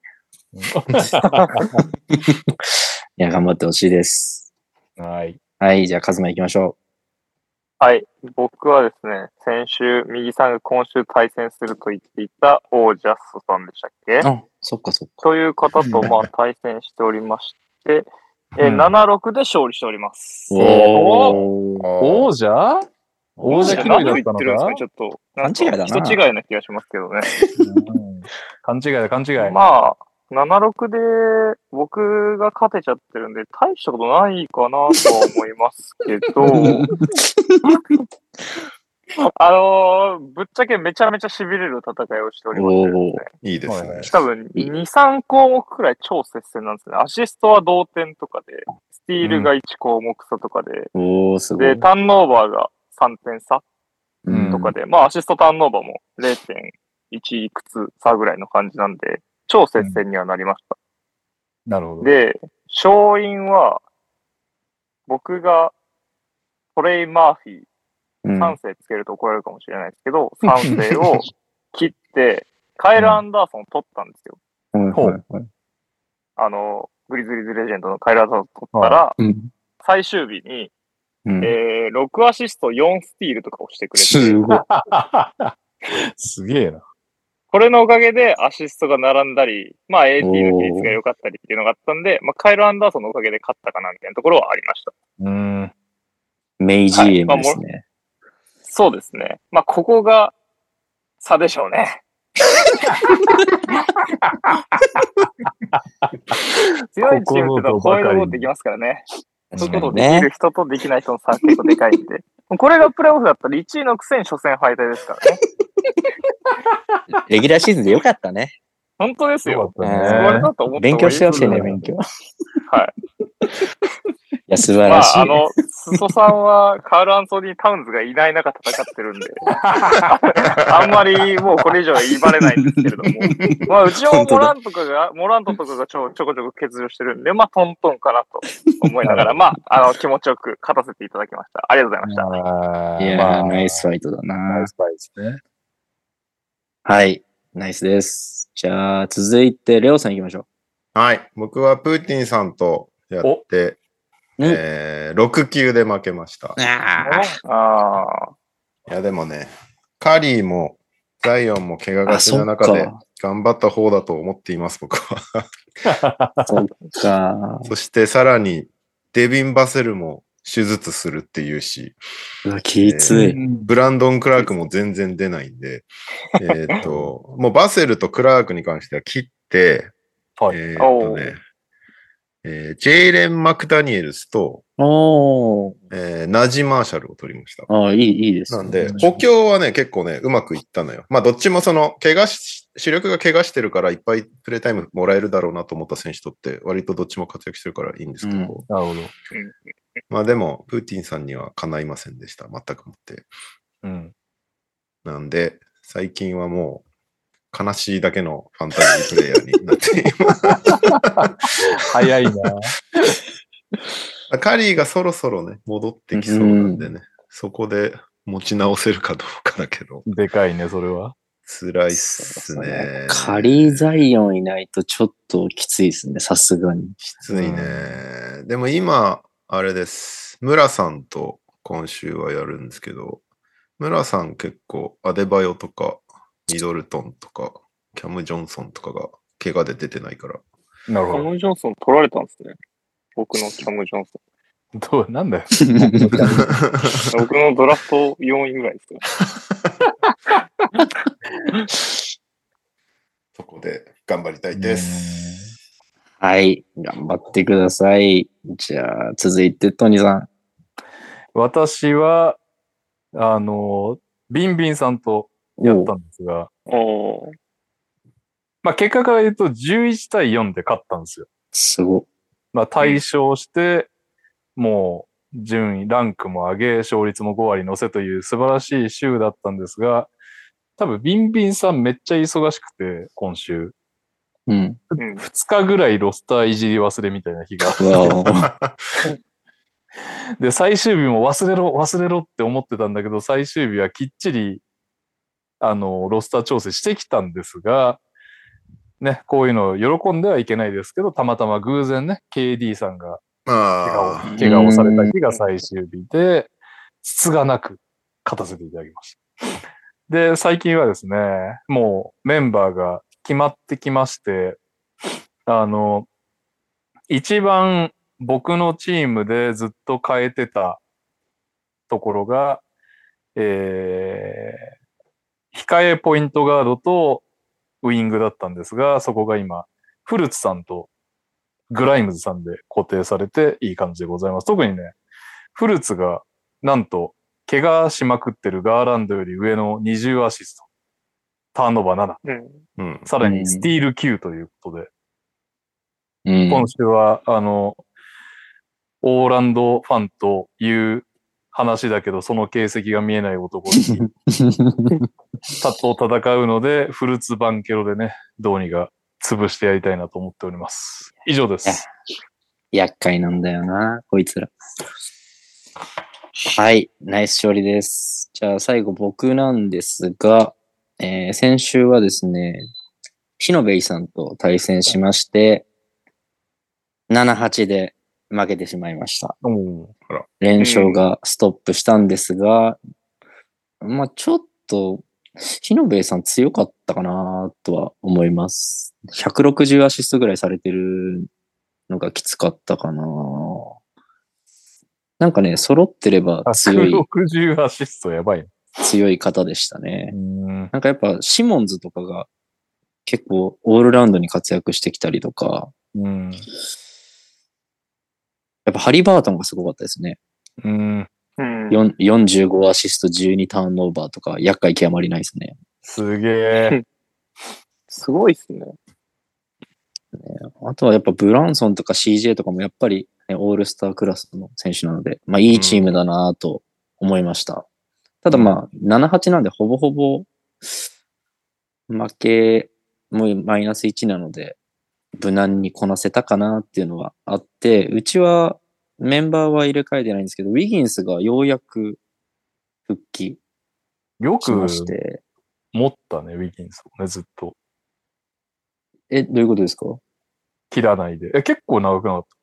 や、頑張ってほしいです。 はい。 はい。じゃあ、カズマ行きましょはい。僕はですね、先週、右さんが今週対戦すると言っていた王者スさんでしたっけ？ う。あ、そっかそっか。 という方と、まあ、対戦しておりまして、えー、 うんななろくで勝利しております。 おー。 王者王者気取りだったの何を言ってるんですかね、 かちょっと。 勘違いだな人違いな気がしますけどね。 うん勘違いだ、勘違い。 まあ、ななろくで僕が勝てちゃってるんで、大したことないかなとは思いますけど、あのー、ぶっちゃけめちゃめちゃ痺れる戦いをしておりましてですね。 いいですね。 はい多分に、さん項目くらい超接戦なんですね。アシストは同点とかで、スティールがいち項目差とかで、 おー、すごい。 で、ターンオーバーがさんてん差うんとかで、まあアシストターンオーバーも れいてんいち いくつ差ぐらいの感じなんで、超接戦にはなりました。 なるほど。 で、勝因は、僕がトレイ・マーフィー、 うんさん世つけると怒られるかもしれないですけど、さん世を切って、カエル・アンダーソンを取ったんですよ。 はいはいはいあの、グリズリーズレジェンドのカエル・アンダーソンを取ったら、 うん最終日に、 うんえー、ろくアシストよんスティールとかをしてくれすて、 ごい。 すげえな。 これのおかげでアシストが並んだり、まあ エーティー の比率が良かったりっていうのがあったんで、まあカエル・アンダーソンのおかげで勝ったかなみたいなところはありました。 うーん。 メイ ジーエム ですね。 そうですね。まあここが差でしょうね。強いチームってのはこういうことできますからね。そういうことできる人とできない人の差結構でかいんで。これがプレイオフだったらいちいのくせに初戦敗退ですからね。 レギュラーシーズンでよかったね。 本当ですよ。 そうだねったねそれだと思った勉強してほしいね、 ね。 勉強。いはい。 や、素晴まらしい。 あ、あの、スソさんはカール・アンソニー・タウンズがいない中戦ってるんで、あんまりもうこれ以上は言い張れないんですけれども、まあ、うちもモランとかが、モラントとかがちょちょこちょこ欠場してるんで、まあ、トントンかなと思いながら、まあ、あの、気持ちよく勝たせていただきました。ありがとうございました。 あーいやー、 まあナイスファイトだナなイ。スファイトですね。 はい。ナイスです。じゃあ、続いて、レオさん行きましょはい。僕はプーティンさんとやって、 えー、ろくきゅうで負けました。 あああ。 いや、でもね、カリーもザイオンも怪我がちな中であそっか頑張った方だと思っています、僕は。 そっか。 そしてさらに、デビン・バセルも手術するっていうし、 うわ、きつい。 ブランドン・クラークも全然出ないんで、えーっと、もうバセルとクラークに関しては切って、 はい。 えーっとね、えージェイレン・マクダニエルスと、 おー。 えーナジ・マーシャルを取りました。 ああ、いい、いいですね。 なんで、補強はね、結構ね、うまくいったのよ。まあ、どっちもその、怪我し、主力が怪我してるからいっぱいプレイタイムもらえるだろうなと思った選手とって、割とどっちも活躍してるからいいんですけど、 うんなるほど。 まあでも、プーティンさんにはかないませんでした。全くもって。 うん。 なんで、最近はもう、悲しいだけのファンタジープレイヤーになっていま早いな。 す。カリーがそろそろね、戻ってきそうなんでね、そこで持ち直せるかどうかだけど、 でかいね、それは。 辛いっすね。 カリーザイオンいないとちょっときついですね、さすがに。 きついね。でも今、あれです。村さんと今週はやるんですけど、村さん結構アデバヨとか、ミドルトンとか、キャム・ジョンソンとかが怪我で出てないから。 キャなるほど。 ム・ジョンソン取られたんですね。僕のキャム・ジョンソどう、なんだよ。 ン。僕のドラフトよんいぐらいですよ。 そこで頑張りたいです。 はい、頑張ってください。じゃあ、続いてトニーさん。 私は、あの、ビンビンさんとやったんですが、 おー。 まあ結果から言うとじゅういちたいよんで勝ったんですよ。 すご。 まあ大勝して、もう順位、ランクも上げ、勝率もご割乗せという素晴らしい週だったんですが、多分ビンビンさんめっちゃ忙しくて、今週。 うん。 うん。 ふつかぐらいロスターいじり忘れみたいな日が。 わで、最終日も忘れろ、忘れろって思ってたんだけど、最終日はきっちり、あの、ロスター調整してきたんですが、ね、こういうのを喜んではいけないですけど、たまたま偶然ね、ケーディー さんが怪我をあ怪我をされた日が最終日で、つがなく勝たせていただきました。で、最近はですね、もうメンバーが決まってきまして、あの、一番僕のチームでずっと変えてたところが、えー、控えポイントガードとウイングだったんですが、そこが今、フルツさんとグライムズさんで固定されていい感じでございます。特にね、フルツがなんと怪我しまくってるガーランドより上のにじゅうアシスト。ターンオーバーなな。 うん。 うん。 さらにスティールきゅうということで、 うん今週は、あの、オーランドファンという話だけど、その形跡が見えない男に、タッと戦うので、フルーツバンケロでね、どうにか潰してやりたいなと思っております。以上です。 厄介なんだよな、こいつら。はい、ナイス勝利です。じゃあ最後僕なんですが、えー先週はですね、ヒノベイさんと対戦しまして、ななはちで負けてしまいました。 おー連勝がストップしたんですが、まあちょっと、ヒノベイさん強かったかなとは思います。ひゃくろくじゅうアシストぐらいされてるのがきつかったかな。なんかね、揃ってれば強い、 ひゃくろくじゅうアシストやばいね。 強い方でしたね。 うんなんかやっぱシモンズとかが結構オールラウンドに活躍してきたりとか、 うん。 やっぱハリバートンがすごかったですね。 うん。 うん。 よんよんじゅうごアシストじゅうにターンオーバーとか、厄介極まりないですね。 すげえ。 すごいっすね。 あとはやっぱブランソンとか シージェー とかもやっぱり、ね、オールスタークラスの選手なので、まあいいチームだなと思いました。ただまあ、ななはちなんでほぼほぼ負けもマイナスいちなので、無難にこなせたかなっていうのはあって、うちはメンバーは入れ替えてないんですけど、ウィギンスがようやく復帰よくしまして、 持ったね、ウィギンスをね、ずっと。 え、どういうことですか？ 切らないで。え、結構長くなかっ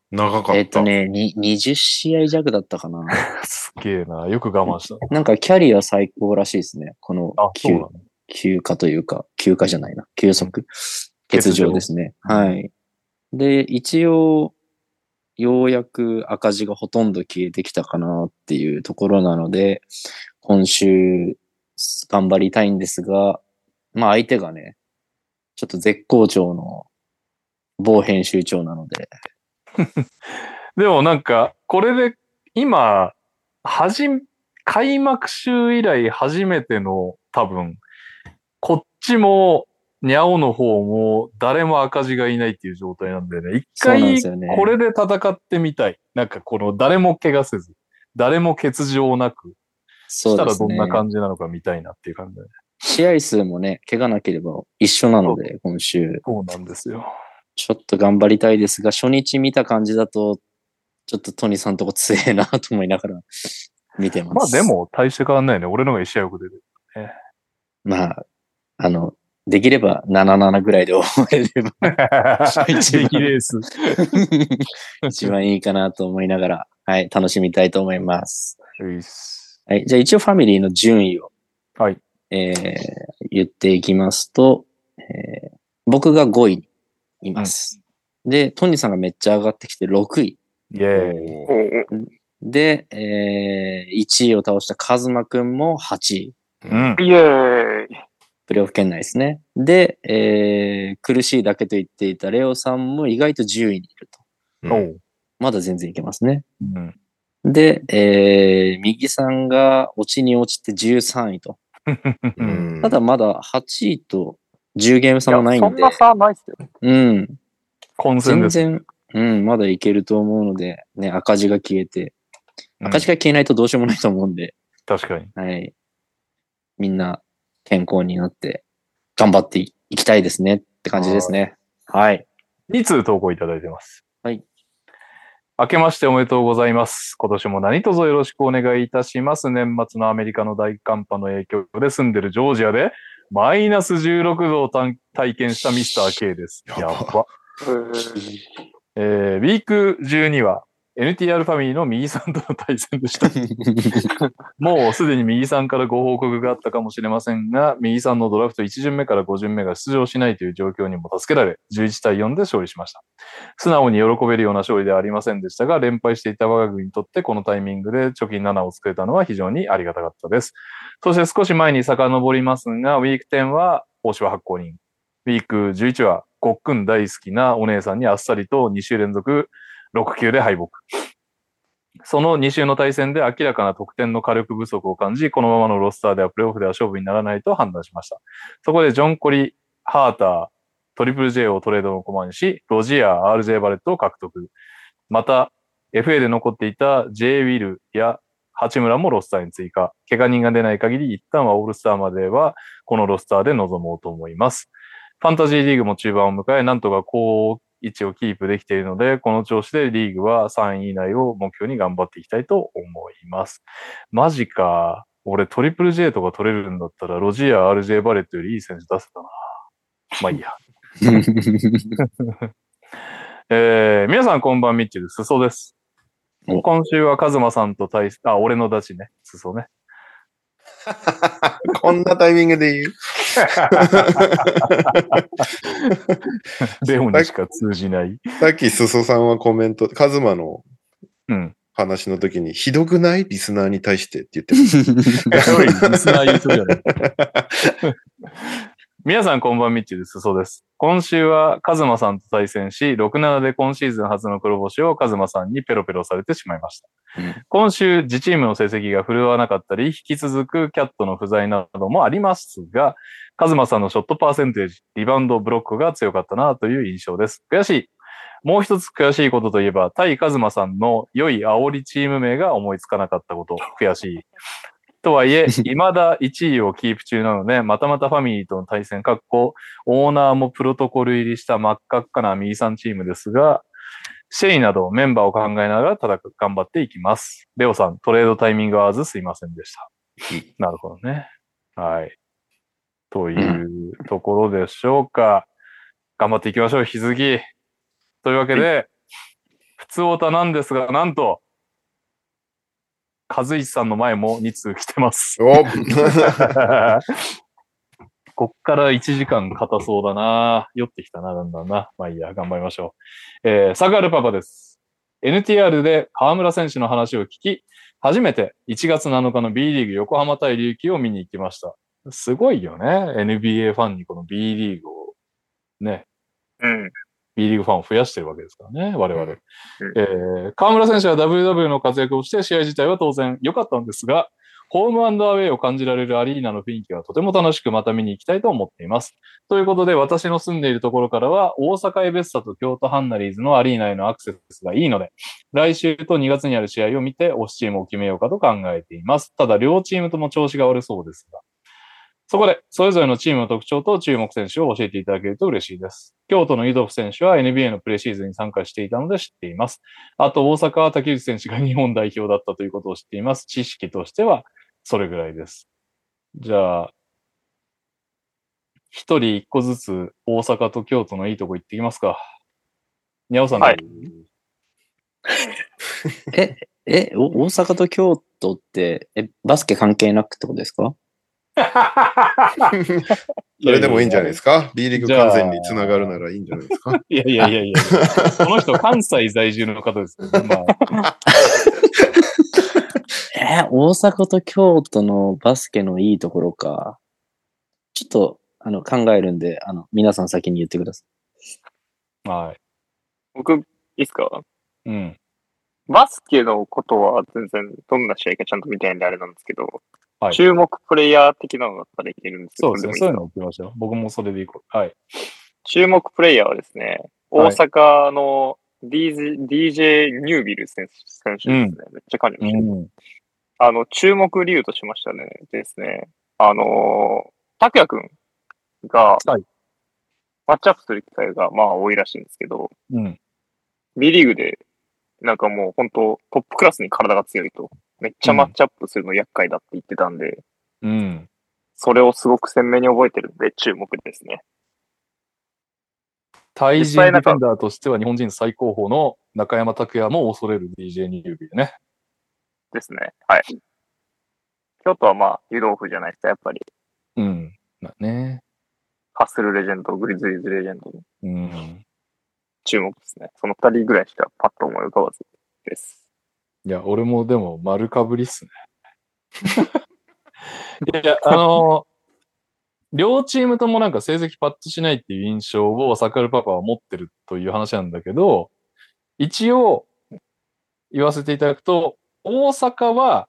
長かった。 えっとね、ににじゅっ試合弱だったかな。 すげえな。よく我慢した。 なんかキャリア最高らしいですね。このあ、そうな休の。 休暇というか、休暇じゃないな。休息。欠場ですね。 欠場はい。で、一応、ようやく赤字がほとんど消えてきたかなっていうところなので、今週頑張りたいんですが、まあ相手がね、ちょっと絶好調の某編集長なので。 でもなんか、これで今、はじ、開幕週以来初めての多分、こっちも、にゃおの方も誰も赤字がいないっていう状態なんでね、一そうなんで回すよね。 これで戦ってみたい。なんかこの誰も怪我せず、誰も欠場なく、したらどんな感じなのか見たいなっていう感じだね。 試合数もね、怪我なければ一緒なので、今週。 そうなんですよ。 ちょっと頑張りたいですが、初日見た感じだと、ちょっとトニーさんとこ強えなと思いながら見てます。 まあでも、大して変わんないね。俺のが一試合よく出てる、ね。 まあ、あの、できればななたいななぐらいで終われれば一番出来レース一番いいかなと思いながら、はい、楽しみたいと思います。 ういっす。 はい、じゃあ一応ファミリーの順位を、 はい。 えー、言っていきますと、えー、僕がごいにいます。うん、で、トニーさんがめっちゃ上がってきてろくい。 イェーイ。 で、えー、いちいを倒したカズマくんもはちい。 うん。 イエーイ。 プレイオフ圏内ですね。で、えー、苦しいだけと言っていたレオさんも意外とじゅういにいると。 うん、 まだ全然いけますね。 うん、 で、えー、右さんが落ちに落ちてじゅうさんいと。 うん、 ただまだはちいとじゅうゲーム差もないんで。 そんな差ないっすよ。 うん。 混戦です。 全然、うん、まだいけると思うので、ね、赤字が消えて。赤字が消えないとどうしようもないと思うんで。 確かに。 はい。みんな健康になって頑張っていきたいですねって感じですね。はい。 に通投稿いただいてます。 はい。 明けましておめでとうございます。今年も何卒よろしくお願いいたします。年末のアメリカの大寒波の影響で住んでるジョージアでマイナスじゅうろくどを体験したミスター K です。やば。えー、ウィークじゅうには エヌティーアール ファミリーの右さんとの対戦でした。もうすでに右さんからご報告があったかもしれませんが、右さんのドラフトいち巡目からご巡目が出場しないという状況にも助けられ、じゅういちたいよんで勝利しました。素直に喜べるような勝利ではありませんでしたが、連敗していた我が軍にとってこのタイミングで貯金ななを作れたのは非常にありがたかったです。そして少し前に遡りますが、ウィークじゅうは大柴発行人。ウィークじゅういちはごっくん大好きなお姉さんにあっさりとに週連続ろく球で敗北。そのに週の対戦で明らかな得点の火力不足を感じ、このままのロスターではプレーオフでは勝負にならないと判断しました。そこでジョン・コリ、ハーター、トリプル J をトレードの駒にし、ロジアー、アールジェー バレットを獲得。また、エフエー で残っていた J ウィルや八村もロスターに追加。怪我人が出ない限り、一旦はオールスターまでは、このロスターで臨もうと思います。ファンタジーリーグも中盤を迎え、なんとか高位置をキープできているので、この調子でリーグはさんい以内を目標に頑張っていきたいと思います。マジか。俺トリプル J とか取れるんだったら、ロジアー、アールジェー バレットよりいい選手出せたな。まあいいや。えー、皆さんこんばんみっちです。すそです。今週はカズマさんと対、あ、俺のダチね。すそね。 こんなタイミングで言うレオにしか通じない。 さっきすそさんはコメント、カズマの話の時に、うん、ひどくないリスナーに対してって言ってます。 リスナー言うとじゃない。皆さんこんばんみっちです。そうです。今週はカズマさんと対戦し、ろくたいななで今シーズン初の黒星をカズマさんにペロペロされてしまいました。うん、今週、自チームの成績が振るわなかったり、引き続くキャットの不在などもありますが、カズマさんのショットパーセンテージ、リバウンド、ブロックが強かったなという印象です。悔しい。もう一つ悔しいことといえば、対カズマさんの良い煽りチーム名が思いつかなかったこと、悔しい。とはいえ、未だいちいをキープ中なので、またまたファミリーとの対戦、かっこ、オーナーもプロトコル入りした真っ赤っかな右さんチームですが、シェイなどメンバーを考えながらただ頑張っていきます。レオさん、トレードタイミング合わずすいませんでした。なるほどね。はい。というところでしょうか。頑張っていきましょう、引き続き。というわけで、 普通オタなんですが、なんと、和一さんの前もに通来てます。 おこっからいちじかん硬そうだな。酔ってきたな、だんだんな。まあいいや、頑張りましょう。えー、サガルパパです。エヌティーアール で河村選手の話を聞き、初めていちがつなのかの B リーグ横浜対琉球を見に行きました。すごいよね。エヌビーエー ファンにこの B リーグをね、 うん。 B リーグファンを増やしてるわけですからね、我々。 うんえー、河村選手は ダブリューダブリュー の活躍をして試合自体は当然良かったんですが、ホームアンドアウェイを感じられるアリーナの雰囲気はとても楽しくまた見に行きたいと思っています。ということで私の住んでいるところからは大阪エベッサと京都ハンナリーズのアリーナへのアクセスがいいので、来週とにがつにある試合を見て推しチームを決めようかと考えています。ただ両チームとも調子が悪そうですが。そこで、それぞれのチームの特徴と注目選手を教えていただけると嬉しいです。京都のユドフ選手は エヌビーエー のプレシーズンに参加していたので知っています。あと、大阪は竹内選手が日本代表だったということを知っています。知識としては、それぐらいです。じゃあ、一人一個ずつ大阪と京都のいいとこ行ってきますか。にゃおさん。 はい。 え、え、お大阪と京都って、え、バスケ関係なくってことですか？ それでもいいんじゃないですか。 B リーグ完全につながるならいいんじゃないですか。 いやいやいやいや、この人関西在住の方ですけど、まあ、 えー大阪と京都のバスケのいいところか。ちょっと、あの、考えるんで、あの、皆さん先に言ってくださはい。 僕、いいっすか？ うん。 バスケのことは全然どんな試合かちゃんと見てないんであれなんですけど、 はい注目プレイヤー的なのだったらいけるんですけど、 そうですね。そういうれでもいいですか？ のを送りましょう。僕もそれでいこう。はい。 注目プレイヤーはですね、大阪の ディージェー、ディージェー ニュービル選手選手ですね。めっちゃ感じました。 うん。 あの、注目理由としましたね、ですね。あの、拓也くんが、 はいマッチアップする機会がまあ多いらしいんですけど、 うん。 B リーグで、なんかもう本当トップクラスに体が強いと、めっちゃマッチアップするの厄介だって言ってたんで、 うん。 それをすごく鮮明に覚えてるんで注目ですね。 対人実際なんかディフェンダーとしては日本人最高峰の中山拓也も恐れる ディージェー ニュービルね。 ですね。はい。京都はまあ、湯豆腐じゃないですか、やっぱり。 うん。まあね。 ハッスルレジェンド、グリズリーズレジェンドのうん。 注目ですね。その二人ぐらいしかパッと思い浮かばずです。 いや、俺もでも丸かぶりっすね。いや、あの両チームともなんか成績パッとしないっていう印象をサカルパパは持ってるという話なんだけど、一応言わせていただくと、大阪は、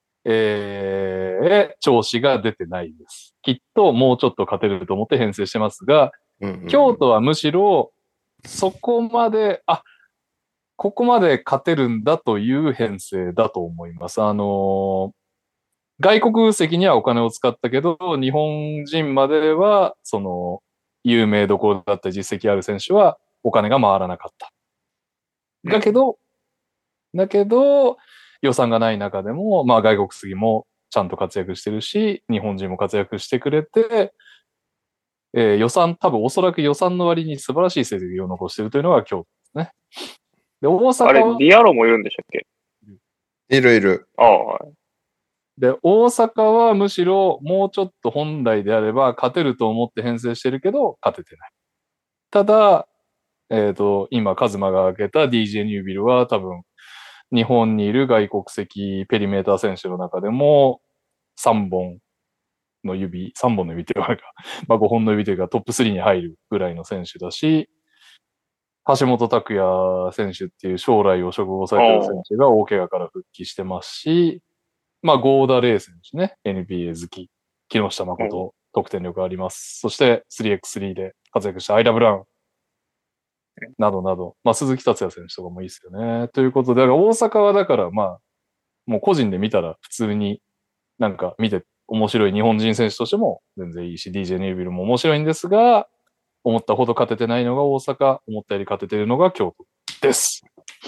えー、調子が出てないです。きっともうちょっと勝てると思って編成してますが、 うんうんうん京都はむしろそこまで、あ、ここまで勝てるんだという編成だと思います。あのー外国籍にはお金を使ったけど、日本人までは、その、有名どころだったり実績ある選手はお金が回らなかった。だけど、だけど、予算がない中でも、まあ外国籍もちゃんと活躍してるし、日本人も活躍してくれて、えー予算、多分おそらく予算の割に素晴らしい成績を残しているというのが京都ですね。で、大あれ、 阪は、 ディアロもいるんでしたっけ？ いるいる。 ああ、はい。 で、大阪はむしろもうちょっと本来であれば勝てると思って編成してるけど、勝ててない。ただ、えっ、と、今、カズマが挙げた ディージェー ニュービルは多分、日本にいる外国籍ペリメーター選手の中でもさんぼんの指、さんぼんの指というか、まあごほんの指というかトップスリーに入るぐらいの選手だし、橋本拓也選手っていう将来を嘱望されている選手が大怪我から復帰してますし、まあ、ゴーダ・レイ選手ね、エヌビーエー 好き、木下誠、得点力あります。そして スリーエックススリー で活躍したアイラ・ブラウン、などなど、まあ、鈴木達也選手とかもいいですよね。ということで、大阪はだからまあ、もう個人で見たら普通になんか見て面白い日本人選手としても全然いいし、ディージェー ニュービルも面白いんですが、思ったほど勝ててないのが大阪、思ったより勝ててるのが京都です。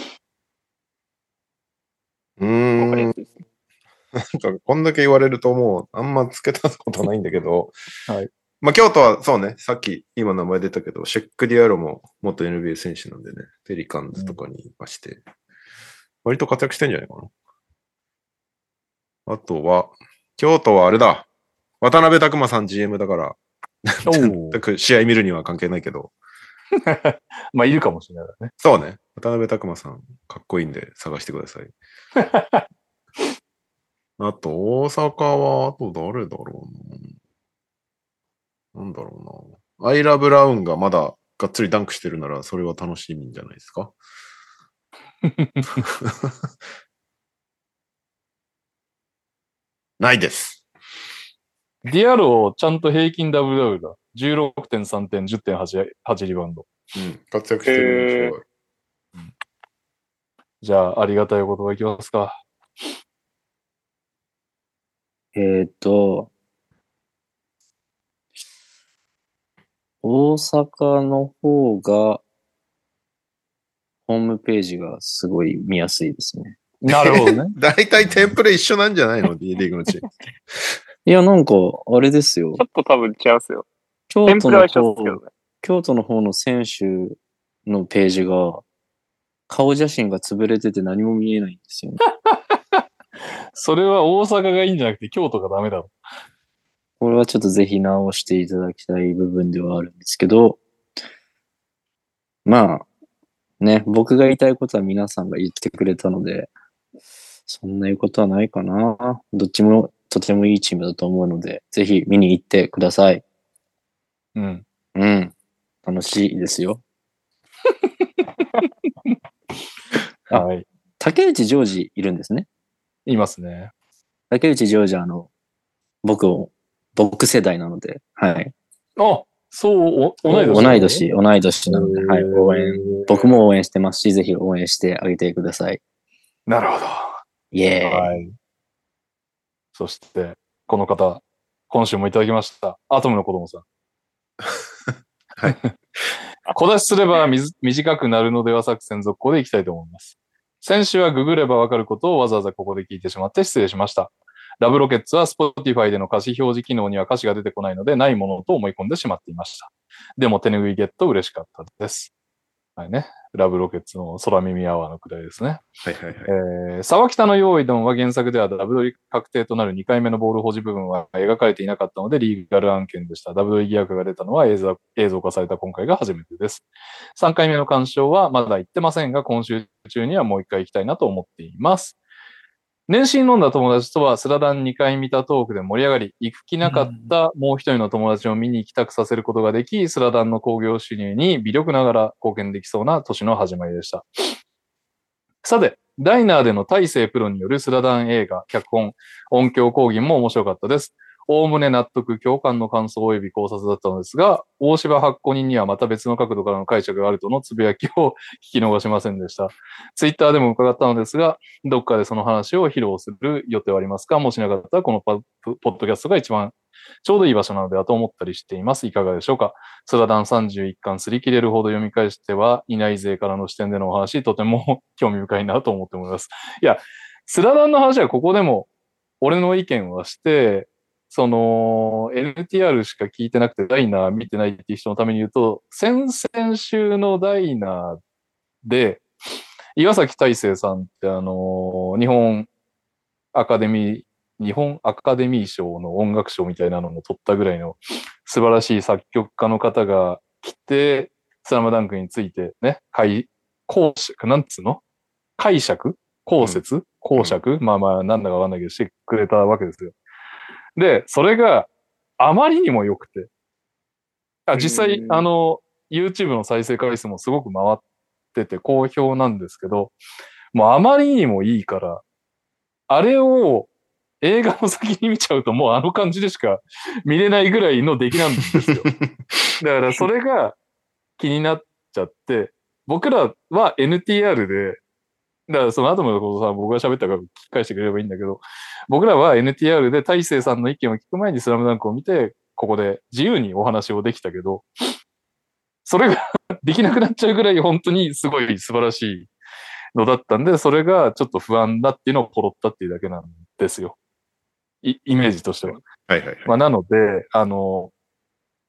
うーん。 わかりやすいですね。 なんかこんだけ言われるともうあんまつけたことないんだけど、 はい。 まあ、京都はそうね、さっき今名前出たけど、シェック・ディアロも元 エヌビーエー 選手なんでね、ペリカンズとかにいまして、うん、割と活躍してんじゃないかな。あとは、京都はあれだ、渡辺拓馬さん ジーエム だから、試合見るには関係ないけど。 まあ、いるかもしれないね。 そうね。渡辺拓馬さん、かっこいいんで探してください。あと、大阪は、あと誰だろうな。なんだろうな。アイラ・ブラウンがまだがっつりダンクしてるなら、それは楽しみんじゃないですか。ないです。 ディアロちゃんと平均ダブルダブルだ。じゅうろくてんさんてん、じゅってんはち リバウンド。 うん、活躍してる面白い。 うん、じゃあ、ありがたいことがいきますか。 えっと、大阪の方が、ホームページがすごい見やすいですね。 なるほどね。 だいたいテンプレ一緒なんじゃないの ?D リーグのチーム。 いや、なんか、あれですよ。 ちょっと多分違いますよ。 京都の方、 ね、 京都の方の選手のページが、顔写真が潰れてて何も見えないんですよね。 それは大阪がいいんじゃなくて京都がダメだろ。 これはちょっとぜひ直していただきたい部分ではあるんですけど、まあ、ね、僕が言いたいことは皆さんが言ってくれたので、そんな言うことはないかな。どっちもとてもいいチームだと思うので、ぜひ見に行ってください。 うん。 うん。楽しいですよ。 はい。 竹内ジョージいるんですね。 いますね。 竹内ジョージはあの、僕を、僕世代なので、はい。 あ、そう、同い年同い年、同い年なので、はい、応援、僕も応援してますし、ぜひ応援してあげてください。 なるほど。 イエーイ。 はい。そして、この方、今週もいただきました。アトムの子供さん。 はい。 小出しすれば短くなるのでは作戦続行でいきたいと思います。先週はググればわかることをわざわざここで聞いてしまって失礼しました。ラブロケッツは Spotify での歌詞表示機能には歌詞が出てこないのでないものと思い込んでしまっていました。でも手拭いゲット嬉しかったです。はいね。ラブロケッツの空耳アワーのくだりですね。 はいはいはい。 えー、沢北の用意ドンは原作ではダブドリ確定となるにかいめのボール保持部分は描かれていなかったのでリーガル案件でした。ダブドリ疑惑が出たのは映像、映像化された今回が初めてです。さんかいめの鑑賞はまだ行ってませんが、今週中にはもういっかい行きたいなと思っています。年始飲んだ友達とはスラダンにかい見たトークで盛り上がり、行く気なかったもう一人の友達を見に行きたくさせることができ、スラダンの興行収入に微力ながら貢献できそうな年の始まりでした。さて、ダイナーでの大勢プロによるスラダン映画、脚本、音響講義も面白かったです。おおむね納得、共感の感想及び考察だったのですが、大柴発行人にはまた別の角度からの解釈があるとのつぶやきを聞き逃しませんでした。ツイッターでも伺ったのですが、どっかでその話を披露する予定はありますか？もしなかったらこのポッドキャストが一番ちょうどいい場所なのではと思ったりしています。いかがでしょうか？スラダンさんじゅういっかん擦り切れるほど読み返してはいない勢からの視点でのお話、とても興味深いなと思って思います。いや、スラダンの話はここでも俺の意見はして、その エヌティーアール しか聞いてなくてダイナー見てないっていう人のために言うと、先々週のダイナーで岩崎大成さんってあの日本アカデミー日本アカデミー賞の音楽賞みたいなのも取ったぐらいの素晴らしい作曲家の方が来て、スラムダンクについてね、解、解釈、なんつうの解釈解説解釈、うん、まあまあなんだかわかんないけどしてくれたわけですよ。で、それがあまりにも良くて、あ実際、あの、YouTube の再生回数もすごく回ってて好評なんですけど、もうあまりにもいいから、あれを映画の先に見ちゃうともうあの感じでしか見れないぐらいの出来なんですよ。だからそれが気になっちゃって、僕らは エヌティーアール で、だからその後のことさ、僕が喋ったから聞き返してくれればいいんだけど、僕らは エヌティーアール で大勢さんの意見を聞く前にスラムダンクを見て、ここで自由にお話をできたけど、それができなくなっちゃうぐらい本当にすごい素晴らしいのだったんで、それがちょっと不安だっていうのをポロったっていうだけなんですよ。イメージとしては。 はいはいはい。 まあ、なので、あの、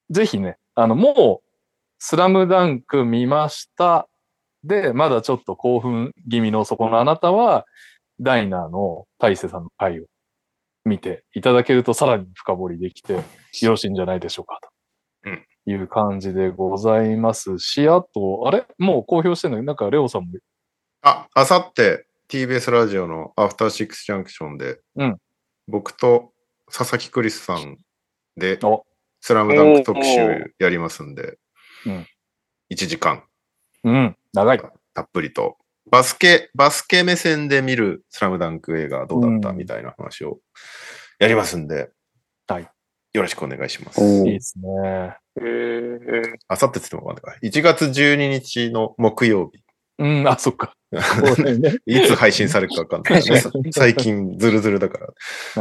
ぜひね、あの、もう、スラムダンク見ました。で、まだちょっと興奮気味のそこのあなたは、ダイナーの大勢さんの回を見ていただけるとさらに深掘りできてよろしいんじゃないでしょうかという感じでございますし、あと、あれもう公表してるのになんかレオさんも。 あ、あさって ティービーエス ラジオのアフターシックスジャンクションで、 うん、僕と佐々木クリスさんでスラムダンク特集やりますんで、うん、いちじかん。 うん、長い。 たっぷりと。バスケ、バスケ目線で見るスラムダンク映画どうだったみたいな話をやりますんで、 はい。 よろしくお願いします。 いいですね。 えー、 あさってって言ってもわかんないか。いちがつじゅうににちの木曜日。 うん、あ、そっか。 いつ配信されるかわかんない、ね。最近ズルズルだから。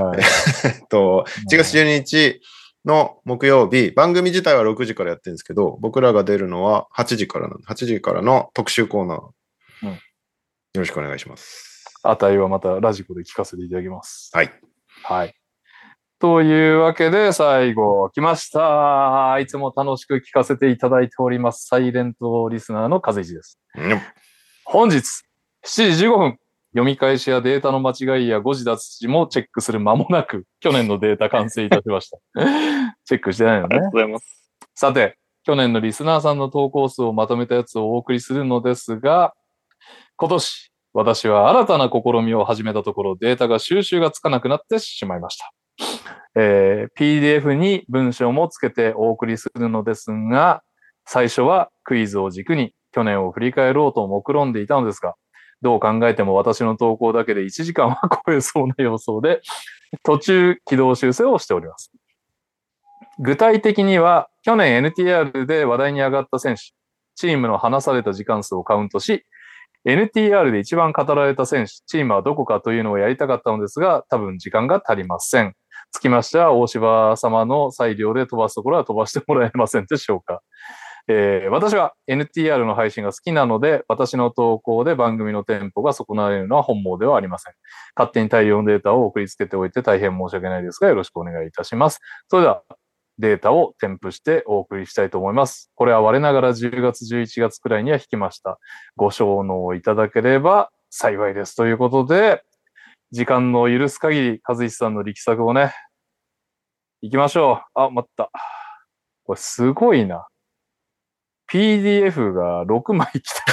はい、えっと、いちがつじゅうににちの木曜日、番組自体はろくじからやってるんですけど、僕らが出るのははちじからなの。はちじからの特集コーナー。うん、よろしくお願いします。 あたいはまたラジコで聞かせていただきます。 はい。 はい。というわけで最後来ました。いつも楽しく聞かせていただいております。サイレントリスナーの和一です。うん、本日しちじじゅうごふん、読み返しやデータの間違いや誤字脱字もチェックする間もなく、去年のデータ完成いたしました。チェックしてないのね。 ありがとうございます。 さて、去年のリスナーさんの投稿数をまとめたやつをお送りするのですが、今年、私は新たな試みを始めたところ、データが収集がつかなくなってしまいました。えー、ピーディーエフ に文章もつけてお送りするのですが、最初はクイズを軸に去年を振り返ろうと目論んでいたのですが、どう考えても私の投稿だけでいちじかんは超えそうな予想で、途中軌道修正をしております。具体的には、去年 エヌティーアール で話題に上がった選手、チームの話された時間数をカウントし、エヌティーアール で一番語られた選手、チームはどこかというのをやりたかったのですが、多分時間が足りません。つきましては、大柴様の裁量で飛ばすところは飛ばしてもらえませんでしょうか。えー、私は エヌティーアール の配信が好きなので、私の投稿で番組のテンポが損なわれるのは本望ではありません。勝手に大量のデータを送りつけておいて大変申し訳ないですが、よろしくお願いいたします。それでは、データを添付してお送りしたいと思います。これは我ながらじゅうがつ、じゅういちがつくらいには引きました。ご承納いただければ幸いです。ということで、時間の許す限り、和石さんの力作をね、行きましょう。あ、待った。これすごいな。ピーディーエフ がろくまい来て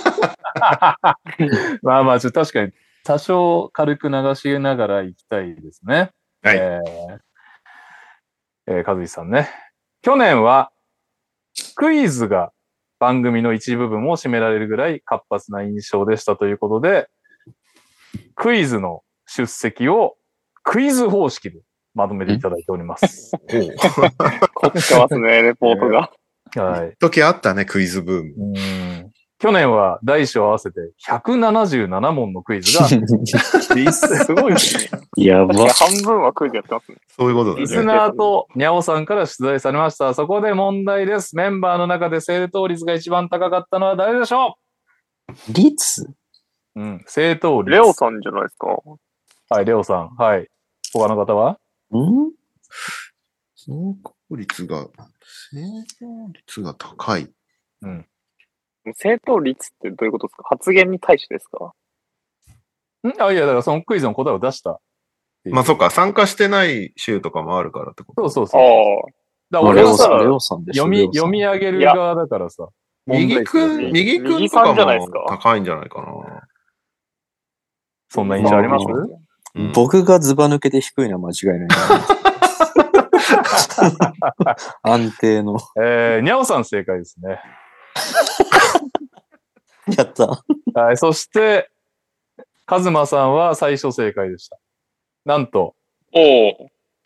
まあまあ、ちょっと確かに多少軽く流しながら行きたいですね。 はい。 えーえー、和石さんね。去年はクイズが番組の一部分を占められるぐらい活発な印象でしたということで、クイズの出席をクイズ方式でまとめていただいております。 凝ってますね、レポートが。 はい。 時あったね、クイズブーム。 うん去年は大小合わせてひゃくななじゅうななもんのクイズが、すごいですね。 やば。 半分はクイズやってますね。 そういうことだね。 リスナーとニャオさんから出題されました。そこで問題です。メンバーの中で正答率が一番高かったのは誰でしょう率うん、正答率。 レオさんじゃないですか。 はい、レオさん。はい。他の方はん成功率が、成功率が高い。 うん。 正答率ってどういうことですか？発言に対してですか？ んあ、いや、だからそのクイズの答えを出した。 まあそっか、参加してない週とかもあるからってこと。 そうそうそう。 ああ。 だから俺はさ、 読み、読み上げる側だからさ。 右くん、右くんとかも高いんじゃないかな。 そんな印象あります？ うん、僕がズバ抜けて低いのは間違いない。安定の。 えー、にゃおさん正解ですね。 やった。 はい、そして、カズマさんは最初正解でした。なんと、 お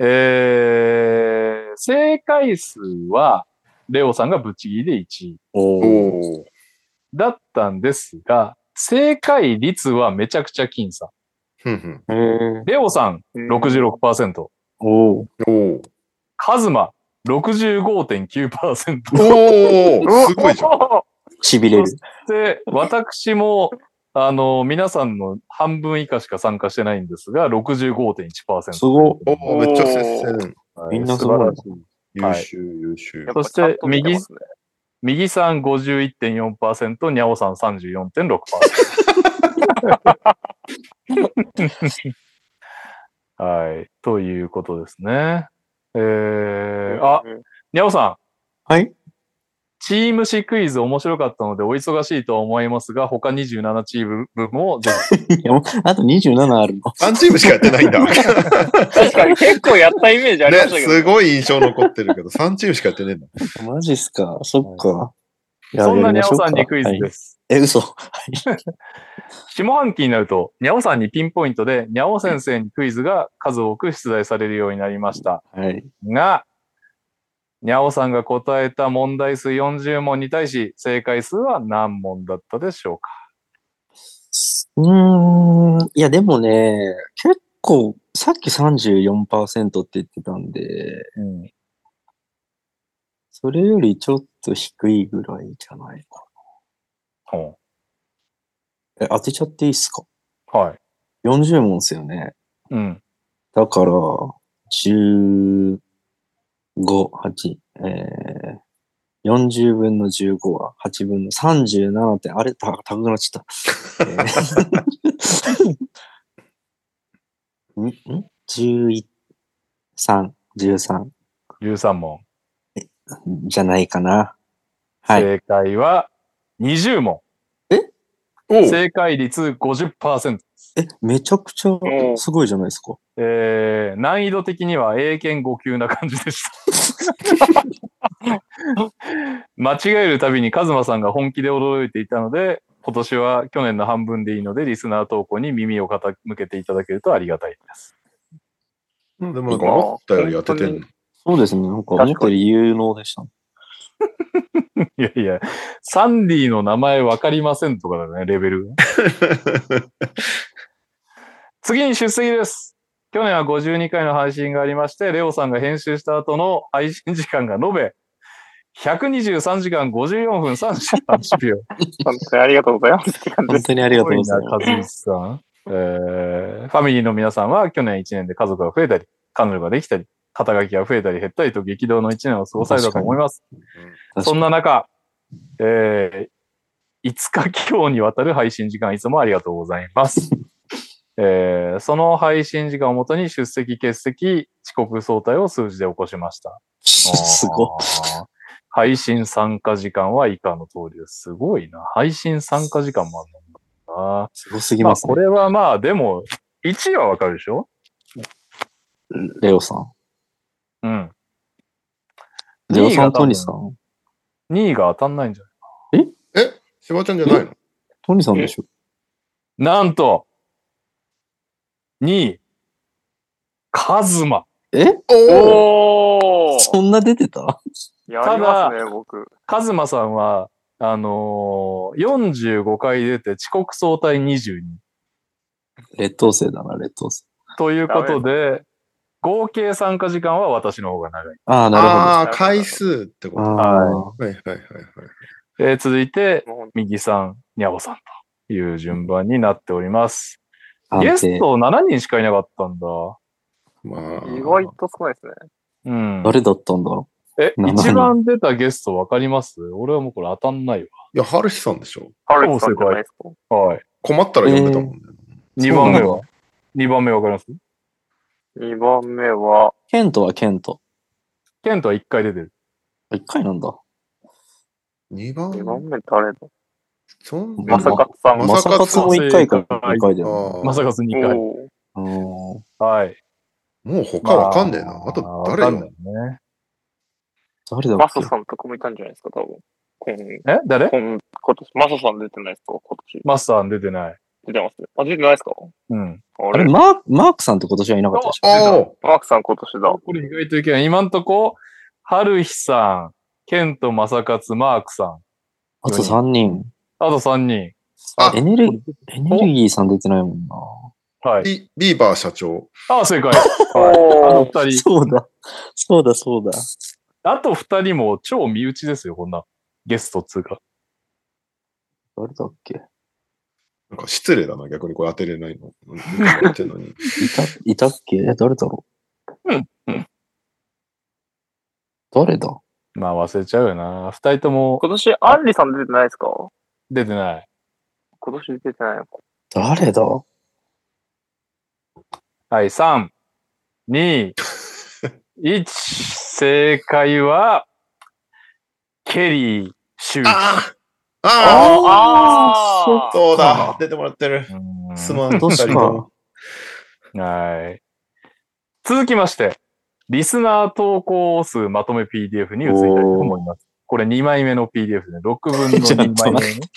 えー、正解数は、レオさんがぶっちぎりでいちい。 おだったんですが、正解率はめちゃくちゃ僅差。レオさん ろくじゅうろくパーセント。 おおカズマ ろくじゅうごてんきゅうパーセント。 おおすごいじゃん。 しびれる。 そして、私も、あの、皆さんの半分以下しか参加してないんですが、ろくじゅうごてんいちパーセント。 すごい。 おめっちゃ接戦。 みんなすごい。 優秀、優秀やっ。ぱそしてちゃんと見てますね。 右さん ごじゅういってんよんパーセント、にゃおさん さんじゅうよんてんろくパーセント。はい。ということですね。えー、あ、 うんにゃおさん。 はい。 チーム誌クイズ面白かったのでお忙しいとは思いますが、他にじゅうななチームもぜひ。 いや、もうあとにじゅうななあるの。 さんチームしかやってないんだ。 確かに結構やったイメージありまね、 したけど。 すごい印象残ってるけど、さんチームしかやってねえんだ。 マジっすか。そっか。いやそんなにゃおやりましょうかさんにクイズではいす。 え、嘘。 下半期になると、にゃおさんにピンポイントで、にゃお先生にクイズが数多く出題されるようになりました。 はい。 が、にゃおさんが答えた問題数よんじゅう問に対し、正解数は何問だったでしょうか？ うーん。いや、でもね、結構、さっき さんじゅうよんパーセント って言ってたんで、 うん。 それよりちょっと低いぐらいじゃないかほな。え、当てちゃっていいっすか？ う。はい。 よんじゅう 問っすよね。 うん。 だから、じゅうご、はち、えー、よんじゅうぶんのじゅうごははちぶんのさんじゅうななてん、あれ、た高くなっちゃった。えーんん ?じゅうさん、じゅうさんじゅうさん問。 じゃないかな。はい。 正解はにじゅう問。 おう正解率 ごじゅっパーセント。 え、めちゃくちゃすごいじゃないですか。 えー、難易度的には英検ご級な感じでした。間違えるたびにカズマさんが本気で驚いていたので、今年は去年の半分でいいので、リスナー投稿に耳を傾けていただけるとありがたいです。 でもなんか思ったより当ててんの。 そうですね。なんか思ったより有能でした。 いやいや、サンディの名前わかりませんとかだね、レベルが。次に出席です。去年はごじゅうにかいの配信がありまして、レオさんが編集した後の配信時間が延べ、ひゃくにじゅうさんじかんごじゅうよんぷんさんじゅうはちびょう。 本当にありがとうございますって感じです。 本当にありがとうございます。 すごいな、和一さん。えー、ファミリーの皆さんは去年いちねんで家族が増えたり、彼女ができたり、肩書きが増えたり減ったりと激動のいちねんを過ごされたと思います。そんな中、えー、いつか今日にわたる配信時間いつもありがとうございます。えー、その配信時間をもとに出席、欠席、遅刻相対を数字で起こしました。 すごい。 配信参加時間は以下の通りです。すごいな。配信参加時間もあるんだな。 すごすぎますね。 まあ、これはまあ、でも、いちいはわかるでしょ？ レオさん。 うん。 レオさん、トニさん。 にいが当たんないんじゃないえしばちゃんじゃないの？ トニさんでしょ？ なんと、にい、カズマ。 えおーそんな出てた？ やりますね、僕。 カズマさんは、あのー、よんじゅうごかい出て遅刻相対にじゅうに。 劣等生だな、劣等生。 ということで、合計参加時間は私の方が長い。 ああ、なるほど。 ああ、回数ってこと。はあいはいはいはい。 えー続いて、 もう右さん、にゃおさんという順番になっております。 あ。 ゲストしちにんしかいなかったんだ。 まあ、 意外と少ないですね。 うん。 誰だったんだろえ、 ななにん一番出たゲストわかります？俺はもうこれ当たんないいや、ハルヒさんでしょ。 ハルキさんじゃないですか。 わ。はい。 困ったら呼んでたもんね。 にばんめそうなは ?に 番目わかります？ にばんめは、 う。ケントはケント。 ケントはいっかい出てる。 一回なんだ。 にばんにばんめ誰だそんまさかつさん。 ままさかつも一回か二回だよ。 あーまさかつにかい。 おーうんはい。 もう他わかんねえな。 まあと誰よわかんない。ね。 誰だっけマサさんとかもいたんじゃないですか、多分。今え誰今今年。マサさん出てないですか、今年。 マスター出てない。 出てます。あ、出てないですかうん。 ああれ、 れマーク、マークさんって今年はいなかったでしょ？ ああ、 マークさん今年だ。 これ意外といけない。今んとこ、ハルヒさん、ケント、マサカツ、マークさん。 あとさんにん。 あとさんにん。 あエネルギー、エネルギーさん出てないもんな。 はい。 ビビーバー社長。 あ、正解。はい。あおーと二人。 そうだ。そうだ、そうだ。 あと二人も超身内ですよ、こんな。ゲストっつうか。 誰だっけ？ なんか失礼だな、逆にこれ当てれないの。うんやってんのに。 いた、いたっけ？誰だろう？ うんうん誰だ？ まあ忘れちゃうよな。二人とも今年、アンリさん出てないですか？ 出てない。 今年出てないのか。 誰だ？ はい、さん、に、いち、正解は、ケリー周知。 あああああそうだ。出てもらってる。 うんすまん、 今年二人ともか。 はい。続きまして、リスナー投稿数まとめ ピーディーエフ に移りたいと思います。これにまいめの ピーディーエフ で、ね、ろくぶんのにまいめね。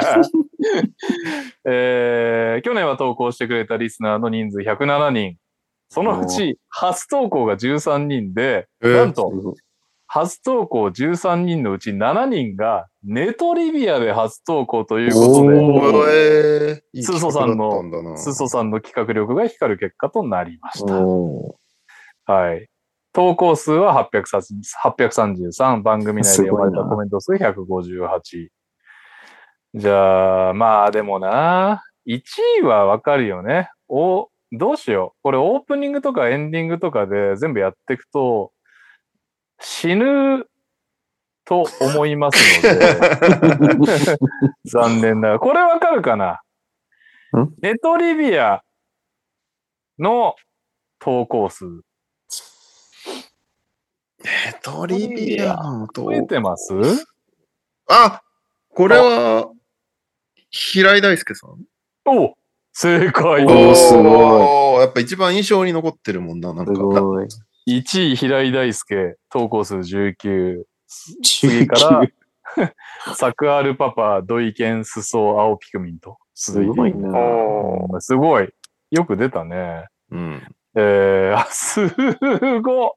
えー、去年は投稿してくれたリスナーの人数ひゃくななにん。そのうち初投稿がじゅうさんにんで、 えーなんと、初投稿じゅうさんにんのうちしちにんがネトリビアで初投稿ということで、 おーえー、いいスーソ企画ださんのったんだな。 スーソさんの企画力が光る結果となりました。 おはい。投稿数ははっぴゃくさんじゅうさん、番組内で読まれたコメント数ひゃくごじゅうはち。じゃあ、まあでもな、いちいはわかるよね。お、どうしよう。これオープニングとかエンディングとかで全部やっていくと、死ぬと思いますので、残念ながら。これわかるかなんネトリビアの投稿数。 ネトリビアのと。 覚えてますあ、これは、平井大輔さん。 お正解。 おーすごい。やっぱ一番印象に残ってるもんな、なんか。 すごい。 いちい平井大輔、投稿数じゅうきゅう。次からサクアルパパ、ドイケン、スソ、青ピクミンと続いてすごいな。 おうんすごい。よく出たね。 うん。 えー、あすご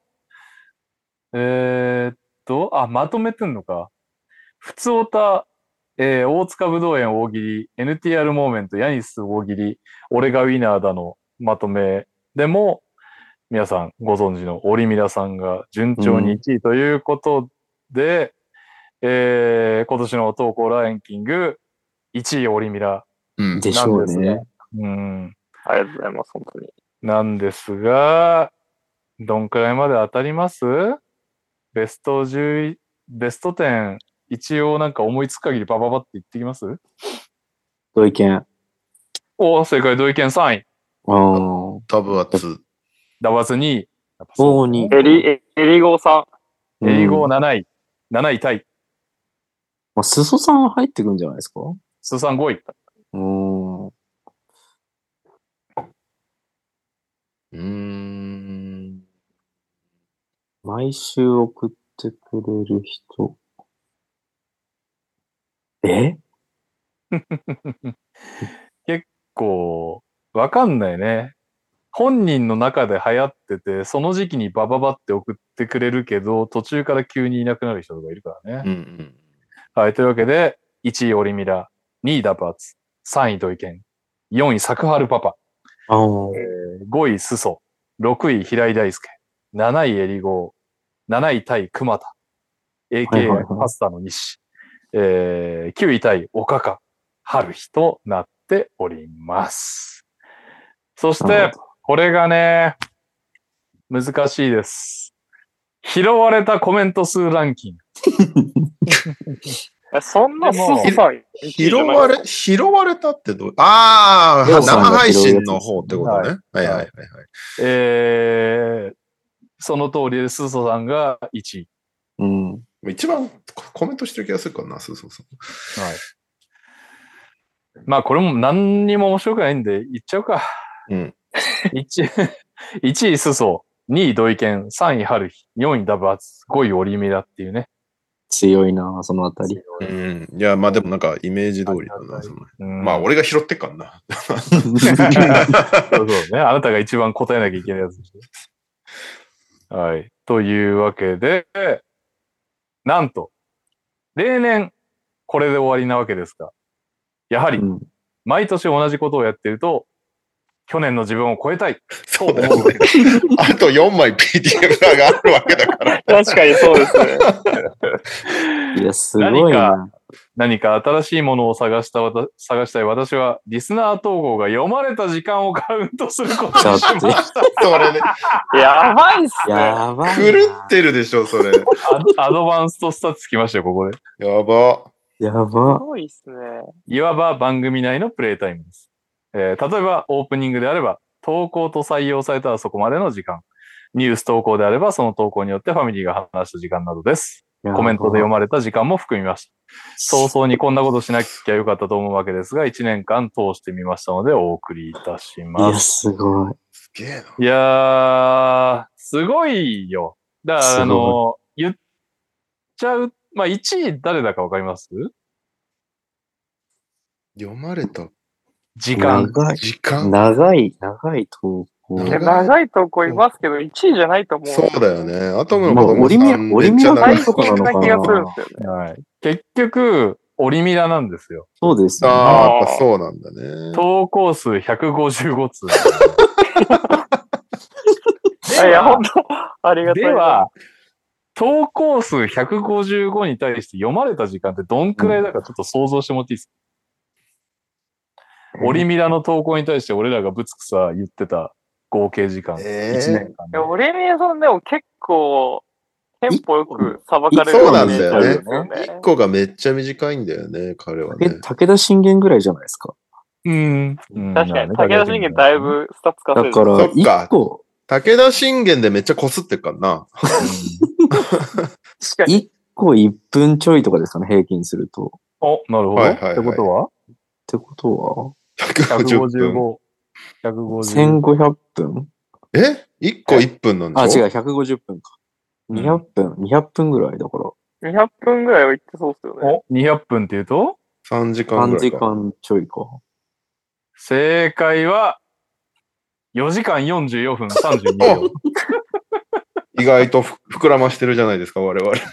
えーっと、あ、まとめてんのか。ふつおた、えー、大塚ぶどう園大喜利、エヌティーアール モーメント、ヤニス大喜利、俺がウィナーだのまとめでも、皆さんご存知のオリミラさんが順調にいちいということで、うん、えー、今年の投稿ランキングいちいオリミラうん。 でしょうね。 うん。 ありがとうございます、本当に。 なんですが、どんくらいまで当たりますベストじゅう、ベストじゅう、一応なんか思いつく限りバババって言ってきますご意見。 お、正解、同意見さんい。 ああ。 ダブアツ。 ダバツにい。 おーに。 エリ、エリゴーさエリゴーうんなない。なないタイ。 まあ、すそさんは入ってくんじゃないですか？ スーさんごい。 うーん。 うーん。 毎週送ってくれる人。え結構、わかんないね。本人の中で流行ってて、その時期にバババって送ってくれるけど、途中から急にいなくなる人とかいるからね。 うんうん。 はい、というわけで、いちいオリミラ、にいダバーツ、さんいドイケン、よんいサクハルパパ、 ああ。 えーごいスソ、ろくい平井大輔、なないエリゴー、なないタイ熊田、エーケーはいはいはいパスタの西、えーきゅういタイおかか、春日となっております。そしてなるほ、 これがね、難しいです。拾われたコメント数ランキング。 ん。え、そんなでもすさん、 拾われ、拾われたってどうああ、 レオさんが生配信の方ってことね。はいはいはいはい。 えー、その通りで、スーソさんがいちい。 うん。 一番コメントしてる気がするからな、そうそうそう。 はい。まあこれも何にも面白くないんで言っちゃうか。 うん。 いち、いちいスソ、にいドイケン、さんい春日、よんいダブアツ、ごいオリミラっていうね。 強いな、そのあたり。 うん。いや、まあでもなんかイメージ通りだな。そのうんまあ俺が拾ってっからな。 そうそうね。あなたが一番答えなきゃいけないやつでしょ。はい。というわけで、なんと、例年これで終わりなわけですが、やはりうん。 毎年同じことをやってると、 去年の自分を超えたい。 そうだよね。あとよんまい ピーティーエフ があるわけだから。 確かにそうですね。 いや、すごいな。 何か新しいものを探したわた、探したい私は、リスナー統合が読まれた時間をカウントすることにしました。 それね。 やばいっすね。 やばいな。 狂ってるでしょ、それ。 アドバンストスタッツきましたよ、ここで。 やば。 やすば。 ごいっすね。 いわば番組内のプレイタイムです。えー例えば、オープニングであれば、投稿と採用されたらそこまでの時間。ニュース投稿であれば、その投稿によってファミリーが話した時間などです。コメントで読まれた時間も含みました。早々にこんなことしなきゃよかったと思うわけですが、いちねんかん通してみましたのでお送りいたしいや、 ます。 すごい。 すげえな。 いやー、すごいよ。だから、あの、言っちゃう、まあ、いちい誰だかわかります？ 読まれた時間。 長い。 時間。 長い、長い投稿。 いや長い投稿いますけど、いちいじゃないと思う。 そうだよね。アトムのまあ、 子供折りさん目、折りめっちゃ長い目のとかなのか最近な気がするんな。 ですよね。 はい。結局、オリミラなんですよ。 そうですよね。 ああ、 あーやっぱそうなんだね。 投稿数ひゃくごじゅうごつう。 いや、本当ありがたい。 では、投稿数ひゃくごじゅうごに対して読まれた時間ってどんくらいだかちょっと想像してもらっていいですか？オリミラの投稿に対して俺らがぶつくさ言ってた合計時間。 えーいちねんかんで。 いや、オレミヤさんでも結構、テンポよく裁かれるそうなんだよイメージあるんねですよね。 一個がめっちゃ短いんだよね、彼はね。 武田信玄ぐらいじゃないですか。 うん。うん確かに、武田信玄だい。ぶスタッツ稼いでる。 だから、一そっか個、 武田信玄でめっちゃこすってっからな。 確かに。 一個一分ちょいとかですかね、平均すると。 お、なるほど。 はいはいはいってことはってことは、 ひゃくごじゅっぷん。 ひゃくごじゅうご。ひゃくごじゅう。 せんごひゃっぷんえ ?いっ 個いっぷんなんであ、 しょ違う、ひゃくごじゅっぷんか。にひゃっぷん、にひゃっぷんぐらいだから。 にひゃっぷんぐらいは行ってそうっすよね。 お、にひゃっぷんって言うとさんじかん 3時ぐらいか。 間ちょいか。 正解は、よじかんよんじゅうよんぷんさんじゅうにびょう。 意外とふ膨らましてるじゃないですか、我々。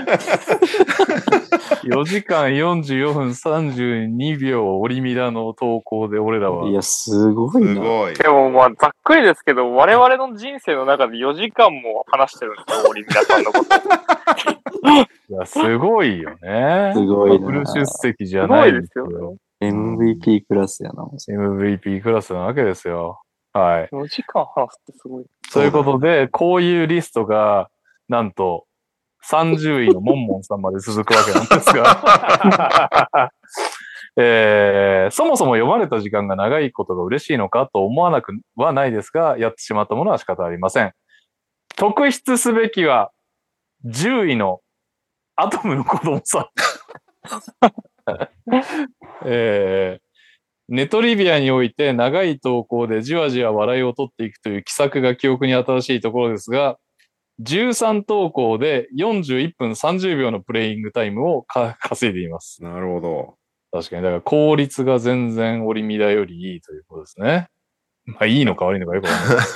よじかんよんじゅうよんぷんさんじゅうにびょう、オリミラの投稿で俺らはいや、すごいな。 すごい。 でもまあ、ざっくりですけど、我々の人生の中でよじかんも話してるんですよ、オリミラさんのこと。 いや、すごいよね。 すごいなフル出席じゃないですすごいよ。 エムブイピー クラスやな。 エムブイピー クラスなわけですよ。はい。 よじかん話すってすごい。 ということで、こういうリストが、なんと、さんじゅういのモンモンさんまで続くわけなんですが、えーそもそも読まれた時間が長いことが嬉しいのかと思わなくはないですが、やってしまったものは仕方ありません。特筆すべきは、じゅういのアトムの子供さん。えーネトリビアにおいて長い投稿でじわじわ笑いを取っていくという奇策が記憶に新しいところですが、じゅうさん投稿でよんじゅういっぷんさんじゅうびょうのプレイングタイムをか稼いでいます。 なるほど。 確かに、だから効率が全然オリミラよりいいということですね。まあいいのか悪いのかよくわかんない。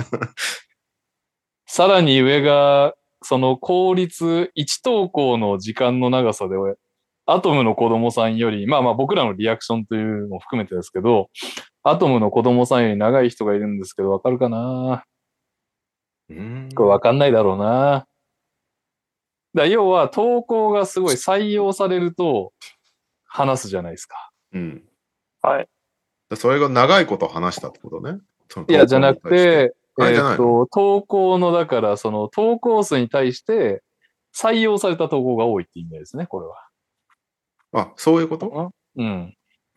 さらに上が、その効率いち投稿の時間の長さで、アトムの子供さんより、まあまあ僕らのリアクションというのも含めてですけど、アトムの子供さんより長い人がいるんですけど、わかるかな？ うんこれわかんないだろうな。だ要は投稿がすごい採用されると話すじゃないですか。 うん。 はい。 それが長いこと話したってことね。そのいや、じゃなく投稿に対して、 て、えあじゃないーっと、投稿の、だから、その投稿数に対して採用された投稿が多いって意味ですね、これは。 あ、そういうことうん。 ん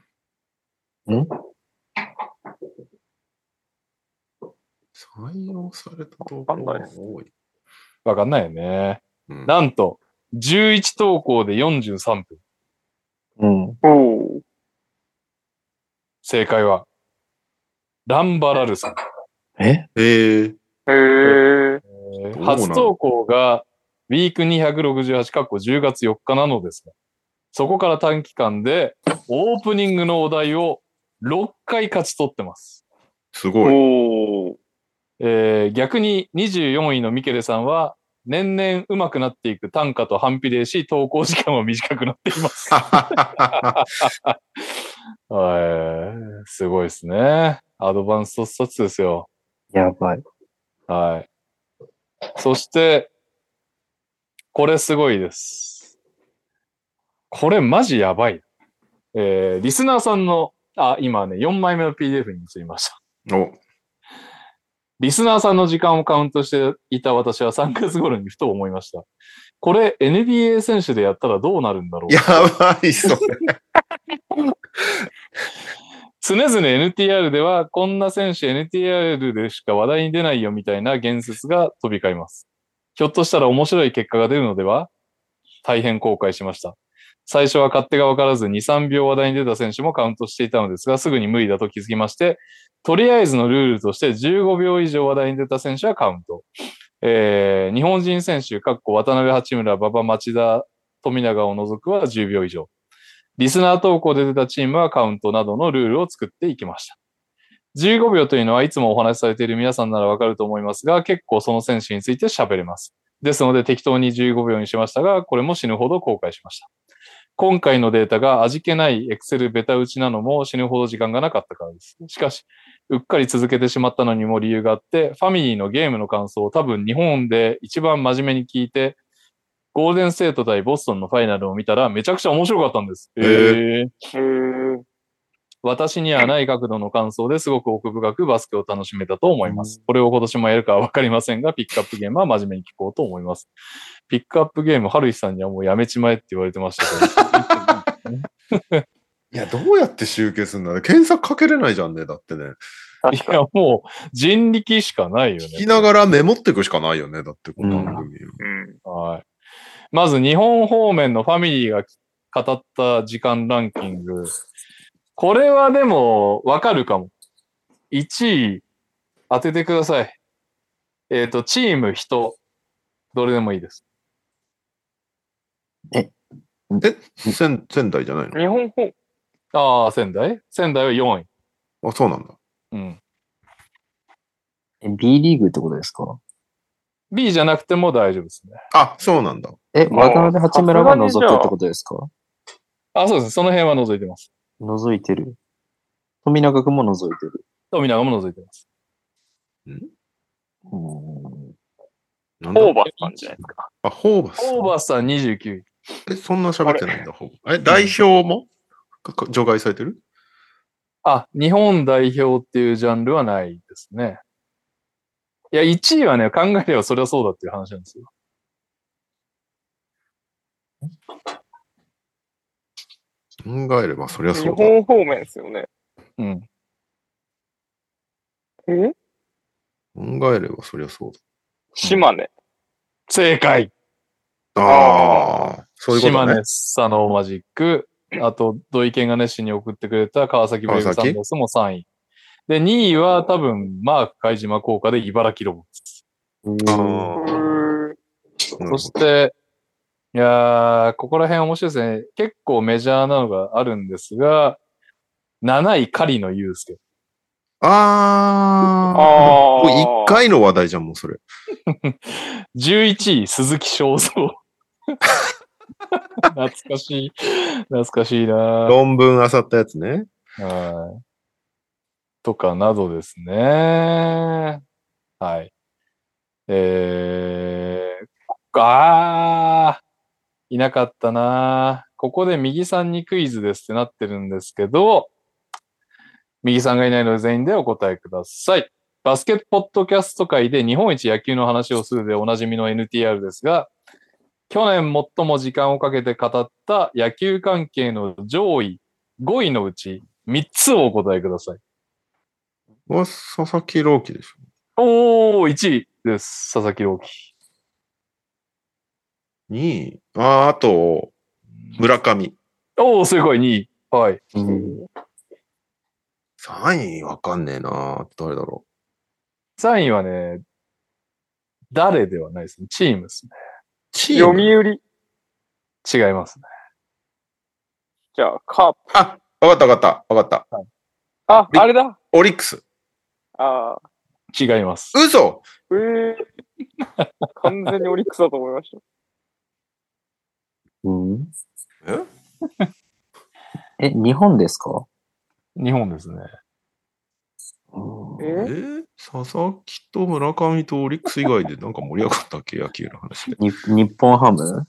採用された投稿がわかんないです多い。 わかんないよね。 うんなんと、じゅういち投稿でよんじゅうさんぷん。 うん。 おー。 正解は、ランバラルさん。 ええー、 へー。 えーどうなの初投稿が、ウィークにひゃくろくじゅうはち、かっこじゅうがつよっかなのですが、そこから短期間で、オープニングのお題をろっかい勝ち取ってます。 すごい。 おー。 えー逆ににじゅうよんいのミケレさんは、年々上手くなっていく短歌と反比例し、投稿時間は短くなっています。 はい。すごいですね。アドバンストスタッツですよ。 やばい。 はい。そして、これすごいです。これマジやばい。えー、リスナーさんの、あ、今ね、よんまいめの ピーディーエフ に移りました。 お、 リスナーさんの時間をカウントしていた私はさんがつ頃にふと思いました。これ エヌビーエー 選手でやったらどうなるんだろう。 やばい、それ。 常々 エヌティーアール ではこんな選手 エヌティーアール でしか話題に出ないよみたいな言説が飛び交います。ひょっとしたら面白い結果が出るのでは？大変後悔しました。最初は勝手が分からずに、さんびょう話題に出た選手もカウントしていたのですが、すぐに無理だと気づきまして、とりあえずのルールとしてじゅうごびょう以上話題に出た選手はカウント。えー、日本人選手、かっこ渡辺八村、馬場町田、富永を除くはじゅうびょう以上。リスナー投稿で出たチームはカウントなどのルールを作っていきました。じゅうごびょうというのはいつもお話しされている皆さんならわかると思いますが、結構その選手について喋れます。ですので適当にじゅうごびょうにしましたが、これも死ぬほど後悔しました。今回のデータが味気ない Excel ベタ打ちなのも死ぬほど時間がなかったからです。しかし、うっかり続けてしまったのにも理由があって、ファミリーのゲームの感想を多分日本で一番真面目に聞いて、ゴールデンステート対ボストンのファイナルを見たらめちゃくちゃ面白かったんです。 へー。 えー、私にはない角度の感想ですごく奥深くバスケを楽しめたと思います。これを今年もやるかはわかりませんが、ピックアップゲームは真面目に聞こうと思います。ピックアップゲーム、ハルイさんにはもうやめちまえって言われてましたけど。 いや、どうやって集計するんだ？検索かけれないじゃんね、だってね。 いや、もう人力しかないよね。 聞きながらメモっていくしかないよね、だってこの番組。 うん。 はい。まず日本方面のファミリーが語った時間ランキング。これはでもわかるかも。いちい当ててください。えっと、チーム、人。どれでもいいです。 え、仙、仙台じゃないの？ 日本方、 ああ、仙台仙台はよんい。 あ、そうなんだ。 うん。 え B リーグってことですか？ B じゃなくても大丈夫ですね。 あ、そうなんだ。 え、 まあ渡辺八村が除くってことですか？ あ、そうです。その辺は除いてます。 除いてる。富永君も除いてる。 富永も除いてます。 んうーん。 なんだホーバスさんじゃないですか。 あ、ホーバス。 ホーバスさんにじゅうきゅうい。 え、そんな喋ってないんだ、ホーバス。え、代表もかか除外されてる？ あ、日本代表っていうジャンルはないですね。いや、いちいはね、考えればそれはそうだっていう話なんですよ。 考えればそりゃ日そうだ。 本方面ですよね。 うん。 え考えればそりゃそう島根。 正解。 だ。ああ、そういうことね島根。スサノーマジック。あと、土井健が熱心に送ってくれた川崎ブレイブサンダースもさんい。で、にいは多分、マーク海島効果で茨城ロボッツ。 あうーそして、いやー、ここら辺面白いですね。結構メジャーなのがあるんですが、なない狩野祐介。 ああ。 ああ。 もう一回の話題じゃん、もうそれ。 じゅういちい、鈴木正蔵。懐かしい。懐かしいな論文漁ったやつね。 はい。とかなどですね。はい。えー、あー、いなかったなここで右さんにクイズですってなってるんですけど、右さんがいないので全員でお答えください。バスケットポッドキャスト界で日本一野球の話をするでおなじみの エヌティーアール ですが、去年最も時間をかけて語った野球関係の上位ごいのうちみっつをお答えください。 は佐々木朗希でしょ。 おー、いちいです。佐々木朗希。 にい。ああ、あと、村上。 おー、すごい、にい。はい。 うん。 さんいわかんねえな。誰だろさんいはね、誰ではないですね。チームですね。 う。チー読ム。 売。 違いますね。 じゃあ、カープ。 あ、わかったわかった。わかった。 あ、あれだ。 オリックス。 ああ。 違います。 嘘ええー。完全にオリックスだと思いました。 うん。 ええ、日本ですか？ 日本ですね。 えー、佐々木と村上とオリックス以外でなんか盛り上がったっけ、野球の話で。 に日本ハム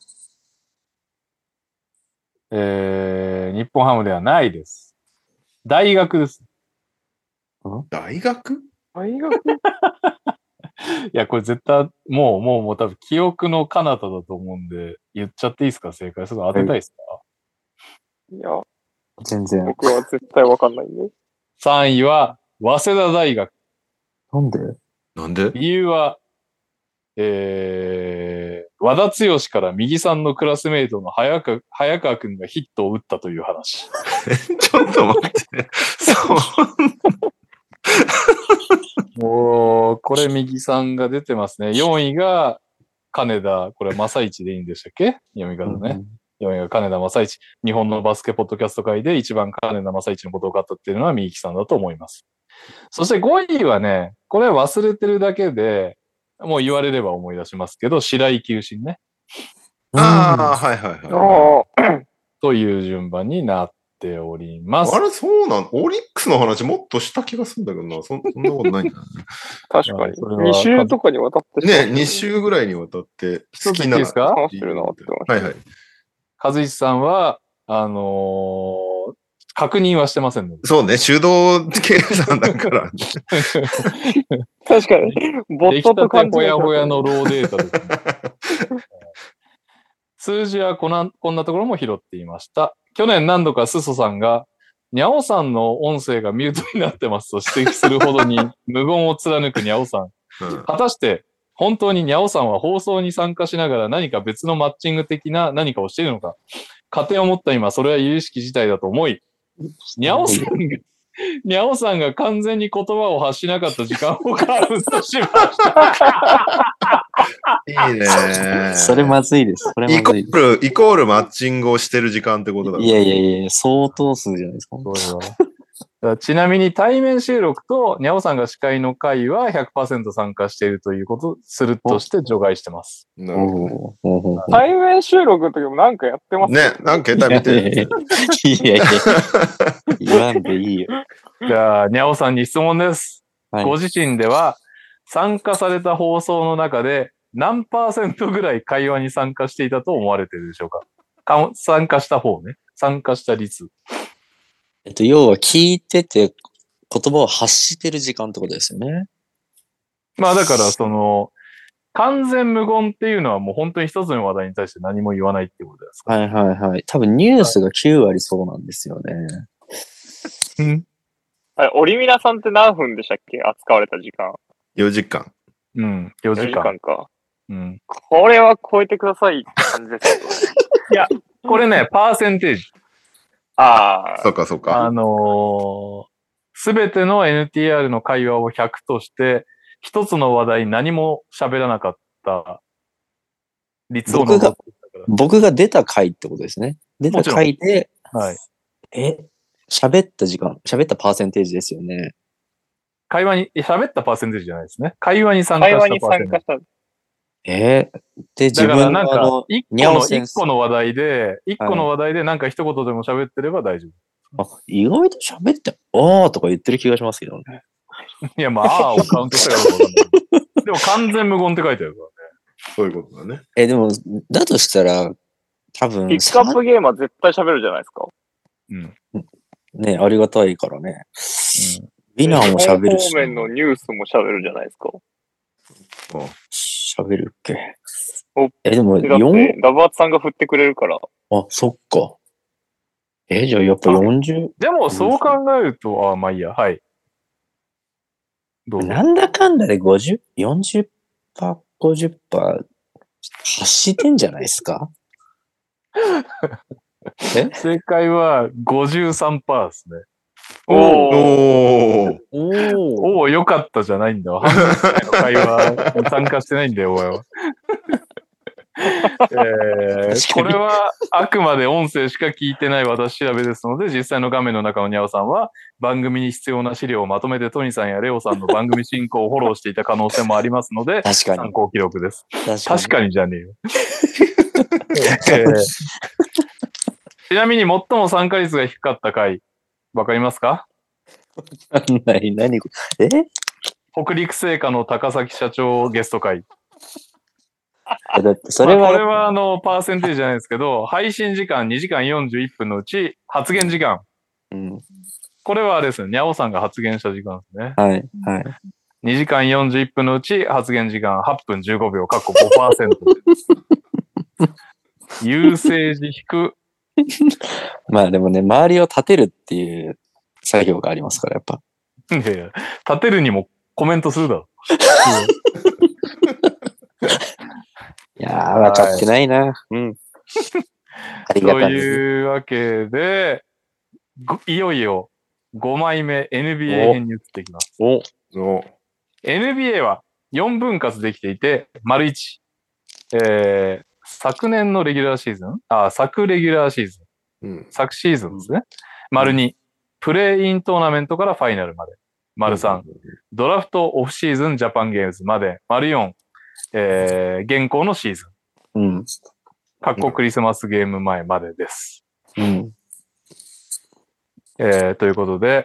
えー、日本ハムではないです。大学です。 大学大学いや、これ絶対、もう、もう、もう多分記憶の彼方だと思うんで、言っちゃっていいですか、正解。それ当てたいですか、 いや、 全然。 僕は絶対わかんないんで。 さんいは、早稲田大学。 なんでなんで理由は、えー、和田剛から右さんのクラスメイトの早川早川くんがヒットを打ったという話。 ちょっと待って。そう。 もう、これ右さんが出てますね。よんいが金田、これ正一でいいんでしたっけ読み方ね。 うんよんいが金田正一。日本のバスケポッドキャスト界で一番金田正一のことを語っているのは右さんだと思います。そしてごいはね、これ忘れてるだけで、もう言われれば思い出しますけど、白井球審ね。 ああ、はいはいはい。 おーという順番になっております。 あれ、そうなんオリックスの話もっとした気がするんだけどな。そ, そんなことないんだ確かにまあそれ。はに週とかにわたってね。ね、に週ぐらいにわたって好きな。 一つ言っていいですか話してるなって思いました。 はいはい。 和一さんは、あのー確認はしてませんので。 そうね、手動計算だから、ね。 確かに。ボットと感じほやほやのローデータですね。数字はこんな、こんなところも拾っていました。去年何度かスソさんが、にゃおさんの音声がミュートになってますと指摘するほどに無言を貫くにゃおさん。 うん、 果たして、本当ににゃおさんは放送に参加しながら何か別のマッチング的な何かをしているのか。家庭を持った今、それは有意識自体だと思い、にゃおさんが、にゃおさんが完全に言葉を発しなかった時間をカウントしました。 いいね。 それまずいです。それイコまずいです。 ール、イコールマッチングをしてる時間ってことだから。 いやいやいや、相当数じゃないですか。 そうよちなみに対面収録とにゃおさんが司会の回は ひゃくパーセント 参加しているということするとして除外してます。 なるほどね。 おーおーおー対面収録の時もなんかやってますね、なんか携帯見てる。 いやいや、言わんでいいよ。 じゃあ、にゃおさんに質問です。 はいご自身では参加された放送の中で何パーセントぐらい会話に参加していたと思われているでしょうか？か参加した方ね。参加した率。 えっと、要は聞いてて言葉を発してる時間ってことですよね。 まあだからその、完全無言っていうのはもう本当に一つの話題に対して何も言わないってことですか？ はいはいはい。多分ニュースがきゅう割そうなんですよね。 うん。 あれ、オリミラさんって何分でしたっけ扱われた時間。 よじかん。 うん。よよじかん。 じかんか。 うん。 これは超えてくださいって感じですけどね。 これね、パーセンテージ。 ああ。 そうかそうか。 あのすべての エヌティーアール の会話をひゃくとして、一つの話題何も喋らなかった率を除いてたから。 僕が出た回ってことですね。出た回で、 はい。 え、喋った時間、喋ったパーセンテージですよね。 会話に、喋ったパーセンテージじゃないですね。会話に参加したパーセンテージ。 会話に参加した。 えー、で、自だから分のあなんかの、、 一にゃ個の、 お先生一個の話題で、一個の話題でなんか一言でも喋ってれば大丈あ、意外と喋って、あーとか言ってる気がしますけどね。 夫。いや、まあ、あーをカウントしたかどうかわかんない。でも完全無言って書いてあるからね。 そういうことだね。 え、でも、だとしたら、多分、 ピックアップゲームは絶対喋るじゃないですか。 うん。 ね、ありがたいからね。ビナーも喋るし日、本方面のニュースも喋るじゃないですか。 喋るっけお。 え、でも、 だってよん、、 ラバーツさんが振ってくれるから。 あ、そっか。え、じゃあやっぱよんじゅう、 でも、そう考えると、あ、まあいいや、はい。どうぞ。 なんだかんだでごじゅう、よんじゅっパーセント、ごじゅっパーセント発してんじゃないですか？え正解は ごじゅうさんパーセント ですね。 おー。 おー。 おー。 おお、よかったじゃないんだわ。半分くらいの会話に参加してないんだよ、お前は。えー、これはあくまで音声しか聞いてない私調べですので、実際の画面の中のにゃおさんは番組に必要な資料をまとめてトニさんやレオさんの番組進行をフォローしていた可能性もありますので、 確かに参。考記録です。 確かに。 確かにじゃねえよ。えーちなみに最も参加率が低かった回、わかりますか？ なんない何これえ北陸製菓の高崎社長ゲスト会。 だってそれは、 まあこれはあの、パーセンテージじゃないですけど、配信時間にじかんよんじゅういっぷんのうち、発言時間。 うん。 これはあれですね、にゃおさんが発言した時間ですね。 はい、はい。 にじかんよんじゅういっぷんのうち、発言時間はっぷんじゅうごびょう、かっこ ごパーセント。優勢時引く。 まあでもね、周りを立てるっていう作業がありますから、やっぱ。 いやいや、立てるにもコメントするだろ。 いやー、わかってないな。うん。ありがとたい。 いうわけで、ごいよいよごまいめ エヌビーエー 編に移っていきます。 おおエヌビーエー はよんぶん割できていて、丸いち。えー、昨年のレギュラーシーズンあ、昨レギュラーシーズン。 うん。 昨シーズンですね。丸に、プレイイントーナメントからファイナルまで。丸さん、ドラフトオフシーズンジャパンゲームズまで。丸よん、えー、現行のシーズン。 うん。 かっこクリスマスゲーム前までです。 うん。 えー、ということで、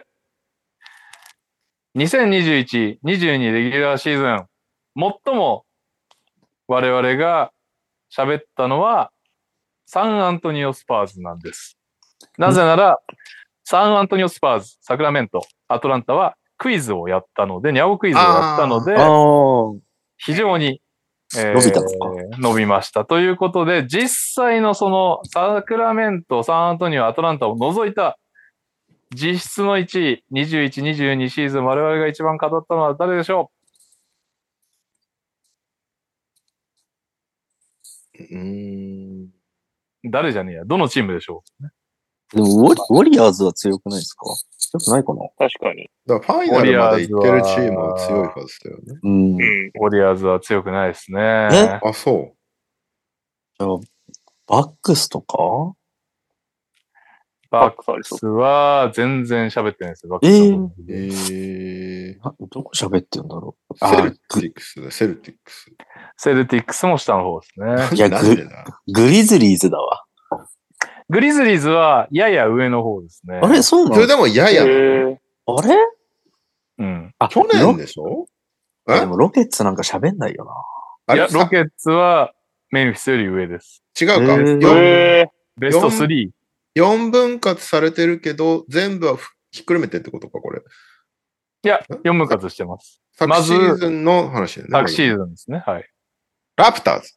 にせんにじゅういち、にじゅうにレギュラーシーズン、最も我々が喋ったのは、サンアントニオスパーズなんです。なぜなら、サンアントニオスパーズ、サクラメント、アトランタはクイズをやったので、ニャオクイズをやったので、 ああ。 非常に、えー伸びたんですか伸びました。ということで、実際のそのサクラメント、サンアントニオ、アトランタを除いた実質のいちい、にじゅういち、にじゅうにシーズン、我々が一番語ったのは誰でしょうーん。 う誰じゃねえや。どのチームでしょでもウォリ、ウォリアーズは強くないですか強くないかな確かに。 だからファイナルまで行ってるチームは強いはずだよね。 うん。 うん。 う。ウォリアーズは強くないですね。 えあ、そバックスとかバックスは全然喋ってないですよ。バックスの方う。えー、 などこ喋ってんだろうセルあティックスだ、セルティックス。 セルティックスも下の方ですね。 いやなんでだグリズリーズだわ。 グリズリーズはやや上の方ですね。 あれそうなのそれでもややなの、 えー、 あれうん。 あ、 去年ロでしょいやえでもロケッツなんか喋んないよな。 いや、 あれロケッツはメンフィスより上です。 違うか、 えーよんえベストスリー。 よんぶん割されてるけど、全部はひっくるめてってことか、これ。 いや、よんぶん割してます。 昨シーズンの話だよね。 昨シーン。 ズンですね。はい。 ラプターズ。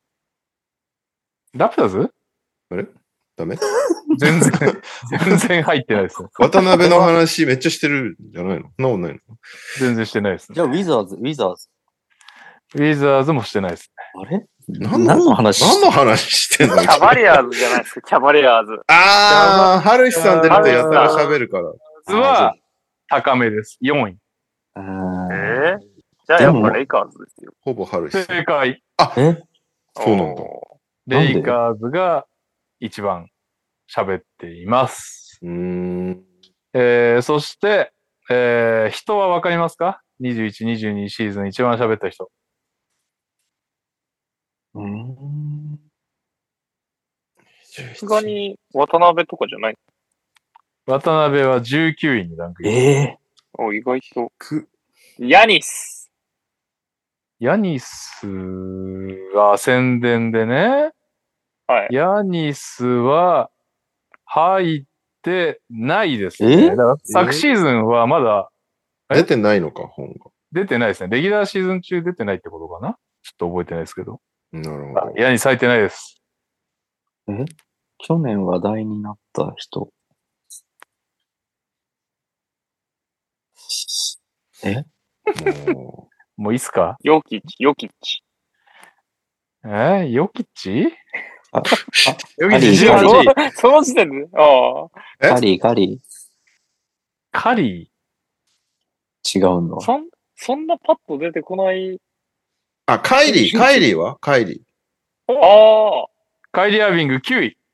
ラプターズあれダメ全然、全然入ってないですね。 渡辺の話めっちゃしてるんじゃないのそんなことないの全然してないですね。 じゃあウィザーズ、ウィザーズ。 ウィザーズもしてないですね。 あれ何何の話何の話してんのー、キャバリアーズじゃないですか、キャバリアーズ。 あー、ハルシさん出るとやたら喋るから。 ウィザーズは高めです。よんい。 あえーー、じゃあやっでもぱレイカーズですよ。 ほぼハルシさん。 正解。 えそうなんだおなんでレイカーズが一番喋っています。 うーん。 えー、そして、えー、人はわかりますか ?にじゅういち、にじゅうにシーズン一番喋った人。 うーん。 さすがに渡辺とかじゃない。 渡辺はじゅうきゅういにランクイン。 ええお、意外と。 く、 ヤニス。 ヤニスは宣伝でね、 はい。 ヤニスは入ってないですね。 えだから昨シーズンはまだえ出てないのか、本が。 出てないですね。レギュラーシーズン中出てないってことかなちょっと覚えてないですけど。 なるほど。 ヤニス入ってないです。 去年話題になった人。えももういいっすかヨキッチ、ヨキッチ。 えー、ヨキッチあ、 ヨキッカリーチじゅうはちい。 その時点で、あえカリー、カリカリー。違うんだあ、。そん、そんなパッと出てこない。 うあ、カイリー、カイリーはカイリー。 ああ、 ー、カイリー・アービングきゅうい。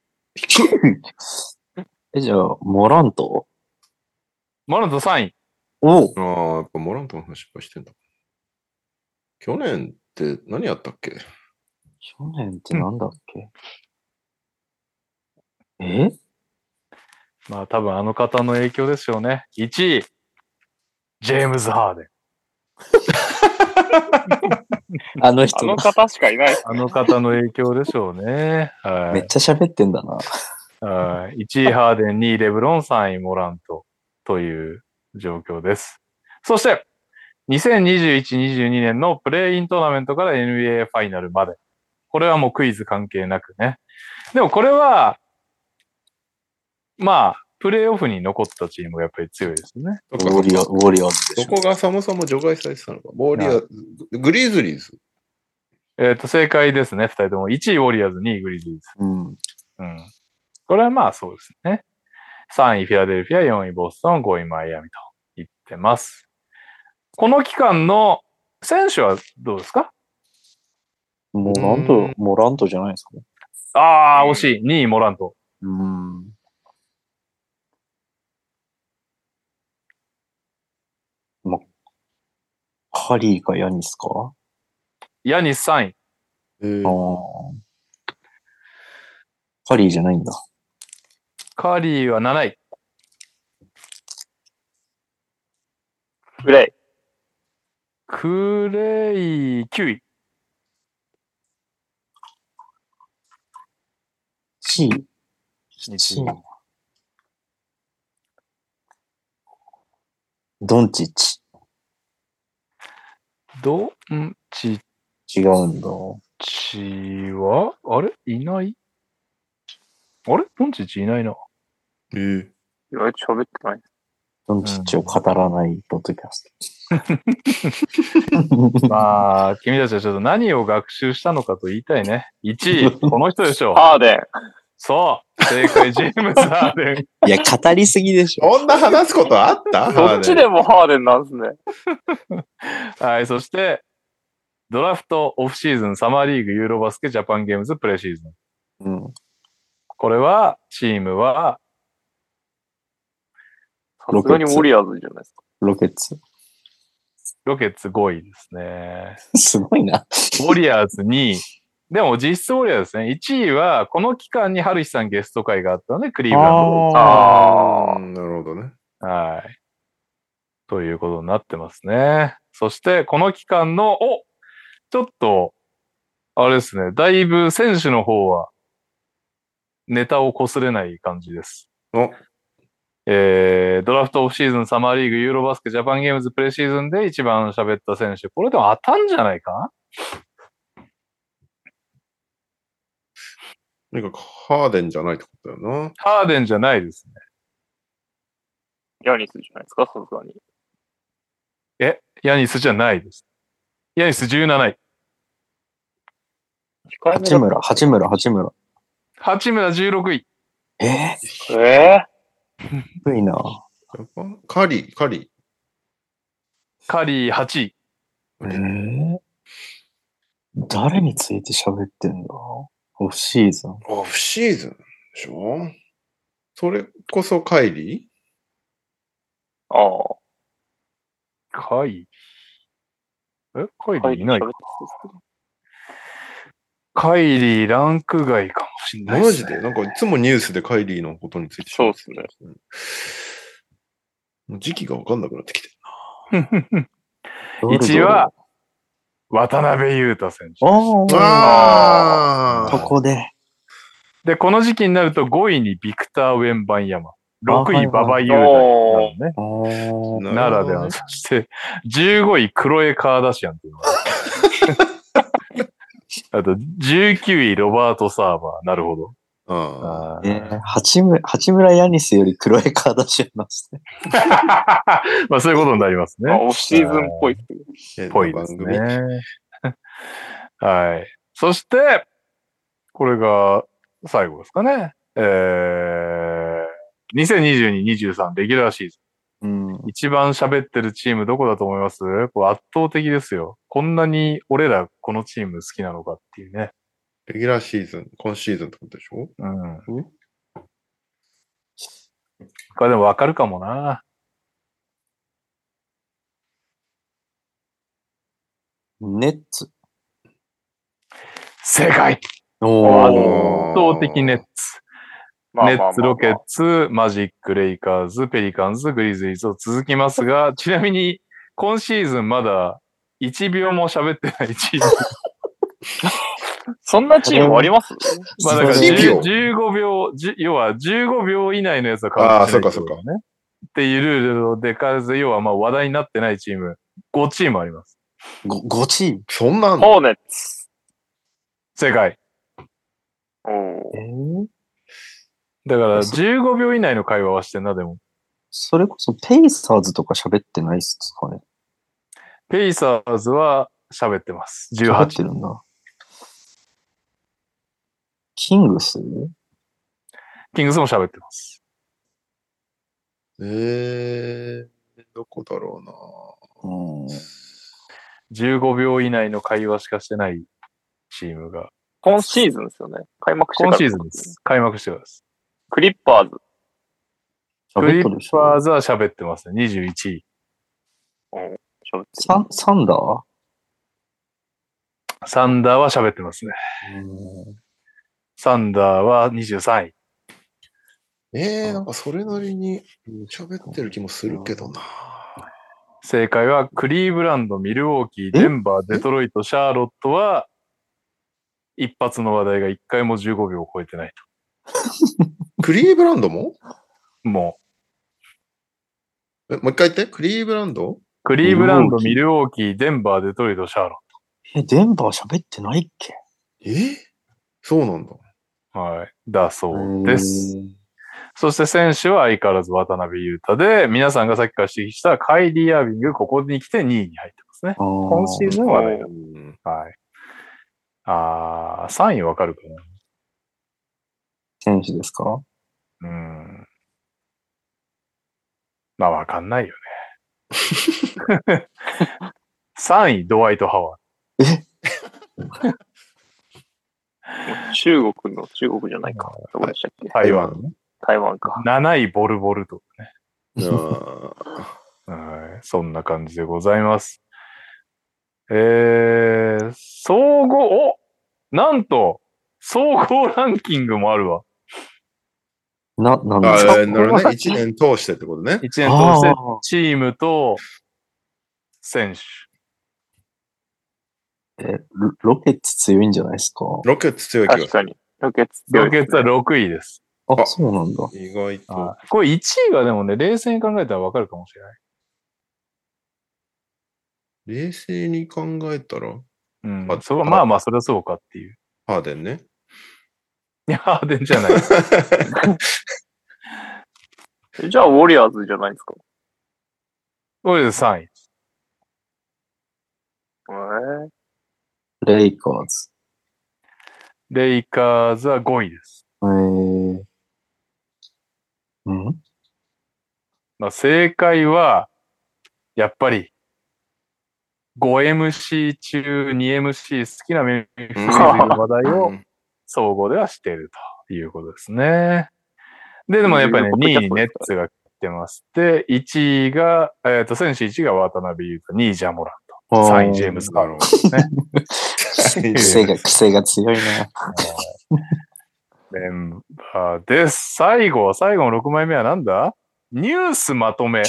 え、じゃあ、モラントモラントさんい。 おうああ、やっぱモラントの話ばしてんだ。去年って何やったっけ去年ってなんだっけ、えまあ多分あの方の影響ですよね。いちい、 ジェームズ・ハーデン。 あの人あの方しかいない。 あの方の影響でしょうね。はい。 めっちゃ喋ってんだな。 はい。いちいハーデン、にいレブロン、さんいモラントという状況です。そして、にせんにじゅういち、にじゅうにねんのプレイイントーナメントから エヌビーエー ファイナルまで。これはもうクイズ関係なくね。でもこれは、まあ、プレイオフに残ったチームがやっぱり強いですね。 ウォリア、ウォリアーズでしょ。 そこがそもそも除外されてたのか。ウォリアーズ、グリズリーズ。 えっと、正解ですね、二人とも。いちいウォリアーズ、にいグリズリーズ。 うん。 うん。これはまあそうですね。さんいフィラデルフィア、よんいボストン、ごいマイアミと言ってます。この期間の選手はどうですか？ モラント、モラントじゃないですかね。 ああ、惜しい。にいモラント。 うん。ま、カリーかヤニスか？ ヤニスさんい。 えー、 ああ。カリーじゃないんだ。 カリーはなない。 グレイ。 クレイきゅうい。 チー。 チチー。ドンチッチ。 ドンチッ違うんだ。 チは、あれいないあれドンチッチいないな。 えー、 意外と喋ってない。 ドンチッチを語らないポッドキャスト。 まあ、君たちはちょっと何を学習したのかと言いたいね。いちい、この人でしょう。 ハーデン。 そう。正解、ジェームズ・ハーデン。 いや、語りすぎでしょ。 そんな話すことあったどっちでもハーデンなんですね。 はい、そして、ドラフト、オフシーズン、サマーリーグ、ユーロバスケ、ジャパンゲームズ、プレシーズン。 うん。 これは、チームは、 さすがにウォリアーズじゃないですか。 ロケッツ。 ロケッツごいですね。 すごいな。 ウォリアーズにい。でも実質ウォリアーズですね。いちいは、この期間にハルヒさんゲスト会があったので、クリーブランドああー、なるほどね。 が。はい。ということになってますね。そして、この期間の、おちょっと、あれですね。だいぶ選手の方は、ネタを擦れない感じです。 おえー、ドラフトオフシーズン、サマーリーグ、ユーロバスケ、ジャパンゲームズプレシーズンで一番喋った選手。これでも当たんじゃないかなんかハーデンじゃないってことだよな。 ハーデンじゃないですね。 ヤニスじゃないですか、さすがに。 え、ヤニスじゃないです。ヤニスじゅうなない。 八村、八村、八村。 八村じゅうろくい。 えええー、低いな。 カリー、カリカリーはちい。 えー、誰について喋ってんだ？オフシーズン。 ー。オフシーズンでしょ？それこそカイリー？ ああ。 カイリー。えカイリはい、 ーいない喋ってたんですカイリーランク外かもしれないですね。 マジでなんかいつもニュースでカイリーのことについてそうっすね。 もう時期がわかんなくなってきてるいちいは、渡辺裕太選手。 おー。 あここで。 で、この時期になるとごいにビクター・ウェンバンヤマ。ろくい馬場雄大なのね。 おー。 ならでは。そして、じゅうごいクロエ・カーダシアンっていうのがあと、じゅうきゅういロバート・サーバー。なるほど。 あえー、八村、八村ヤニスよりクロエカーダシアンなんですね。 まあそういうことになりますね。 まあ、オフシーズンっぽいですけど。 ぽいですね。はい。そして、これが最後ですかね。えー、にせんにじゅうに、にじゅうさんレギュラーシーズン。 うん。 一番喋ってるチームどこだと思います？これ圧倒的ですよ。こんなに俺らこのチーム好きなのかっていうね。 レギュラーシーズン、今シーズンってことでしょ？ うん。これでもわかるかもな。 ネッツ。 正解。 お圧ー。 倒的ネッツ。 まあまあまあまあネッツ、ロケッツ、マジック、レイカーズ、ペリカンズ、グリズリーズと続きますが、ちなみに今シーズンまだいちびょうも喋ってないチーム。 そんなチームありますまあだからいちびょうじゅうごびょう、じ要はじゅうごびょう以内のやつはカああ、 ウントしそっかそっか。 ないってことだね。っていうルールで数、要はまあ話題になってないチーム、ごチームあります。 ご、ごチーム。 そんなんホーネッツ。 正解。 おーえー、 だからそじゅうごびょう以内の会話はしてんな、でも。 それこそペイサーズとか喋ってないっすかね。 ペイサーズは喋ってます。じゅう喋はち。 ってるんだ。キングスキングスも喋ってます。 えー、どこだろうな。 うん。 じゅうごびょう以内の会話しかしてないチームが。 今シーズンですよね。開幕してから。 今シーズンです。開幕してからです。 クリッパーズ。 クリッ喋ってるでしょ。 パーズは喋ってますね。にじゅういちい。 うん。喋ってるサン、サンダーサンダーは喋ってますね。 うんサンダーはにじゅうさんい。 えー、なんかそれなりに喋ってる気もするけどな。 正解はクリーブランド、ミルウォーキー、 えデンバー、デトロイト、シャーロットは一発の話題がいっかいもじゅうごびょうを超えてないクリーブランドもと。もえもう一回言って。クリーブランドう、クリーブランド、 ミミルウォーキー、デンバー、デトロイト、シャーロえ、デンバー喋ってないっけえそうなんだ。 ット。はい。だそうです。 へーそして選手は相変わらず渡辺裕太で、皆さんがさっきから指摘したカイリー・アービング、ここに来てにいに入ってますね。 あー今シーズンはね。 うんはい。あー、さんいわかるか選手ですかな。うん。まあわかんないよね。さんい、ドワイト・ハワーえ中国の、中国じゃないか。どこでしたっけド。台湾。 台湾か。 なない、ボルボルとかね。 いやーはい。そんな感じでございます。えー、総合、おなんと、総合ランキングもあるわ。 な、なんあですかえーなるほどね。一年通してってことね。 一年通してあーチームと選手。 えロ、ロケッツ強いんじゃないですかロケッツ強い気がす確かに。ロケッツ強いですねロケッツはろくいです。 あ、 あそうなんだ。 る。意外と。 はいこれいちいはでもね、冷静に考えたらわかるかもしれない。 冷静に考えたら、 うんあ。 それはまあまあ、それはそうかっていう。 ハーデンね。 いや、ハーデンじゃない。 じゃあ、ウォリアーズじゃないですか。 これでさんい。 えー、 レイカーズ。 レイカーズはごいです。 えー、うんまあ、正解は、やっぱり、ごエムシー 中 にエムシー 好きなメンフィス・グリズリーの話題をうん総合ではしているということですね。で、でもやっぱりね、にいにネッツが来てます。で、いちいが、えっ、と、選手いちいが渡辺裕太、にいジャモラント、さんいジェームズ・カーロンですね。 癖が、癖が強いな。 メンバーです。最後、最後のろくまいめはなんだ？ニュースまとめ。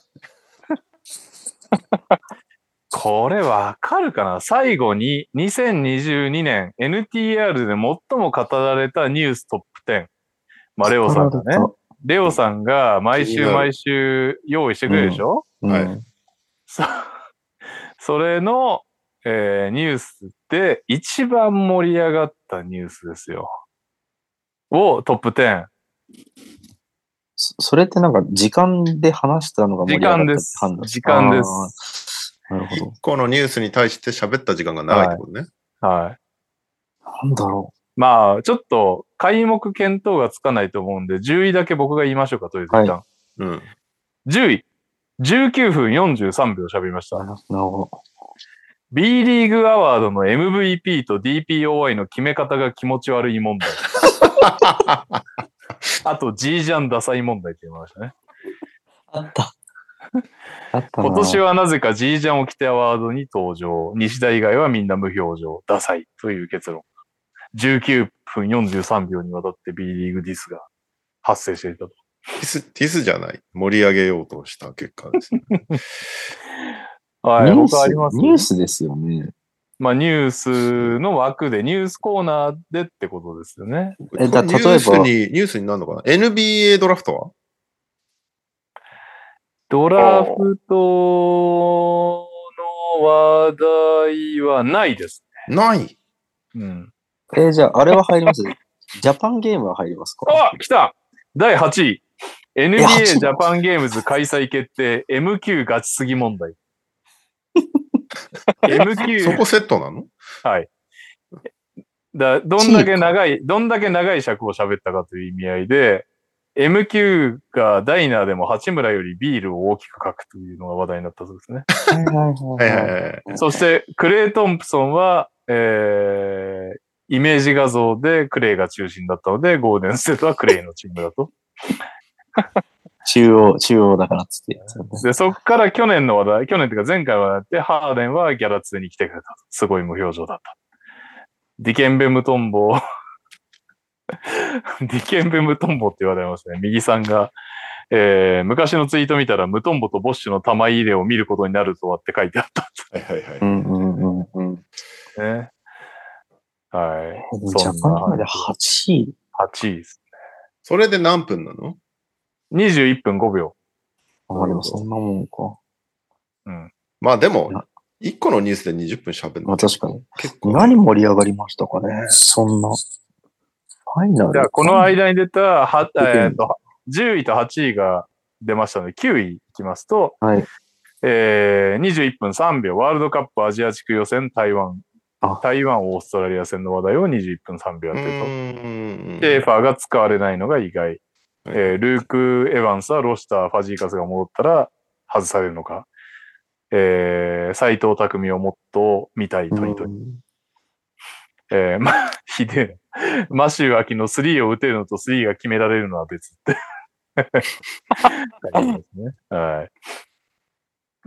これわかるかな？最後ににせんにじゅうにねん エヌティーアール で最も語られたニューストップじゅう。まあ、レオさんがね。レオさんが毎週毎週用意してくれるでしょ、 うん。 はいうんそそれの、えーニュースで一番盛り上がったニュースですよ。をトップじゅう。 そそれってなんか時間で話したのが盛り上がったって判断時間ですあーなるほど。 このニュースに対して喋った時間が長いってことね。 はい。 なんだろまあ、ちょっと、開目見当がつかないと思うんで、じゅういだけ僕が言いましょうか、とりあえず一旦。 うん。 じゅうい、じゅうきゅうふんよんじゅうさんびょう喋りましう。 た。 ななるほど。 B リーグアワードの エムブイピー と ディーピーオーアイ の決め方が気持ち悪い問題。あと、G ジャンダサい問題って言いましたね。 あった。あったな。 今年はなぜか G ジャンを着てアワードに登場。西田以外はみんな無表情。ダサいという結論。じゅうきゅうふんよんじゅうさんびょうにわたって B リーグディスが発生していたと。 ティス、ティスじゃない。盛り上げようとした結果です、ね。 はい、 ニュース他ありますニュースですよね。 まあ、ニュースの枠で、ニュースコーナーでってことですよね。 えだニュースに、ニュースになるのかな？ エヌビーエー ドラフトはドラフトの話題はないですない。 ね。うん。 えーじゃあ、あれは入りますジャパンゲームは入りますか？ あ、来ただいはちい。エヌビーエーはちいジャパンゲームズ開催決定 エムキュー ガチすぎ問題。エムキューそこセットなの？ はい。だどんだけ長い、どんだけ長い尺を喋ったかという意味合いで、エムキュー がダイナーでも八村よりビールを大きく書くというのが話題になったそうですね。 はいはいはいはいはいはい。 そして、クレイ・トンプソンは、えー、イメージ画像でクレイが中心だったので、ゴールデンステートはクレイのチームだと。 中央、中央だからっつって。 で、そっから去年の話題、去年というか前回はやって、ハーデンはギャラツに来てくれた。すごい無表情だった。ディケンベムトンボディケンベムトンボって言われましたね。右さんが、えー、昔のツイート見たら、ムトンボとボッシュの玉入れを見ることになるとはって書いてあった。 はいはいはい。 うんうんうんうん。 ね。はい。 ジャパンゲームではちい。 はちいですね。 それで何分なの？ にじゅういっぷんごびょああ、でもそんなもんか。 う。うん。 まあでも、いっこのニュースでにじゅっぷん喋るの。 まあ確かに。 結構。 何盛り上がりましたかね。そんな。ファイナル。 じゃあ、この間に出た、は、えっと、じゅういとはちいが出ましたので、きゅういいきますと、 はい。 えー、にじゅういっぷんさんびょう、ワールドカップアジア地区予選台湾、 あ台湾オーストラリア戦の話題をにじゅういっぷんさんびょうやってると。 うーんシェーファーが使われないのが意外。えー、ルーク・エヴァンスはロシター、ファジーカスが戻ったら外されるのか。えー、斎藤匠をもっと見たいとにとに。えー、ま、ひでえ。マシュー・アキのスリーを打てるのとスリーが決められるのは別って。書いてますね。はい。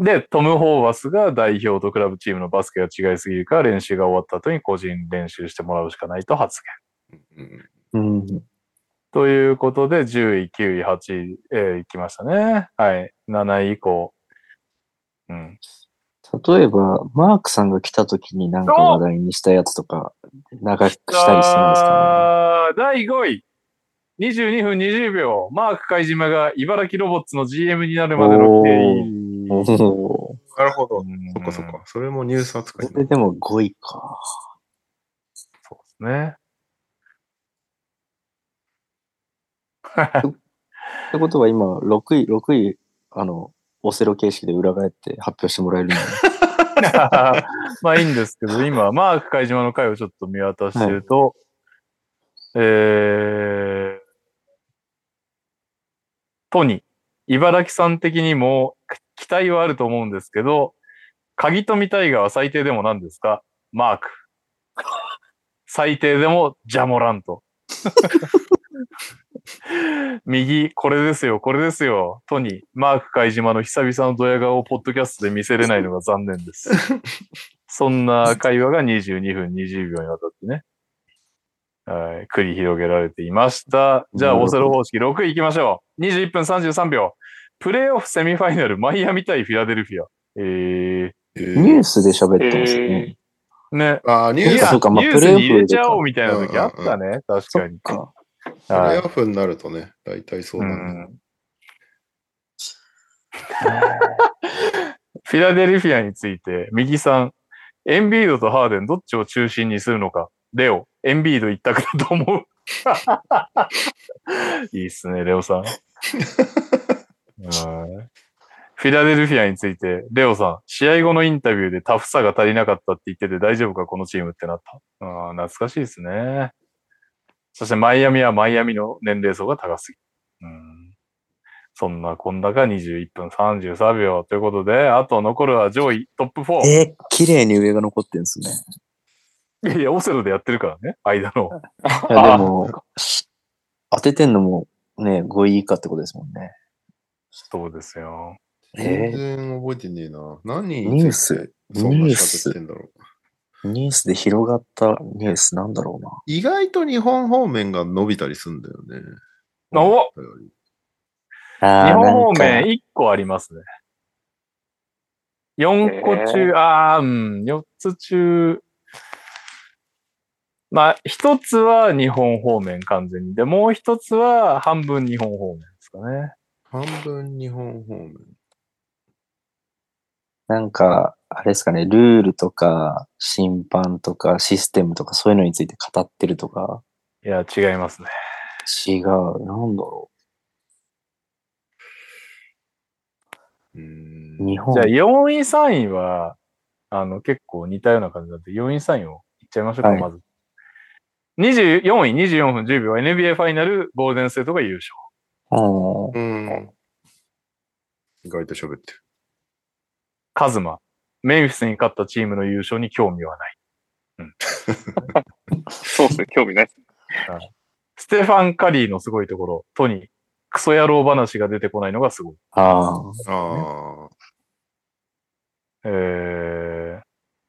で、トム・ホーバスが代表とクラブチームのバスケが違いすぎるから練習が終わった後に個人練習してもらうしかないと発うんうん。 言。ということで、じゅうい、きゅうい、はちい、えー、行きましたね。はい。なない以降。うん。 例えば、マークさんが来た時になんか話題にしたやつとか、長くしたりするんですかね。だいごい。にじゅうにふんにじゅうびょう。マーク貝島が茨城ロボッツの ジーエム になるまでの経緯。 おー。 なるほど。 うんそっかそっか。それもニュース扱いこれでもごいか。 そうですね。 ってことは今、ろくい、ろくい、あの、オセロ形式で裏返って発表してもらえるのまあいいんですけど、今、マーク貝島の回をちょっと見渡してると、はい、えー、トニー、茨城さん的にも期待はあると思うんですけど、鍵富タイガーは最低でも何ですか？マーク。最低でもジャモラント。右、これですよ、これですよ。トニー、マーク貝島の久々のドヤ顔をポッドキャストで見せれないのが残念です。そんな会話がにじゅうにふんにじゅうびょうにわたってね、はい、繰り広げられていました。じゃあ、オセロ方式ろくい行きましょう。にじゅういっぷんさんじゅうさんびょう。プレイオフセミファイナル、マイアミ対フィラデルフィア。えー、 えー、 ニュースで喋ってますね。 ね。 あ、ニュース。 そうか、まあ、 ニュースに入れちゃおうみたいな時あったね。うんうんうん、確かに。 かプレイオフになるとね、大体そうなんだ、ね。うんフィラデルフィアについて、右さん、エンビードとハーデンどっちを中心にするのか。レオ、エンビード一択だと思う。いいっすね、レオさん。フィラデルフィアについて、レオさん、試合後のインタビューでタフさが足りなかったって言ってて大丈夫か、このチームってなった。あ懐かしいですね。そしてマイアミはマイアミの年齢層が高すぎる。うんそんなこんながにじゅういっぷんさんじゅうさんびょうということで、あと残るは上位トップよん。 えー、綺麗に上が残ってんですね。 いやいや、オセロでやってるからね、間の。 いや、でも、当ててんのもね、ごい以下ってことですもんね。 そうですよ。 全然覚えてねえな。何ニュースそんな喋ってんだろう。ニュースで広がったニュースなんだろうな。 意外と日本方面が伸びたりするんだよね。 おお便りあー日本方なんか面いっこありますね。よんこ中、 へああ、うん、よっつ中、まあ、ひとつは日本方面完全に。で、もうひとつは半分日本方面ですかね。 半分日本方面。 なんか、あれですかね、ルールとか、審判とか、システムとか、そういうのについて語ってるとか、 いや、違いますね。 違う。なんだろうーう。日ん。 じゃあ、 本。 よんい、さんいは、あの、結構似たような感じなんで、よんい、さんいをいっちゃいましょうか、 はいまず。にじゅうよんい、にじゅうよんぷんじゅうびょう エヌビーエー ファイナル、ゴールデンステートが優勝。 ううん。意外と喋ってる。 カズマ、メンフィスに勝ったチームの優勝に興味はない。 そうっすね、興味ないっす。 ステファン・カリーのすごいところ、トニー、クソ野郎話が出てこないのがすごい。 ああ。 ああ。 え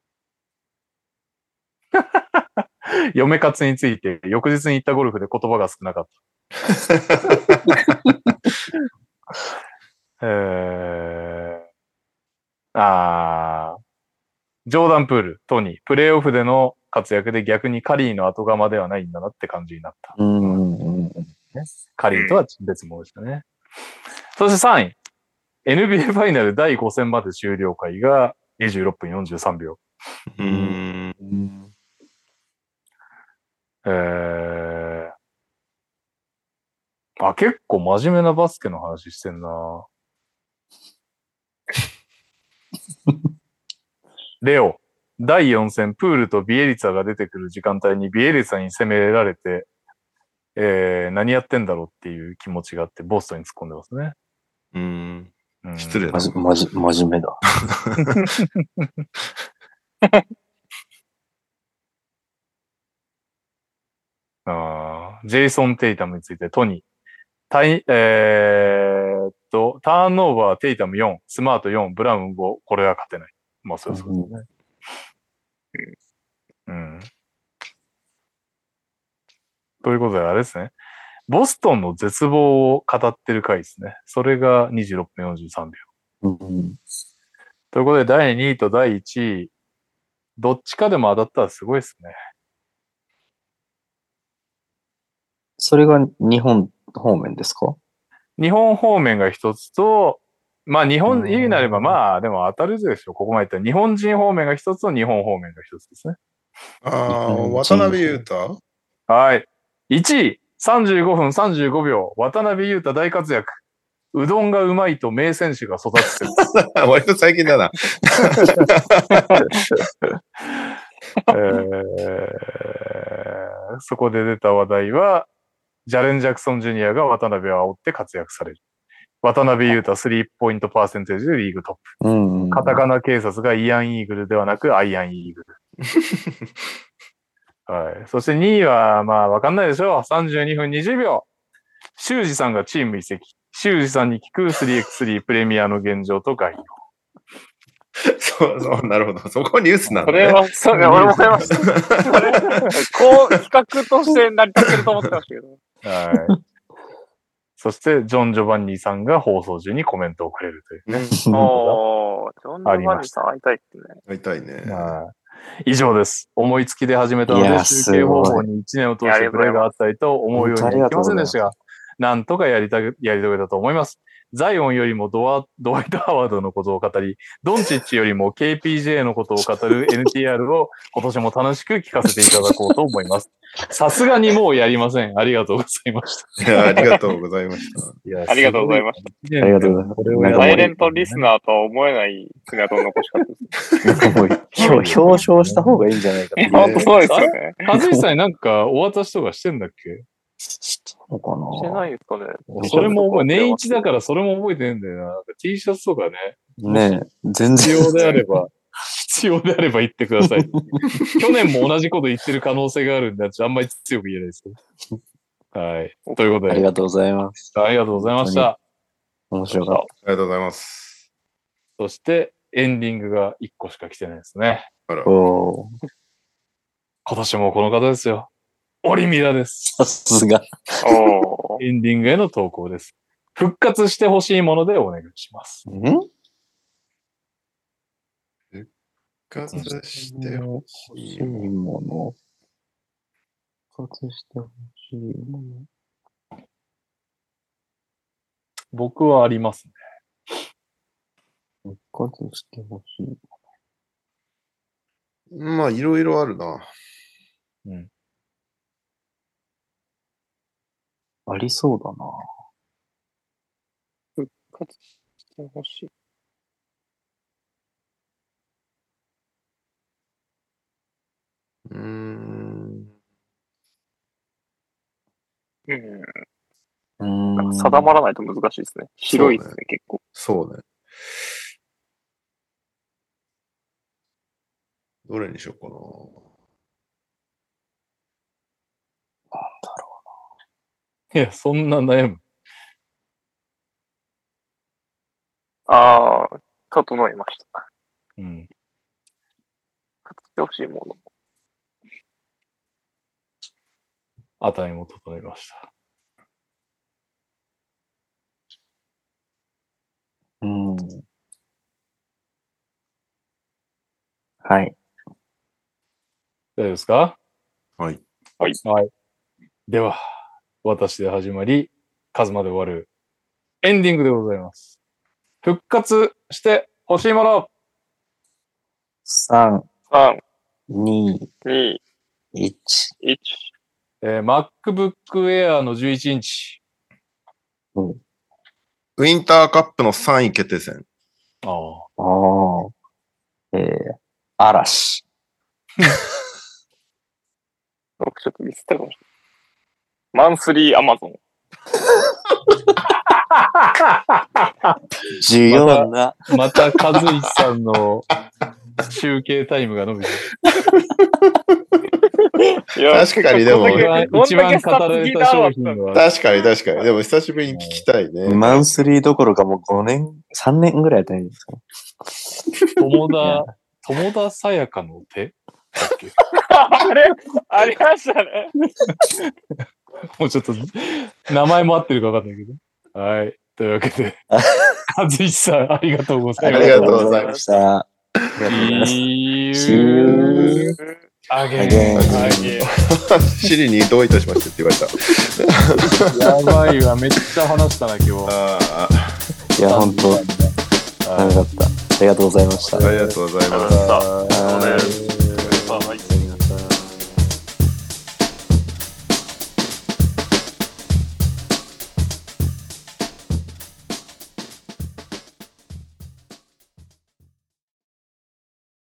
ー、嫁活について翌日に行ったゴルフで言葉が少なかった。えー、あー、ジョーダン・プール、トニー、プレイオフでの活躍で逆にカリーの後釜ではないんだなって感じになった。 うんうんうん。 カリーとは別物でしたね。そしてさんい、エヌビーエー ファイナルだいご戦まで終了回がにじゅうろっぷんよんじゅうさんびょう。 うーん。 うんえー、あ、結構真面目なバスケの話してんな。レオ、だいよん戦、プールとビエリツァが出てくる時間帯にビエリツァに攻められて、えー、何やってんだろうっていう気持ちがあって、ボストンに突っ込んでますね。 うーん。 うん、 失礼まじ、まじ、真面目だ。 あージェイソン・テイタムについてトニー。タイ、えーっと、ターンオーバー、テイタムよん、スマートよん、ブラウンご、これは勝てない。まあ、そうそうですね。うん。ということで、あれですね。ボストンの絶望を語ってる回ですね。それがにじゅうろっぷんよんじゅうさんびょう。 うんということで、だいにいとだいいちい、どっちかでも当たったらすごいですね。 それが日本方面ですか？ 日本方面が一つと、まあ日本、 うん言うなればまあでも当たるでしょ。ここまで言ったら日本人方面が一つと日本方面が一つですね。 ああ、 うん渡辺裕太はい。いちい、さんじゅうごふんさんじゅうごびょう、渡辺裕太大活躍。うどんがうまいと名選手が育つ説。 割と最近だな。 えーそこで出た話題は、ジャレン・ジャクソン・ジュニアが渡辺を煽って活躍される。渡辺裕太スリーポイントパーセンテージでリーグトップ。 うんうん。 カタカナ警察がイアン・イーグルではなくアイアン・イーグル。はい。そしてにいは、まあわかんないでしょう。さんじゅうにふんにじゅうびょう。修二さんがチーム移籍。修二さんに聞く スリーエックススリー プレミアの現状と概要。 そうそう、なるほど。そこニュースなんだね。 それは、それ、俺も思いました。それ、こう、比較として成り立ってると思ってましたけど。 はい。そして、ジョン・ジョバンニさんが放送中にコメントをくれるというね。 おー、ジョン・ジョバンニさん会いたいってね。 会いたいね。 はい以上です。思いつきで始めたので、 いや集計方法にいちねんを通してプレイがあったりと思うようにはいきませんでしたが、なんとかやりた、やり遂げたと思います。ザイオンよりもドワドワイト・ハワードのことを語り、ドンチッチよりも ケーピージェー のことを語る エヌティーアール を今年も楽しく聞かせていただこうと思います。さすがにもうやりません。ありがとうございました。 いや、ありがとうございました。 いやありがとうございました。 ありがとうございますこれをやるサイレントリスナーとは思えない爪痕を残しかったです。 なんかもう表表彰した方がいいんじゃないかって。 本当そうですよね。 はずいさんになんかお渡しとかしてんだっけしたのかな？ してないですかね。 それも覚え、年一だからそれも覚えてねえんだよな。なんか T シャツとかね。 ねえ、全必然。 要であれば、必要であれば言ってください。去年も同じこと言ってる可能性があるんで、あんまり強く言えないですけど。はい。ということで。 ありがとうございます。 ありがとうございました。 面白かっありがとうございます。 そして、エンディングがいっこしか来てないですね。 あらた。。おー、 今年もこの方ですよ。オリミラです。 さすが。 おー。 エンディングへの投稿です。復活してほしいものでお願いします。 ん復活してほしいもの。復活してほしいもの。 僕はありますね。 復活してほしい。 まあ、いろいろあるな。 うん。 ありそうだな。 復活してほしい。 うーん。 うん。 うーん。 なんか定まらないと難しいですね。広いですね、 そうね結構。 そうね。どれにしようかな。 なんだろいや、そんな悩む。 ああ、整いました。 うん。 復活してほしいもの。 値も整いました。 う。うん。はい。 大丈夫ですか？ はい。 はい。 はい。では、私で始まり、カズマで終わるエンディングでございます。復活してほしいもの。 さん、 さん、 に、 に、 いち。 いち。 えー、MacBook Air のじゅういちインチ。 うん。 ウィンターカップのさんい決定戦。 ああ。 ああ。えー、嵐。 僕ちょっとミスったかもしれない。マンスリーアマゾン。 需要な。 また、カズイさんの集計タイムが伸びていや確かにでもこんだけ一番語られた商品は。 確かに確かに。でも久しぶりに聞きたいね。 マンスリーどころかもうごねん、さんねんぐらいやったんですか。 友田、友田さやかの手だっけあれありましたね。 もうちょっと、名前も合ってるか分かんないけど。はい。というわけで、カズイさん、ありがとうございました。 ありがとうございました。 ありがとうございます。 See you again. again. シリにどういたしましてって言われた。 やばいわ、めっちゃ話したな、今日。 あいや、ほんと、長かった。ありがとうございました。 ありがとうございます。 ありがとうございました。